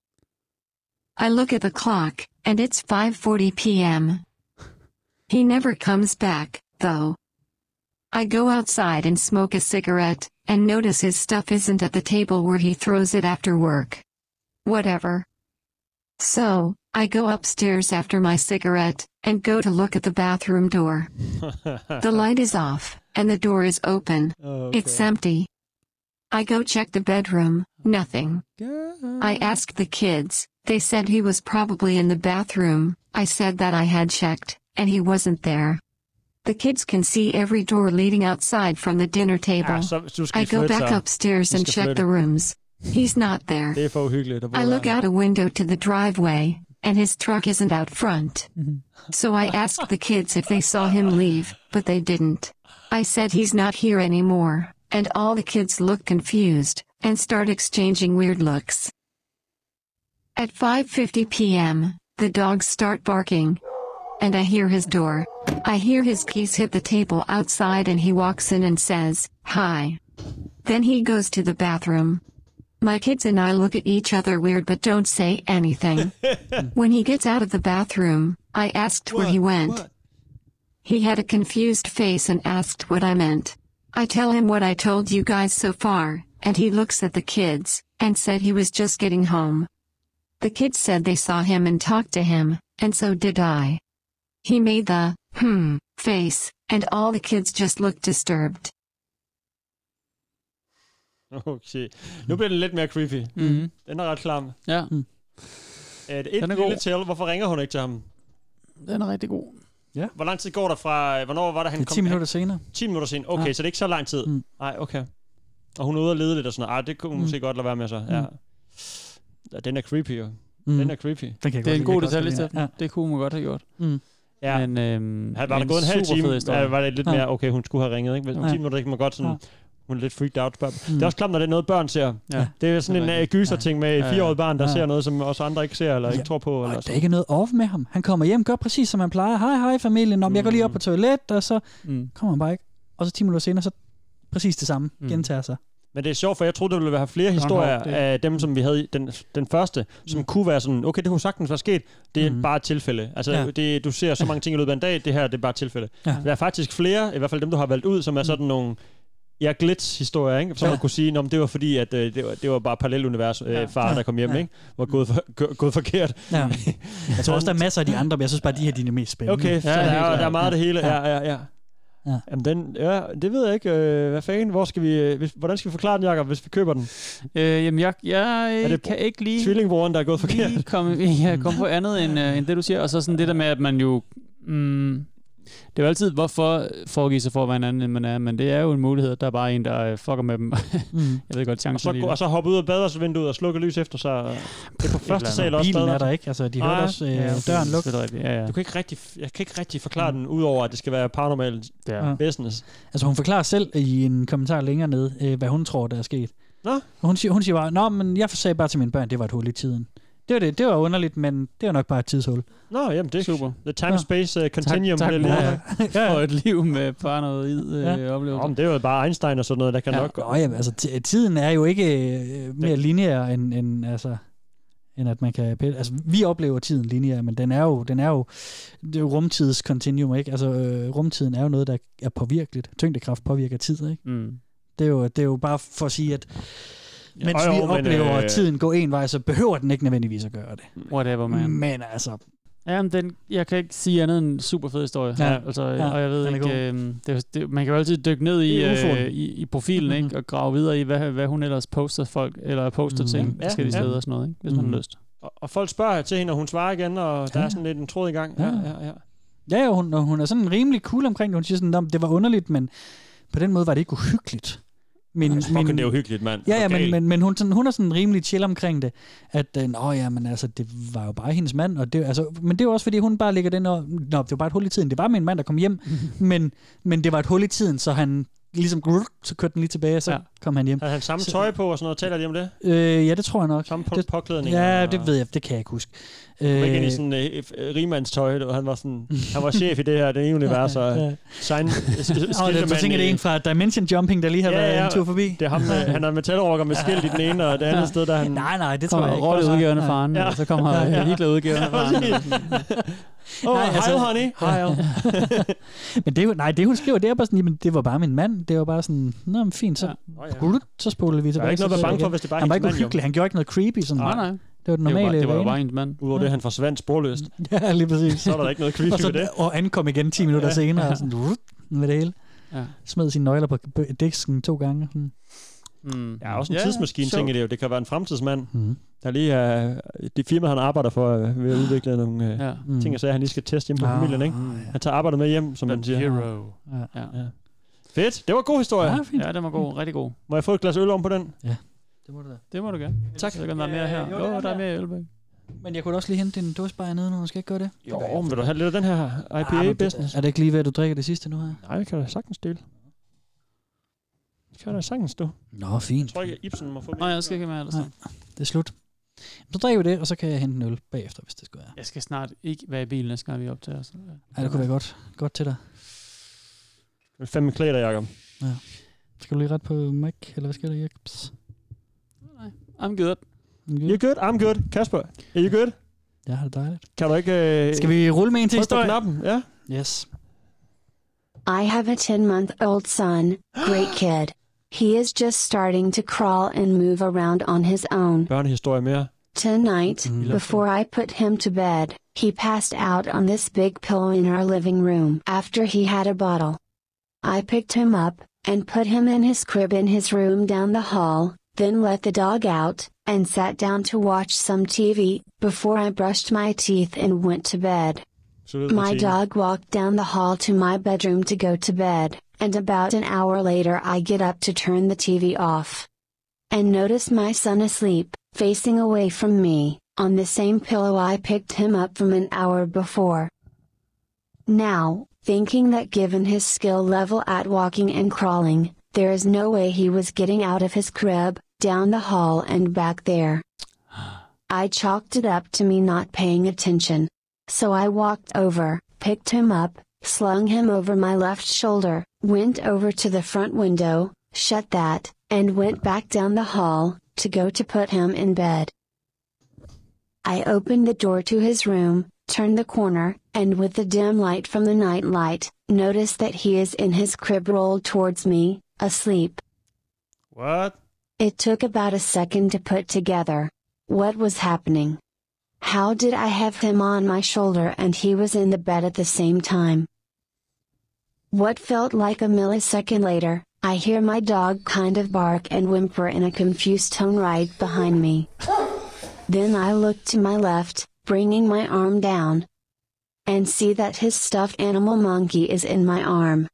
I look at the clock, and it's 5:40 p.m. He never comes back, though. I go outside and smoke a cigarette, and notice his stuff isn't at the table where he throws it after work. Whatever. So, I go upstairs after my cigarette, and go to look at the bathroom door. The light is off, and the door is open. Okay. It's empty. I go check the bedroom, nothing. I asked the kids, they said he was probably in the bathroom. I said that I had checked, and he wasn't there. The kids can see every door leading outside from the dinner table. I go back upstairs and check the rooms. He's not there. Det er for uhyggeligt. I look out a window to the driveway, and his truck isn't out front. So I asked the kids if they saw him leave, but they didn't. I said he's not here anymore, and all the kids look confused, and start exchanging weird looks. At 5:50 p.m., the dogs start barking, and I hear his door. I hear his keys hit the table outside and he walks in and says, hi. Then he goes to the bathroom. My kids and I look at each other weird but don't say anything. When he gets out of the bathroom, I asked where he went. He had a confused face and asked what I meant. I tell him what I told you guys so far, and he looks at the kids, and said he was just getting home. The kids said they saw him and talked to him, and so did I. He made the, face, and all the kids just looked disturbed. Okay. Nu bliver det lidt mere creepy. Den er ret klam. Ja. Et lille tale. Hvorfor ringer hun ikke til ham? Den er rigtig god. Ja. Hvor lang tid går der fra... Hvornår var der, han kom? 10 minutter senere. 10 minutter senere. Okay, så det er ikke så lang tid. Nej, okay. Og hun er ude og lede lidt og sådan noget. Det kunne hun måske godt lade være med så. Ja. Den er creepy, jo. Den er creepy. Det er en god detalje, Steffen. Ja. Det kunne hun godt have gjort. Ja. Men, var der gået en halv time, var det lidt mere, okay, hun skulle have ringet, ikke? 10 minutter, ikke? Man godt sådan... Hun er lidt freaked out. Det er også klamt, når det er noget, børn ser. Ja. Det er sådan en gyser-ting med et 4-årigt barn, der ser noget, som også andre ikke ser, eller ikke tror på. Eller der er ikke noget off med ham. Han kommer hjem, gør præcis, som han plejer. Hej familien. Jeg går lige op på toilet, og så kommer han bare ikke. Og så 10 minutter senere, så præcis det samme gentager sig. Men det er sjovt, for jeg troede, der ville være flere historier af dem, som vi havde den første, som kunne være sådan, okay, det kunne sagtens være sket, det er bare et tilfælde. Altså, du ser så mange ting i løbet af en dag, det her, det er bare et tilfælde. Ja. Der er faktisk flere, i hvert fald dem, du har valgt ud, som er sådan nogle glitch-historier, ikke? Så man kunne sige, det var fordi, at det var bare parallelunivers far, der kom hjem, ikke? Var gået forkert. Ja. Jeg tror også, der er masser af de andre, men jeg synes bare, de her de er mest spændende. Okay, så der er meget af det hele. Ja. Jamen det ved jeg ikke. Hvad fanden? Hvordan skal vi forklare den, Jacob, hvis vi køber den? Jamen, jeg kan ikke lige... Tvillingbroren, der er gået forkert? Kom på andet end det, du siger. Og så sådan det der med, at man jo... det er jo altid, hvorfor foregive sig for at være en anden, end man er, men det er jo en mulighed. Der er bare en, der fucker med dem. Jeg ved godt, chancen og så hoppe ud af badeværelsesvinduet og slukke lys efter sig. Det er på første sal også. Bilen er der ikke. Altså, de hørte også døren lukke. Jeg kan ikke rigtig forklare den, udover at det skal være paranormal business. Altså, hun forklarer selv i en kommentar længere nede, hvad hun tror, der er sket. Nå? Hun siger bare, men jeg sagde bare til mine børn, det var et hul i tiden. Det var underligt, men det var nok bare et tidshul. Nå, jamen det er super. The time-space continuum. Tak for et liv med paranoid oplevelser. Det er jo bare Einstein og sådan noget, der kan nok... Altså, tiden er jo ikke mere lineær, end at man kan... Altså, vi oplever tiden lineær, men det er jo rumtids continuum, ikke? Altså, rumtiden er jo noget, der er påvirkeligt. Tyngdekraft påvirker tid, ikke? Det er jo bare for at sige, at mens vi oplever tiden gå en vej, så behøver den ikke nødvendigvis at gøre det. Whatever, man. Men altså... Jamen, jeg kan ikke sige andet end en super fed historie. Og jeg ved ikke... man kan jo altid dykke ned i profilen, ikke? Og grave videre i, hvad hun ellers poster folk, eller poster ting forskellige steder og sådan noget, ikke? Hvis man har lyst. Og folk spørger til hende, og hun svarer igen, og der er sådan lidt en tråd i gang. Ja, hun er sådan rimelig cool omkring det. Hun siger sådan, det var underligt, men på den måde var det ikke uhyggeligt. Det er jo hyggeligt, mand. Ja, men hun er sådan rimelig chill omkring det. At, det var jo bare hendes mand. Og det, men det er jo også, fordi hun bare ligger den og... det var bare et hul i tiden. Det var min mand, der kom hjem. Men det var et hul i tiden, så han... Ligesom, så kørte den lige tilbage, og så kom han hjem. Havde han samme tøj på og sådan noget? Taler de om det? Ja, det tror jeg nok. Samme påklædning? Ja, det ved jeg. Det kan jeg ikke huske. Ikke ind i sådan rigmandstøj, og han var chef i det her, det univers, og du tænker, det er en fra Dimension Jumping, der lige har været en tur forbi? Det er ham, han har metalrocker med skilt i den ene, og det andet sted, der han... Nej, det tror jeg ikke. Rolle udgivende faren, og så kommer Hitler udgivende faren. Hej, honey. Men det hun skriver, det er bare sådan, jamen, det var bare min mand. Det var bare sådan, nå, men fint, så spolede vi tilbage. Der er ikke noget at være bange for, hvis det bare han var ikke uhyggelig, han gjorde ikke noget creepy. Sådan. Nej. Det var den normale. Det var jo bare hendes mand. Udover det, han forsvandt sporløst. Ja, lige præcis. Så er der ikke noget creepy ved det. Og ankom igen 10 minutter senere, og sådan, med det hele. Ja. Smed sine nøgler på disken 2 gange. Ja, også en tidsmaskine, tænker det jo. Det kan være en fremtidsmand, der lige er... Det firma, han arbejder for, ved at udvikle nogle ting, og så han lige skal teste hjemme på familien, ikke? Han tager arbejdet med hjem, som man siger. Hero. Ja. Fedt. Det var en god historie. Ja, den var god. Rigtig god. Må jeg få et glas øl om på den? Ja. Det må du da. Det må du gerne. Tak. Så kan der er mere her. Jo, der er mere øl bag. Men jeg kunne også lige hente en dåsebajer nede, når du skal ikke gøre det. Jo, men vil du have lidt af den her IPA-business? Er det ikke lige ved, at du drikker det sidste nu her? Nej, det kan du sagtens dele. Det kan du sagtens, du. Nå, fint. Jeg tror ikke, Ibsen må få... Nej, jeg skal ikke med ellers. Det er slut. Så drikker vi det, og så kan jeg hente en øl bagefter, hvis det skal være. Jeg skal snart ikke være i bilen, næste gang vi optager. Så. Ja, det kunne være godt. Godt til dig. Det er fandme klæder, Jacob. Ja. Skal du lige ret på Mac, eller hvad skal der, Jacobs? Nej, I'm good. You're good, I'm good. Kasper, are you good? Ja, det er dejligt. Kan du ikke... Skal vi rulle med en til historie? Knappen, ja. Yes. I have a 10-month-old son, great kid. He is just starting to crawl and move around on his own. Børnehistorie mere. Tonight, before I put him to bed, he passed out on this big pillow in our living room after he had a bottle. I picked him up and put him in his crib in his room down the hall, then let the dog out and sat down to watch some TV before I brushed my teeth and went to bed. My dog walked down the hall to my bedroom to go to bed, and about an hour later I get up to turn the TV off. And notice my son asleep, facing away from me, on the same pillow I picked him up from an hour before. Now, thinking that given his skill level at walking and crawling, there is no way he was getting out of his crib, down the hall and back there. I chalked it up to me not paying attention. So I walked over, picked him up, slung him over my left shoulder, went over to the front window, shut that, and went back down the hall, to go to put him in bed. I opened the door to his room, turned the corner, and with the dim light from the night light, noticed that he is in his crib rolled towards me, asleep. What? It took about a second to put together. What was happening? How did I have him on my shoulder and he was in the bed at the same time? What felt like a millisecond later, I hear my dog kind of bark and whimper in a confused tone right behind me. Then I look to my left, bringing my arm down, and see that his stuffed animal monkey is in my arm.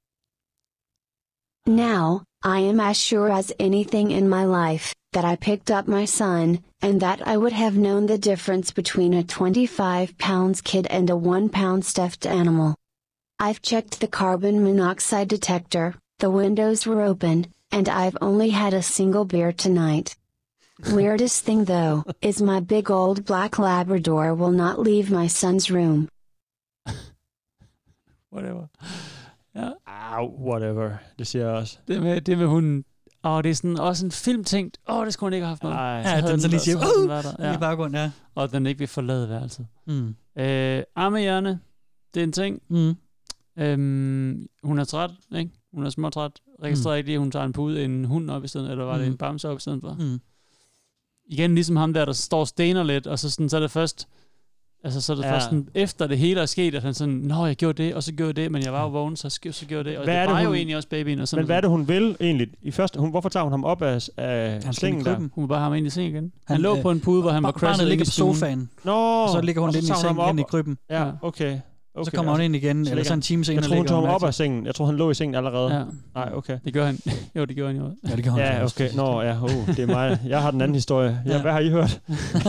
Now, I am as sure as anything in my life, that I picked up my son, and that I would have known the difference between a 25-pound kid and a 1-pound stuffed animal. I've checked the carbon monoxide detector, the windows were open, and I've only had a single beer tonight. Weirdest thing though, is my big old black Labrador will not leave my son's room. Whatever. Ja. Whatever. Det siger jeg også. Det med hunden. Det er sådan også en filmtænkt. Det skulle hun ikke have haft noget. Ja, den så lige siger, i baggrunden, ja. Og den ikke vil forlade værelset. Armehjerne, det er en ting. Hun er træt, ikke? Hun er småtræt. Registrerer ikke lige, at hun tager en pude, en hund op i stedet, eller var det en bamse op i stedet for? Igen, ligesom ham der står og stener lidt, og så, sådan, så er det først... Altså, så er det først sådan, efter det hele er sket, at han sådan, jeg gjorde det, og så gjorde det, men jeg var jo vågen, så gjorde det, og det var jo egentlig også babyen. Og sådan, men hvad er det, hun vil egentlig? Hvorfor tager hun ham op af sengen der? Hun vil bare have ham ind i sengen igen. Han lå på en pude, hvor han var crashet ligger på sofaen, og så ligger hun ind i sengen, ind i krybben. Ja, okay. Okay, så kommer hun ind igen, eller så en time senere. Jeg tror, hun tog ham op af sengen. Jeg tror, han lå i sengen allerede. Ja. Nej, okay. Det gør han. Jo, det gjorde han jo. Ja, det gør han. Ja, okay. Nå, ja, det er mig. Jeg har den anden historie. Ja, hvad har I hørt?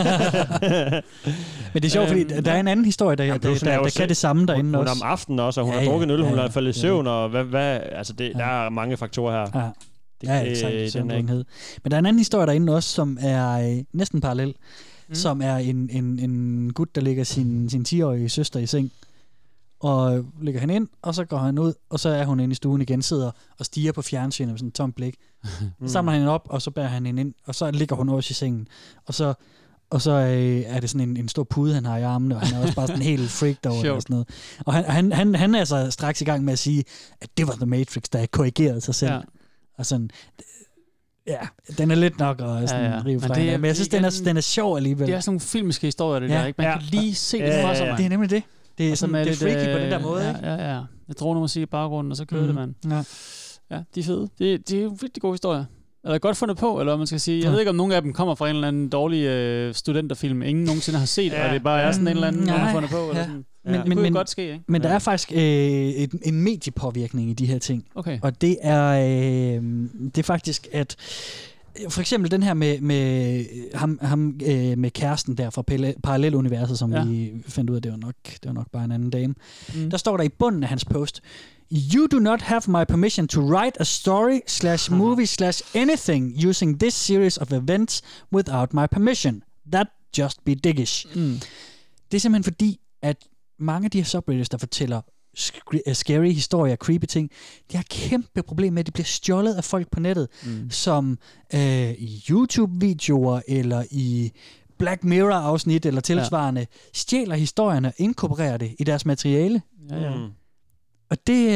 Men det er sjovt, fordi der er en anden historie, der kan det samme derinde også. Hun om aftenen også, og hun har drukket en øl, hun har faldet i søvn, og hvad altså der er mange faktorer her. Ja. Men der er en anden historie derinde også, som er næsten parallel, som er en gut, der ligger sin 10-årige søster i seng, og lægger han ind, og så går han ud, og så er hun inde i stuen igen, sidder og stiger på fjernsynet med sådan et tomt blik. Så samler han hende op, og så bærer han hende ind, og så ligger hun også i sengen. Og så er det sådan en stor pude, han har i armene, og han er også bare sådan helt freaked over det og sådan noget. Og han er altså straks i gang med at sige, at det var The Matrix, der korrigerede sig selv. Ja. Og sådan, ja, den er lidt nok at rive fra hende. Men jeg synes, den er sjov alligevel. Det er sådan nogle filmiske historier, det der, ikke? Man kan lige se det for sig, det er nemlig det. Det er sådan lidt freaky på den der måde, ikke? Ja. Jeg tror nu musik i baggrunden, og så kører det, mand. Ja, de er fede. Det er jo virkelig gode historier. Er det godt fundet på, eller hvad man skal sige? Jeg ved ikke, om nogle af dem kommer fra en eller anden dårlig studenterfilm, ingen nogensinde har set, og det bare er sådan en eller anden, man har fundet på. Eller sådan. Det kunne godt ske, ikke? Men der er faktisk en mediepåvirkning i de her ting. Okay. Og det er faktisk, at for eksempel den her med ham med kæresten der fra Paralleluniverset, som vi fandt ud af, det var nok bare en anden dame. Der står der i bunden af hans post: "You do not have my permission to write a story /movie/anything using this series of events without my permission. That just be diggish." Det er simpelthen fordi, at mange af de her subreddits, der fortæller scary historier, creepy ting, de har kæmpe problem med, at de bliver stjålet af folk på nettet, som i YouTube-videoer eller i Black Mirror-afsnit eller tilsvarende, stjæler historierne og inkorporerer det i deres materiale. Ja. Og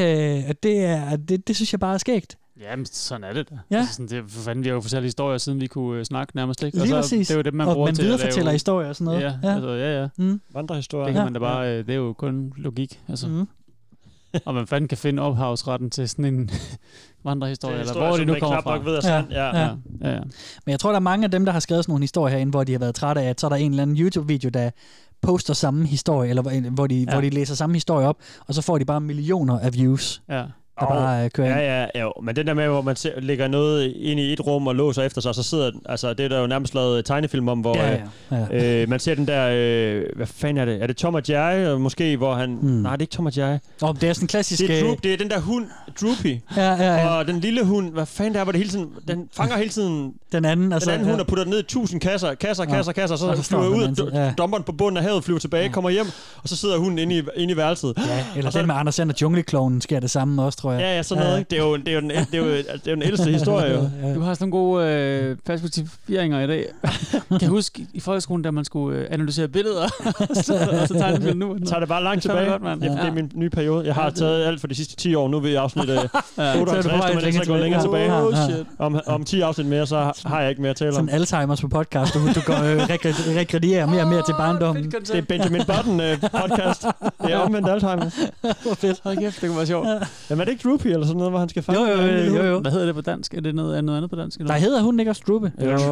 det synes jeg bare er skægt. Ja, men sådan er det da. Ja. Altså, sådan, for fanden, vi har jo fortalt historier, siden vi kunne snakke nærmest ikke. Lige præcis. Det er jo det, man bruger til at viderefortæller historier og sådan noget. Ja, altså, ja. Vandrehistorier. Det kan man da bare, det er jo kun logik. Altså. Og man fanden kan finde ophavsretten til sådan en vandrehistorie, eller hvor det nu kommer fra. Ved ja. Men jeg tror, der er mange af dem, der har skrevet sådan nogle historier herinde, hvor de har været trætte af, at så er der en eller anden YouTube-video, der poster samme historie, eller hvor de læser samme historie op, og så får de bare millioner af views. Ja. Der bare kører Ja, men den der med, hvor man lægger noget ind i et rum og låser efter sig, så sidder, altså det er der jo nærmest lavet tegnefilm om, hvor man ser den der, hvad fanden er det? Er det Tom og Jerry, måske, hvor han... Nej, det er ikke Tom og Jerry. Det er sådan en klassisk... Det er den der hund, Droopy. Ja. Og den lille hund, hvad fanden der hvor det hele tiden... Den fanger hele tiden... Den anden hund og putter den ned i 1000 kasser, så flyver ud, dumper den på bunden af havet, flyver tilbage, kommer hjem, og så sidder hunden inde i værelset. Ja, eller den med Anders Sander Jungleklovnen sker det samme også, tror jeg. Ja, sådan noget, ikke? Det er jo den ældste historie, jo. Du har sådan nogle gode perspektiveringer i dag. Kan jeg huske i folkeskolen, da man skulle analysere billeder, og så tager det nu. Tager det bare langt tilbage. Det er min nye periode. Jeg har taget alt for de sidste 10 år. Nu er vi i afsnit 58, men ikke så gå længere tilbage. Om 10 afsnit mere, så har jeg ikke mere at tale om. Sådan Alzheimer's på podcast. Du går regredierer mere og mere til barndommen. Det er Benjamin Button podcast. Det er omvendt Alzheimer. Hvor fedt. Hold kæft, det kunne være sjovt. Men er det ikke Droopy eller sådan noget, hvor han skal fange? Jo. Hvad hedder det på dansk? Er det noget andet på dansk? Der hedder hun ikke også Droopy?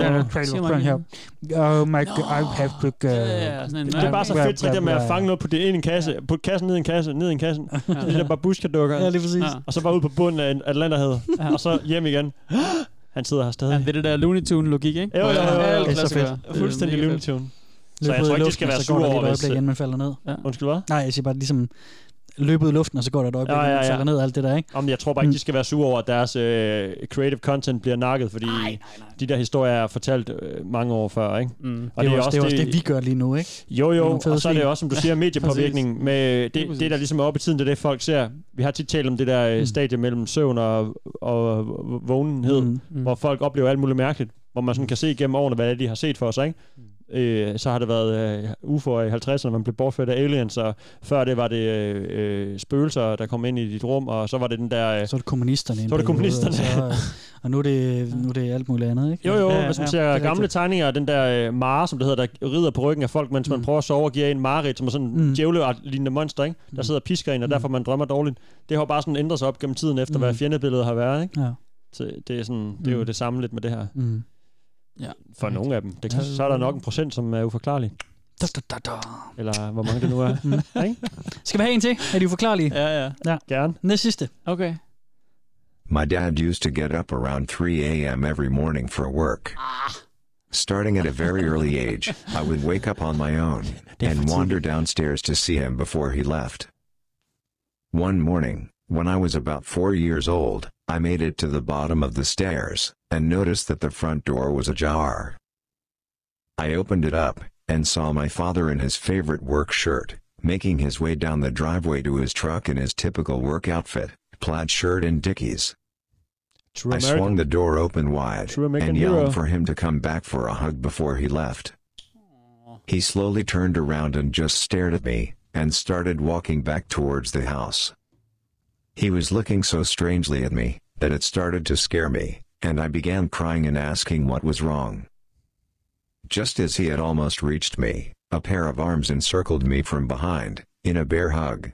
Oh my god, I have to go. Det er bare så fedt, det der med at fange noget på det ene kasse, på kassen ned i en kassen. Det der babushka-dukker. Ja, lige præcis. Og så bare ud på bunden af Atlanterhavet. Og så hjem igen. Han sidder her stadig. Det er det der Looney Tune-logik, ikke? Jo. Det er så fedt. Fuldstændig Looney Tune. Så jeg tror ikke, de skal være sure over, hvis... inden man falder ned. Undskyld, hvad? Nej, jeg siger bare ligesom... løbe ud i luften, og så går der et øjeblik, og falder ned alt det der, ikke? Jeg tror bare ikke, de skal være sure over, at deres creative content bliver nakket, fordi de der historier er fortalt mange år før, ikke? Og det er også det, vi gør lige nu, ikke? Jo, og så er det også, som du siger, mediepåvirkning. Med det, der ligesom er oppe i tiden, det er det, folk ser. Vi har tit talt om det der stadie mellem søvn og vågenhed, hvor folk oplever alt muligt mærkeligt, hvor man sådan kan se gennem årene, hvad de har set for sig, ikke? Så har det været UFO'er i 50'erne, man blev bortført af aliens, og før det var det spøgelser, der kom ind i dit rum, og så var det den der... Så er det kommunisterne. Og nu er det alt muligt andet, ikke? Jo, hvis man ser gamle tegninger, den der mare, som det hedder, der rider på ryggen af folk, mens man prøver at sove og giver en mareridt, som er sådan en djævle-lignende monster, ikke? Der sidder og pisker ind, og derfor man drømmer dårligt. Det har bare sådan ændret sig op gennem tiden, efter hvad fjendebilledet har været, ikke? Ja. Så det er sådan, det er jo det samme lidt med det her. Ja. For nogle af dem. Så er der nok 1%, som er uforklarlig. Eller hvor mange det nu er. Ikke? Skal vi have en til? Er de uforklarlige? Ja. Gerne. Næste sidste. Okay. My dad used to get up around 3 a.m. every morning for work. Starting at a very early age, I would wake up on my own and wander downstairs to see him before he left. One morning, when I was about 4 years old, I made it to the bottom of the stairs and noticed that the front door was ajar. I opened it up and saw my father in his favorite work shirt, making his way down the driveway to his truck in his typical work outfit, plaid shirt and Dickies. I swung the door open wide and yelled for him to come back for a hug before he left. He slowly turned around and just stared at me, and started walking back towards the house. He was looking so strangely at me, that it started to scare me, and I began crying and asking what was wrong. Just as he had almost reached me, a pair of arms encircled me from behind, in a bear hug.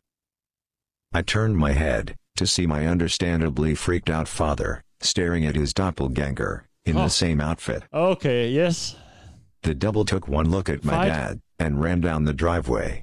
I turned my head, to see my understandably freaked out father, staring at his doppelganger, in the same outfit. Okay, yes. The double took one look at my dad, and ran down the driveway.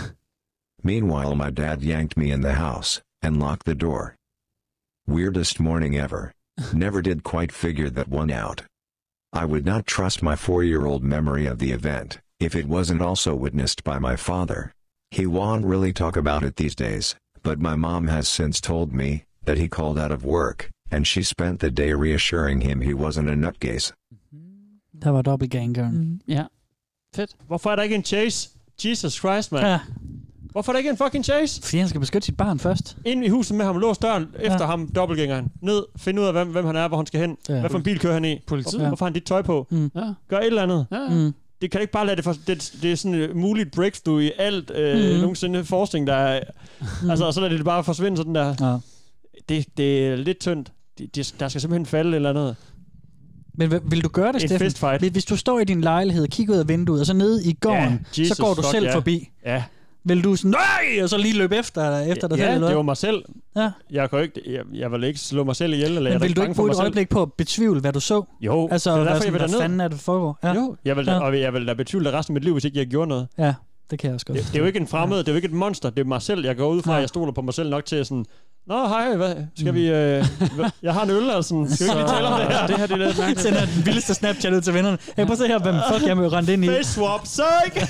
Meanwhile my dad yanked me in the house, and locked the door. Weirdest morning ever. Never did quite figure that one out. I would not trust my 4-year-old memory of the event, if it wasn't also witnessed by my father. He won't really talk about it these days, but my mom has since told me that he called out of work, and she spent the day reassuring him he wasn't a nutcase. Der var dobbeltgangeren. Ja. Fedt. Hvorfor er der ikke en chase? Jesus Christ, mand. Ja. Hvorfor er der ikke en fucking chase? Fordi han skal beskytte sit barn først. Ind i huset med ham, lås døren efter ham, dobbeltgængeren. Ned, finde ud af, hvem han er, hvor han skal hen. Ja. Hvad for en bil kører han i? Politiet. Hvorfor har han dit tøj på? Ja. Gør et eller andet. Ja. Det kan ikke bare lade det er sådan et muligt breakthrough i alt nogensinde forskning, der er... Altså, så lader det bare forsvinde sådan der. Ja. Det er lidt tyndt. Der skal simpelthen falde eller andet. Men vil du gøre det, Steffen? Hvis du står i din lejlighed og kigger ud af vinduet, og så nede i gården, så går du selv forbi. Ja. Vil du sådan, nej, og så lige løbe efter dig selv? Ja, eller det var mig selv. Ja. Jeg vil ikke slå mig selv ihjel. Eller men vil du ikke bruge et øjeblik på at betvivle, hvad du så? Jo, altså, det er derfor, hvad fanden er det, der foregår? Ja. Jo, jeg vil da betvivle det resten af mit liv, hvis ikke jeg gjorde noget. Ja, det kan jeg også godt. Det er jo ikke en fremmed, det er jo ikke et monster, det er mig selv. Jeg går ud fra, at jeg stoler på mig selv nok til sådan... Nå, hej, hvad? Skal vi... jeg har en øl, altså. Skal vi ikke tale om det her? Det her, det er lidt mærkeligt. Sender den vildeste Snapchat ud til vennerne. Hey, prøv at se her, hvem fuck jeg må rende ind i. Face swap, psych!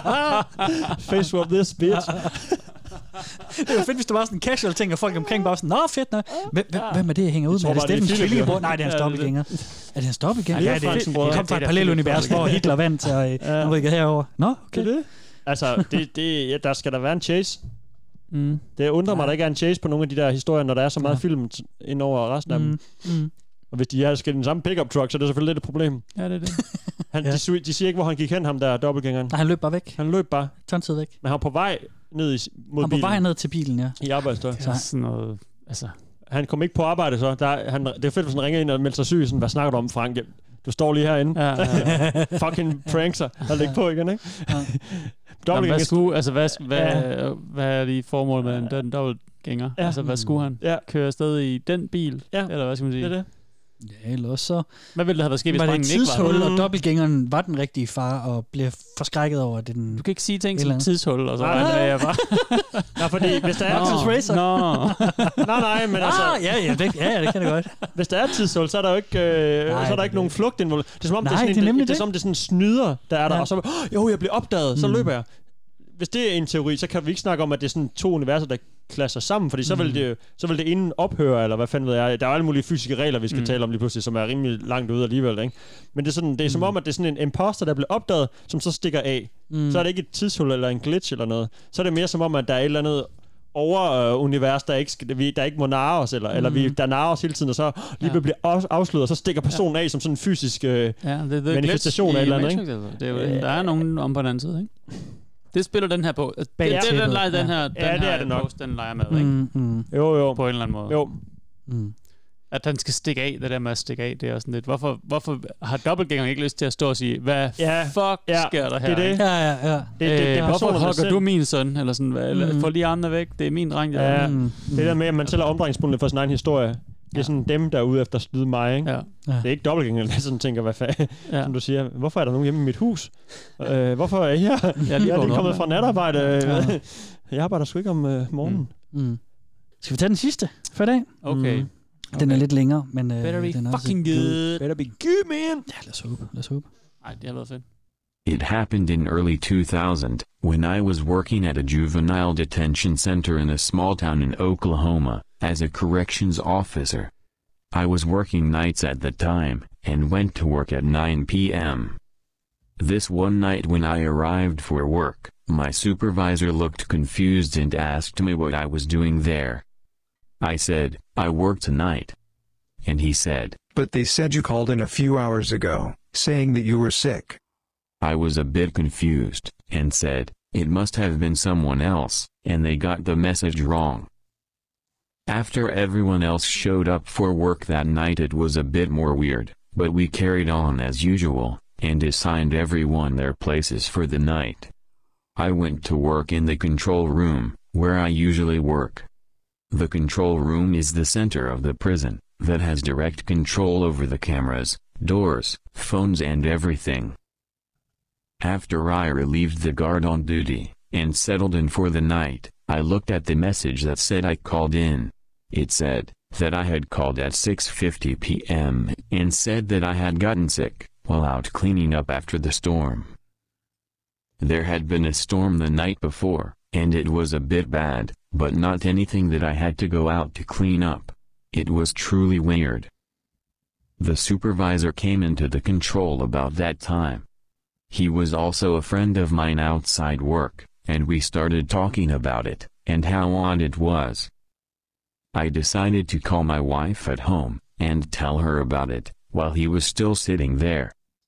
Face swap this bitch. Det er jo fedt, hvis du var sådan en casual ting, og folk omkring bare sådan, nå, fedt, nå. Hvem er det, jeg hænger ud med? Er det Steffens tvillingebror? Nej, det er hans dobbeltgænger. Er det hans dobbeltgænger? Ja, det kom fra et parallelunivers, hvor Hitler vandt, og han rykkede herover. Nå, okay. Det. Altså, der skal der være en chase. Det undrer mig, at der ikke er en chase på nogle af de der historier, når der er så meget film ind over resten af dem. Og hvis de skal den samme pickup truck, så er det selvfølgelig lidt et problem. Ja, det er det. De siger ikke, hvor han gik hen, ham der dobbeltgængeren. Nej, han løb bare væk. Han løb bare. Tonstid væk. Men han var på vej ned mod bilen. Han var på vej ned til bilen, ja. I arbejdstøj. Ja, sådan noget, altså. Han kom ikke på arbejde så. Det er fedt, hvis han ringer ind og melder sig syg. Sådan, hvad snakker du om, Frank? Du står lige herinde. Ja. Fucking prankser. Hold ikke på igen, ikke? Ja. Jamen, hvad er de formål med den dobbeltgænger? Ja. Altså, hvad skulle han? Køre afsted i den bil? Ja. Eller hvad skal man sige? Det. Ja, eller også så... Hvad ville der have været sket, hvis drengen ikke var? Var det et tidshul, og dobbeltgængeren var den rigtige far, og blev forskrækket over den... Du kan ikke sige ting som tidshul, og så er jeg bare... Ja, fordi hvis der er tidsracer... Nej, men altså... Ja, det kan det godt. Hvis der er tidshul, så er der jo ikke, så er der ikke nogen flugt involveret. Det er som om, det er sådan en snyder, der er der, og så... jeg bliver opdaget, så løber jeg. Hvis det er en teori, så kan vi ikke snakke om, at det er sådan 2 universer, der klasser sammen, fordi så vil det inden ophøre, eller hvad fanden ved jeg. Der er jo alle mulige fysiske regler, vi skal tale om lige pludselig, som er rimelig langt ude alligevel, ikke? Men det er som om, at det er sådan en imposter, der bliver opdaget, som så stikker af. Så er det ikke et tidshul eller en glitch eller noget. Så er det mere som om, at der er et eller andet over-univers, der ikke må narre os, eller der narrer os hele tiden, og så lige bliver afsløret, og så stikker personen af som sådan en fysisk manifestation af et eller andet, ikke? Det er jo, der er nogen om på den anden side, ikke? Det spiller den her på. Det er den leger, den her, den her det post, den leger med, ikke? Jo. På en eller anden måde. Jo. At den skal stikke af, det der med at stikke af, det er sådan lidt. Hvorfor har dobbeltgængeren ikke lyst til at stå og sige, hvad fuck sker der her? Det er det. Hvorfor hugger du min søn? Eller sådan, få lige armene væk, det er min dreng. Det der med, at man selv er omdrejningspunktet for sin egen historie. Det er sådan dem, der er ude efter at snyde mig, ikke? Ja. Det er ikke dobbeltgænger, der sådan tænker, hvad fanden, som du siger. Hvorfor er der nogen hjemme i mit hus? Hvorfor er jeg her? Jeg er lige kommet fra natarbejde. Jeg arbejder sgu ikke om morgenen. Skal vi tage den sidste for i dag? Okay. Den er lidt længere, men Better be den er fucking good. Better be good, man. Ja, lad os håbe. Nej, det har været fedt. It happened in early 2000, when I was working at a juvenile detention center in a small town in Oklahoma, as a corrections officer. I was working nights at the time, and went to work at 9 p.m. This one night when I arrived for work, my supervisor looked confused and asked me what I was doing there. I said, I work tonight. And he said, But they said you called in a few hours ago, saying that you were sick. I was a bit confused, and said, it must have been someone else, and they got the message wrong. After everyone else showed up for work that night, it was a bit more weird, but we carried on as usual, and assigned everyone their places for the night. I went to work in the control room, where I usually work. The control room is the center of the prison, that has direct control over the cameras, doors, phones and everything. After I relieved the guard on duty, and settled in for the night, I looked at the message that said I called in. It said that I had called at 6:50 p.m. and said that I had gotten sick while out cleaning up after the storm. There had been a storm the night before, and it was a bit bad, but not anything that I had to go out to clean up. It was truly weird. The supervisor came into the control about that time. He was also a friend of mine outside work, and we started talking about it, and how odd it was. I decided to call my wife at home, and tell her about it, while he was still sitting there.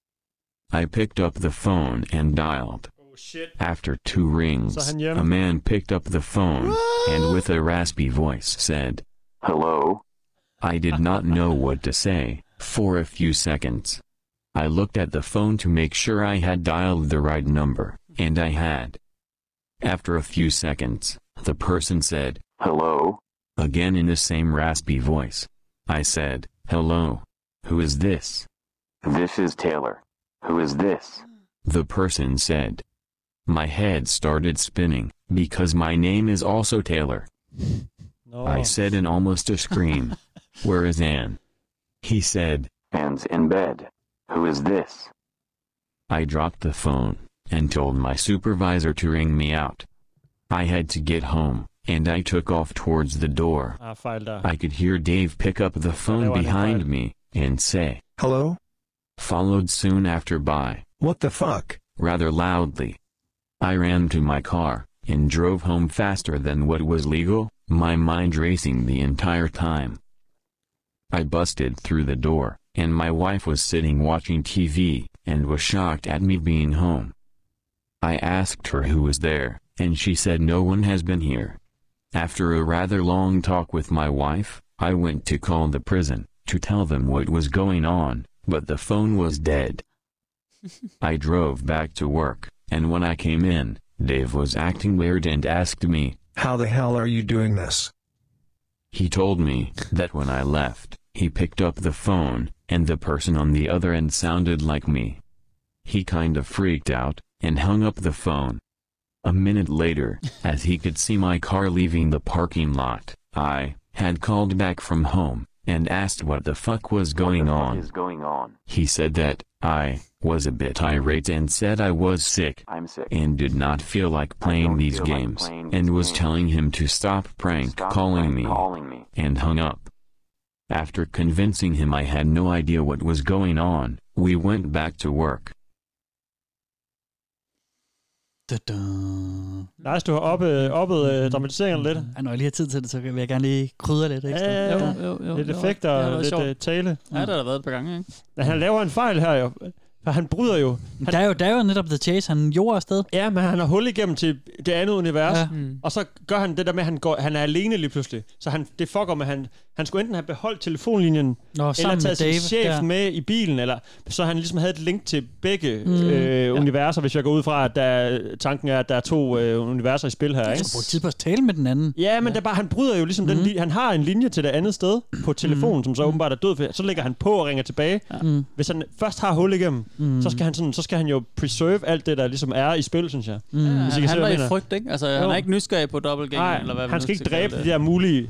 I picked up the phone and dialed. After 2 rings, a man picked up the phone, and with a raspy voice said, "Hello?" I did not know what to say, for a few seconds. I looked at the phone to make sure I had dialed the right number, and I had. After a few seconds, the person said, "Hello?" again in the same raspy voice. I said, "Hello. Who is this?" "This is Taylor. Who is this?" The person said. My head started spinning, because my name is also Taylor. No. I said in almost a scream, "Where is Anne?" He said, "Anne's in bed. Who is this?" I dropped the phone, and told my supervisor to ring me out. I had to get home, and I took off towards the door. I could hear Dave pick up the phone behind me, and say, "Hello?" Followed soon after by, "What the fuck?" rather loudly. I ran to my car, and drove home faster than what was legal, my mind racing the entire time. I busted through the door, and my wife was sitting watching TV, and was shocked at me being home. I asked her who was there, and she said no one has been here. After a rather long talk with my wife, I went to call the prison, to tell them what was going on, but the phone was dead. I drove back to work, and when I came in, Dave was acting weird and asked me, "How the hell are you doing this?" He told me that when I left, he picked up the phone, and the person on the other end sounded like me. He kind of freaked out, and hung up the phone. A minute later, as he could see my car leaving the parking lot, I had called back from home, and asked what the fuck was going on. He said that I was a bit irate and said I was sick, and did not feel like playing these games, and was telling him to stop prank calling me, and hung up. After convincing him I had no idea what was going on, we went back to work. Lars, du har oppet dramatiseringen lidt. Ja, når jeg lige har tid til det, så vil jeg gerne lige krydre lidt ekstra. Ja. Lidt effekter og lidt tale. Ja, der har været et par gange, ikke? Men han laver en fejl her jo. For han bryder jo... Der er jo netop The Chase, han gjorde afsted. Ja, men han har hul igennem til det andet univers, og så gør han det der med, at han er alene lige pludselig. Så det fucker med, han skulle enten have beholdt telefonlinjen, eller taget sin chef med i bilen, eller så han ligesom havde et link til begge universer, hvis jeg går ud fra, at tanken er, at der er 2 universer i spil her. Jeg skal bruge tid på at tale med den anden. Ja, men det er bare, han bryder jo ligesom han har en linje til det andet sted på telefonen, som så åbenbart er død, så lægger han på og ringer tilbage. Hvis han først har hul igennem, så skal han jo preserve alt det, der ligesom er i spil, synes jeg. Han var i frygt, ikke? Altså, han er ikke nysgerrig på dobbeltgænger, eller hvad han skal ikke dræbe de der mulige...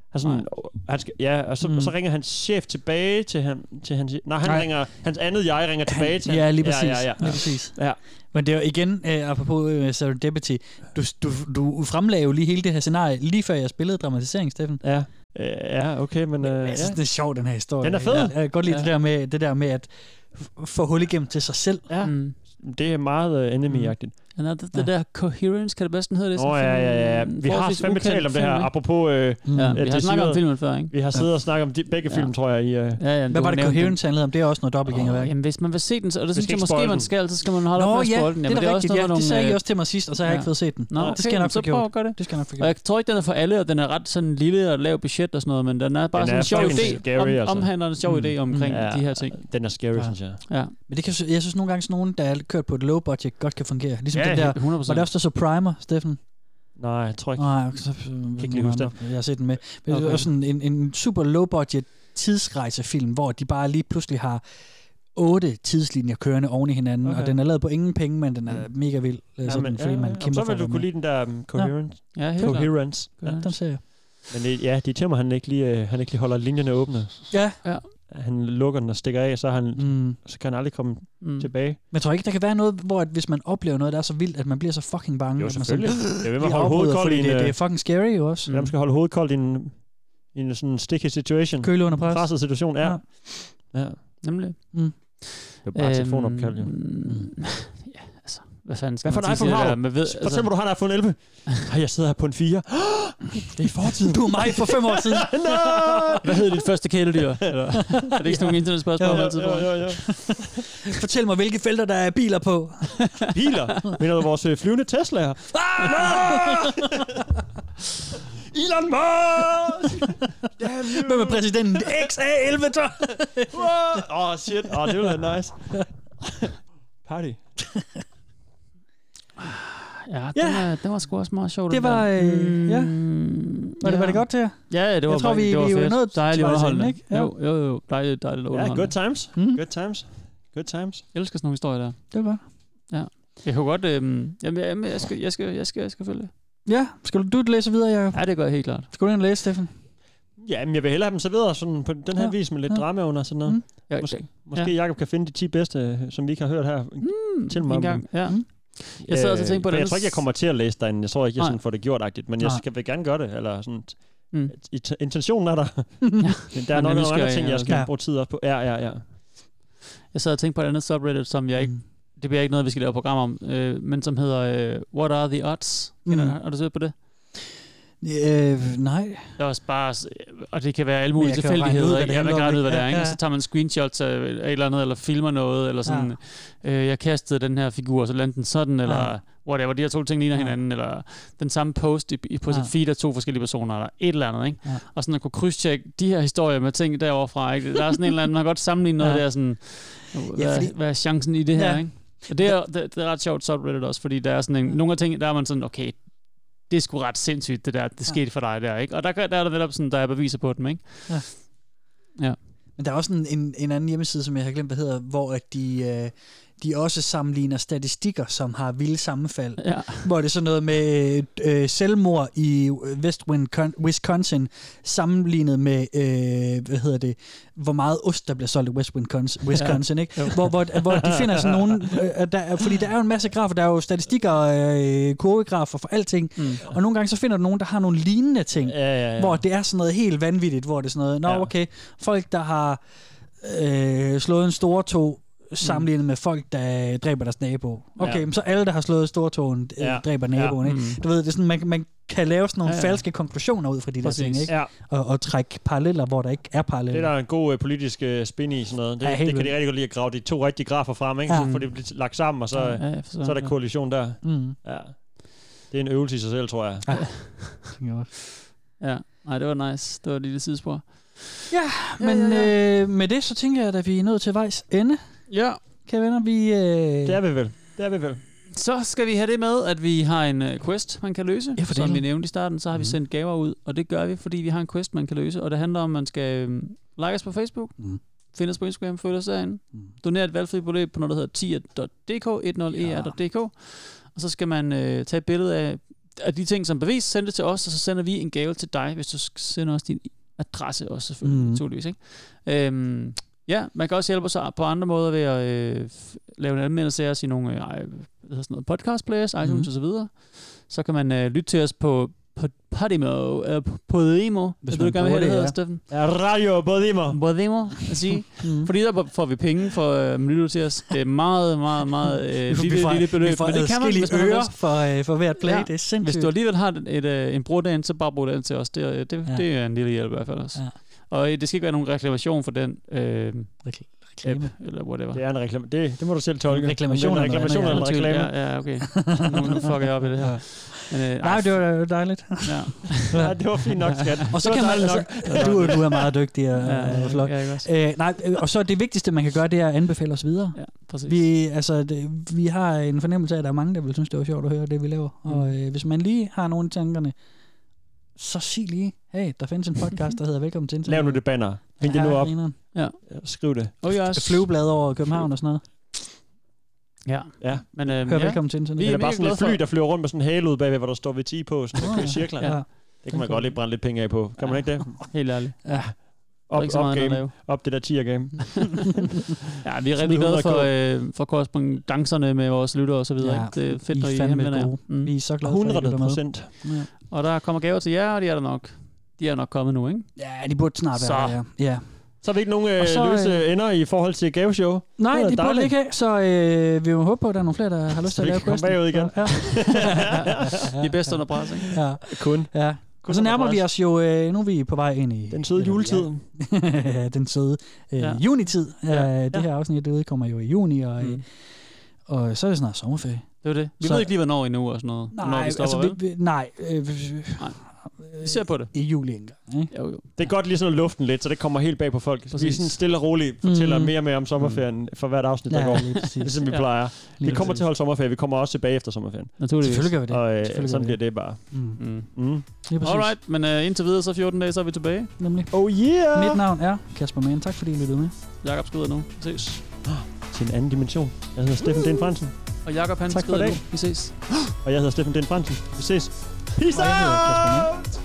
så ringer hans chef tilbage til hans... ringer... Hans andet jeg ringer tilbage til... Ja, lige præcis. Lige præcis. Ja. Men det er jo igen, apropos Serendipity, du fremlagde jo lige hele det her scenarie, lige før jeg spillede dramatisering, Steffen. Ja, okay, men... jeg synes, det er sjovt, den her historie. Den er fed. Jeg kan godt lide det der med at få hul igennem til sig selv. Ja. Det er meget enemy-agtigt. Det der Coherence, kan det bedst hedder det? Ja. Vi har fandme talt om det her, apropos... vi har snakket om filmen før, ikke? Vi har siddet og snakket om begge film, tror jeg. Hvad var det Coherence handlede om? Det er også noget dobbeltgængerværk. Jamen, hvis man vil se den, og det synes jeg måske, man skal, så skal man holde op med at spoile den. Det er rigtigt, det sagde I også til mig sidst, og så har jeg ikke fået set den. Det skal jeg nok få gjort. Det skal nok få gjort. Og jeg tror ikke, den er for alle, og den er ret sådan lille og lav budget og sådan noget, men den er bare sådan en sjov idé, omhandler en sjov idé omkring de her ting. Den er scary, synes jeg. Men jeg synes nogle gange, sådan nogen, der er kørt på et low budget, godt kan fungere. Ligesom den der, 100%. Var det også så Primer, Steffen? Nej, jeg tror ikke. Nej, så ikke lige huske det. Jeg har set den med. Men det er sådan en super low budget tidsrejsefilm, hvor de bare lige pludselig har 8 tidslinjer kørende oven i hinanden, og den er lavet på ingen penge, men den er mega vild. Fordi man kæmper så vil du kunne lide den der Coherence. Coherence. Den ser jeg. Men det tæmmer han ikke lige holder linjerne åbne. Ja. Han lukker den og stikker af, så kan han aldrig komme tilbage. Men jeg tror ikke, der kan være noget, hvor at hvis man oplever noget, der er så vildt, at man bliver så fucking bange. Jo, selvfølgelig. Det vil man holde hovedet koldt det er fucking scary jo også. Man skal holde hovedet koldt i en sådan sticky situation. Køle under pres. Presset situation, ja. Nemlig. Det er bare telefonopkald, jo. Ja, altså. Hvad fanden skal man sige? Hvad for en iPhone har du? Fortæl mig, du har en iPhone 11. Jeg sidder her på en 4. Det er i fortiden. Du er mig for 5 år siden. Hvad hedder dit første kæledyr? Er det ikke sådan nogle internetspørgsmål altid på? Jo. Fortæl mig, hvilke felter der er biler på. Biler? Mener du vores flyvende Tesla'er? Elon Musk! Hvem er præsidenten? XA11. Shit. Det ville være nice. Party. Ja, den var sgu også meget sjovt. Det var, Var det godt til jer? Ja, det var. Jeg tror, vi var noget dejligt underholdende. Ikke? Ja. Jo, dejligt underholdende. Ja, good times. Jeg elsker sådan nogle historier der. Det er godt. Ja. Jeg kan godt, jeg skal følge. Ja, skal du læse videre, Jacob? Ja, det gør jeg helt klart. Skal du ind og læse, Steffen? Ja, men jeg vil hellere have dem serveret sådan på den her vis med lidt drama under sådan noget. Måske Jacob kan finde de 10 bedste, som vi ikke har hørt her. Til mig. Gang. Ja. Jeg sad også og tænkte på det. Jeg tror ikke, jeg kommer til at læse derinde. Jeg tror ikke, jeg sådan får det gjort-agtigt, men jeg vil gerne gøre det. Eller sådan, intentionen er der. Der er nok nogle andre ting, jeg skal bruge tid op på. Ja. Jeg sad og tænkte på et andet subreddit, som jeg ikke... Det bliver ikke noget, vi skal lave program om, men som hedder What Are the Odds? Har du set på det? Nej. Det er også bare, og det kan være alle mulige tilfældigheder. Jeg kan regne ud, hvad det er. Ikke? Så tager man screenshots af et eller andet, eller filmer noget, eller sådan, jeg kastede den her figur, så landede den sådan, eller whatever. De her 2 ting ligner hinanden, eller den samme post på sit feed af 2 forskellige personer, eller et eller andet. Ikke? Og sådan at kunne krydstjekke de her historier med ting derovre fra. Ikke? Der er sådan en eller anden, man har godt sammenlignet noget der, sådan, hvad er chancen i det her? Ikke? Og det er ret sjovt subreddit også, fordi der er sådan nogle af ting, der er man sådan, okay, det er sgu ret sindssygt, det der, det skete for dig der, ikke? Og der er der netop sådan, der er beviser på dem, ikke? Ja. Men der er også en anden hjemmeside, som jeg har glemt, hvad hedder, hvor de også sammenligner statistikker, som har vilde sammenfald. Ja. Hvor det er sådan noget med selvmord i Wisconsin, sammenlignet med, hvor meget ost, der bliver solgt i Wisconsin, ikke? Hvor de finder sådan nogle, fordi der er jo en masse grafer, der er jo statistikker, kurvegrafer for alting, og nogle gange så finder du nogen, der har nogle lignende ting, hvor det er sådan noget helt vanvittigt, hvor det er sådan noget, okay, folk, der har slået en stortå, sammenlignet med folk, der dræber deres nabo. Okay, så alle, der har slået stortåen, dræber naboen. Ikke? Du ved, det er sådan, man kan lave sådan nogle falske konklusioner ud fra de der ting, ikke? Ja. Og trække paralleller, hvor der ikke er paralleller. Det er der en god politisk spin i sådan noget. Det kan de rigtig godt lide at grave de to rigtige grafer frem, ikke? Så får det lagt sammen, og så er der koalition der. Ja. Det er en øvelse i sig selv, tror jeg. Ja, nej, det var nice. Det var et lille sidespor. Ja, men med det, så tænker jeg, at vi er nået til vejs ende. Ja. Kære venner, Det er vi vel. Så skal vi have det med, at vi har en quest, man kan løse. Ja, som vi nævnte i starten, så har vi sendt gaver ud. Og det gør vi, fordi vi har en quest, man kan løse. Og det handler om, at man skal like os på Facebook, finde os på Instagram, følge os derinde, donere et valgfri beløb på noget, der hedder tier.dk, 10er.dk. Og så skal man tage et billede af de ting som bevis, sende det til os, og så sender vi en gave til dig, hvis du sender os din adresse også, selvfølgelig, naturligvis, ikke? Ja, man kan også hjælpe os på andre måder ved at lave en anmeldelse af os i nogle podcast players, iTunes og så videre. Så kan man lytte til os på Podimo, Podimo. Hvis du gerne vil have det hedder, Steffen? Ja, Radio Podimo, at sige. Fordi der får vi penge for lytte til os. Det er meget, meget, meget lille beløb. Vi får adskillige øre for hvert play. Det er sindssygt. Hvis du alligevel har en brugdagen, så bare brug den til os. Det er en lille hjælp i hvert fald også. Ja. Og det skal ikke være nogen reklamation for den reklame, eller whatever. Det er en reklame. Det må du selv tolke. Reklamation eller en reklame. Ja, okay. Nu fucker jeg op i det her. Men, nej, det var dejligt. Ja, det var fint nok, skat. Og så kan man du er meget dygtig og flot. Og så det vigtigste man kan gøre, det er at anbefale os videre. Ja, præcis. Vi har en fornemmelse af, at der er mange, der vil synes, det var sjovt at høre det, vi laver. Og hvis man lige har nogle af tankerne, så sig lige, hey, der findes en podcast, der hedder Velkommen til Internet. Lav nu det banner. Find det nu op. Ja. Skriv det. Flyveblad over København og sådan noget. Ja. Men, hør Velkommen til Internet. Vi er bare sådan et fly, der flyver rundt med sådan en hale ud bagved, hvor der står VT på, sådan der kører cirkler. Ja. Det kan man godt lige brænde lidt penge af på. Kan man ikke det? Helt ærligt. Ja. Op det der tier-game. Ja, vi er rigtig glade for korrespondancerne med vores lyttere og så videre. Ja, det er fedt, når I henvender jer. Vi er så glade for, 100%. Ja. Og der kommer gaver til jer, og de er der nok. De er nok kommet nu, ikke? Ja, de burde snart være. Ja. Så har vi ikke nogen løse ender i forhold til gaveshow. Nej, de burde ikke have, så vi må håbe på, at der er nogle flere, der har lyst til at lave questen. Så vi kan komme bagud igen. De er bedst under pres, ikke? Ja. Kun. Ja. Og så nærmer vi os jo, nu er vi på vej ind i... Den søde juletid. Den søde junitid. Det her afsnit, det udkommer jo i juni, og så er det snart sommerferie. Det er det. Vi ved ikke lige, hvornår endnu og sådan noget. Nej, vi ser på det. I juli engang. Jo. Det er godt lige sådan luften lidt, så det kommer helt bag på folk. Præcis. Vi sådan stille og roligt fortæller mere og mere om sommerferien for hvert afsnit, der går. Det er som vi plejer. Vi kommer til at holde sommerferie. Vi kommer også tilbage efter sommerferien. Naturligvis. Selvfølgelig gør vi det. Og sådan bliver det bare. Alright, men indtil videre, så 14 dage, så er vi tilbage. Nemlig. Oh yeah! Mit navn er Kasper Mann. Tak fordi I lyttede med. Jakob skal ud nu. Vi ses. Til en anden dimension. Jeg hedder Steffen Den Fransen. Og Jakob han skrider nu. Vi ses. Og jeg hedder Steffen Den Fransen. Vi ses. Peace out!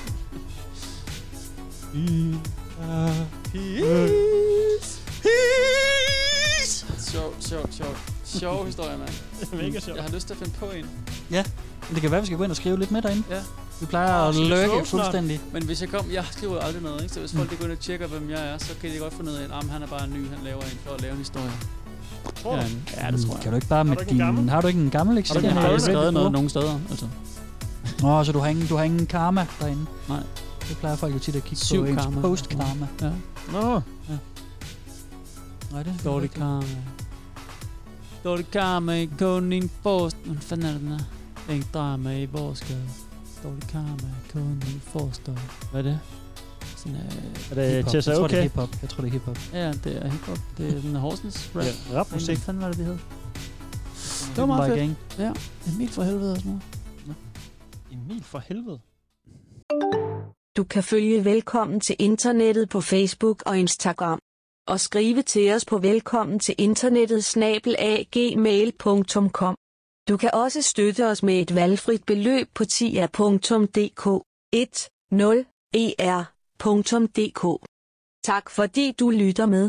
Peace. Sjov historie, mand. Mega sjov. Jeg har lyst til at finde på en. Ja, det kan være, vi skal gå ind og skrive lidt med derinde. Ja. Vi plejer at løkke fuldstændig. Men hvis jeg skriver aldrig noget, ikke? Så hvis folk går ind og tjekker, hvem jeg er, så kan de godt finde ud af, at han er bare ny, han laver en for at lave en historie. Tror du? Ja, det tror jeg. Kan du ikke bare med din... Har du ikke en gammel eksempel? Jeg har aldrig skrevet noget nogen steder, altså. Så du har ingen karma derinde? Nej. Det plejer folk jo tit at kigge på ens post-karma. Ja. Nå. Ja. Nej, det er dårlig karma. Dårlig karma i kun en post. Hvad fanden er det, den er? Ingen drama i vores gade. Dårlig karma i kun en forstøj. Hvad er det? Sådan, er det Tessa okay? Okay? Jeg tror, det er hiphop. Ja, det er hiphop. Det er sådan Horsens rap. Ja, rapmusik. Hvad fanden var det, hed? Det var meget fedt. Ja, Emil for helvede og sådan noget. Emil for helvede. Du kan følge Velkommen til Internettet på Facebook og Instagram. Og skrive til os på velkommen til internettet@gmail.com. Du kan også støtte os med et valgfrit beløb på tier.dk 10er.dk. Tak fordi du lytter med.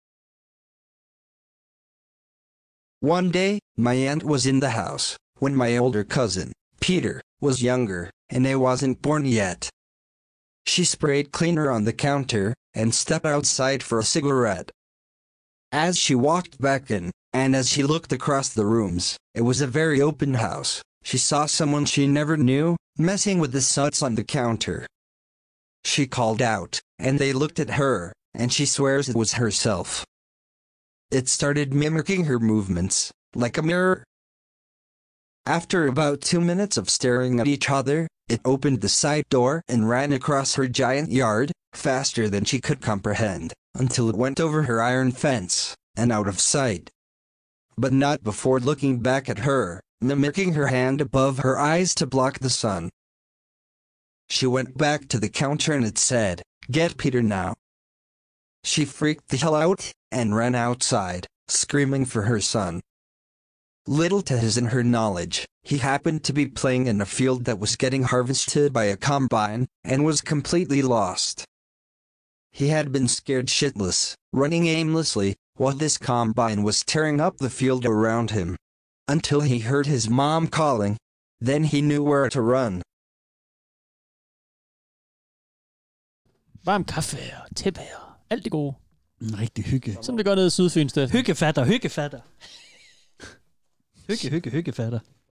One day, my aunt was in the house, when my older cousin, Peter, was younger, and I wasn't born yet. She sprayed cleaner on the counter, and stepped outside for a cigarette. As she walked back in, and as she looked across the rooms, it was a very open house. She saw someone she never knew, messing with the suds on the counter. She called out, and they looked at her, and she swears it was herself. It started mimicking her movements, like a mirror. After about 2 minutes of staring at each other, it opened the side door and ran across her giant yard, faster than she could comprehend, until it went over her iron fence, and out of sight. But not before looking back at her, mimicking her hand above her eyes to block the sun. She went back to the counter and it said, "Get Peter now." She freaked the hell out, and ran outside, screaming for her son. Little to his and her knowledge, he happened to be playing in a field that was getting harvested by a combine, and was completely lost. He had been scared shitless, running aimlessly, while this combine was tearing up the field around him. Until he heard his mom calling. Then he knew where to run. Varm kaffe og tæppe og alt det gode. En rigtig hygge. Som det gør nede i Sydfyn, Steffen. Hyggefatter. Hyggefatter.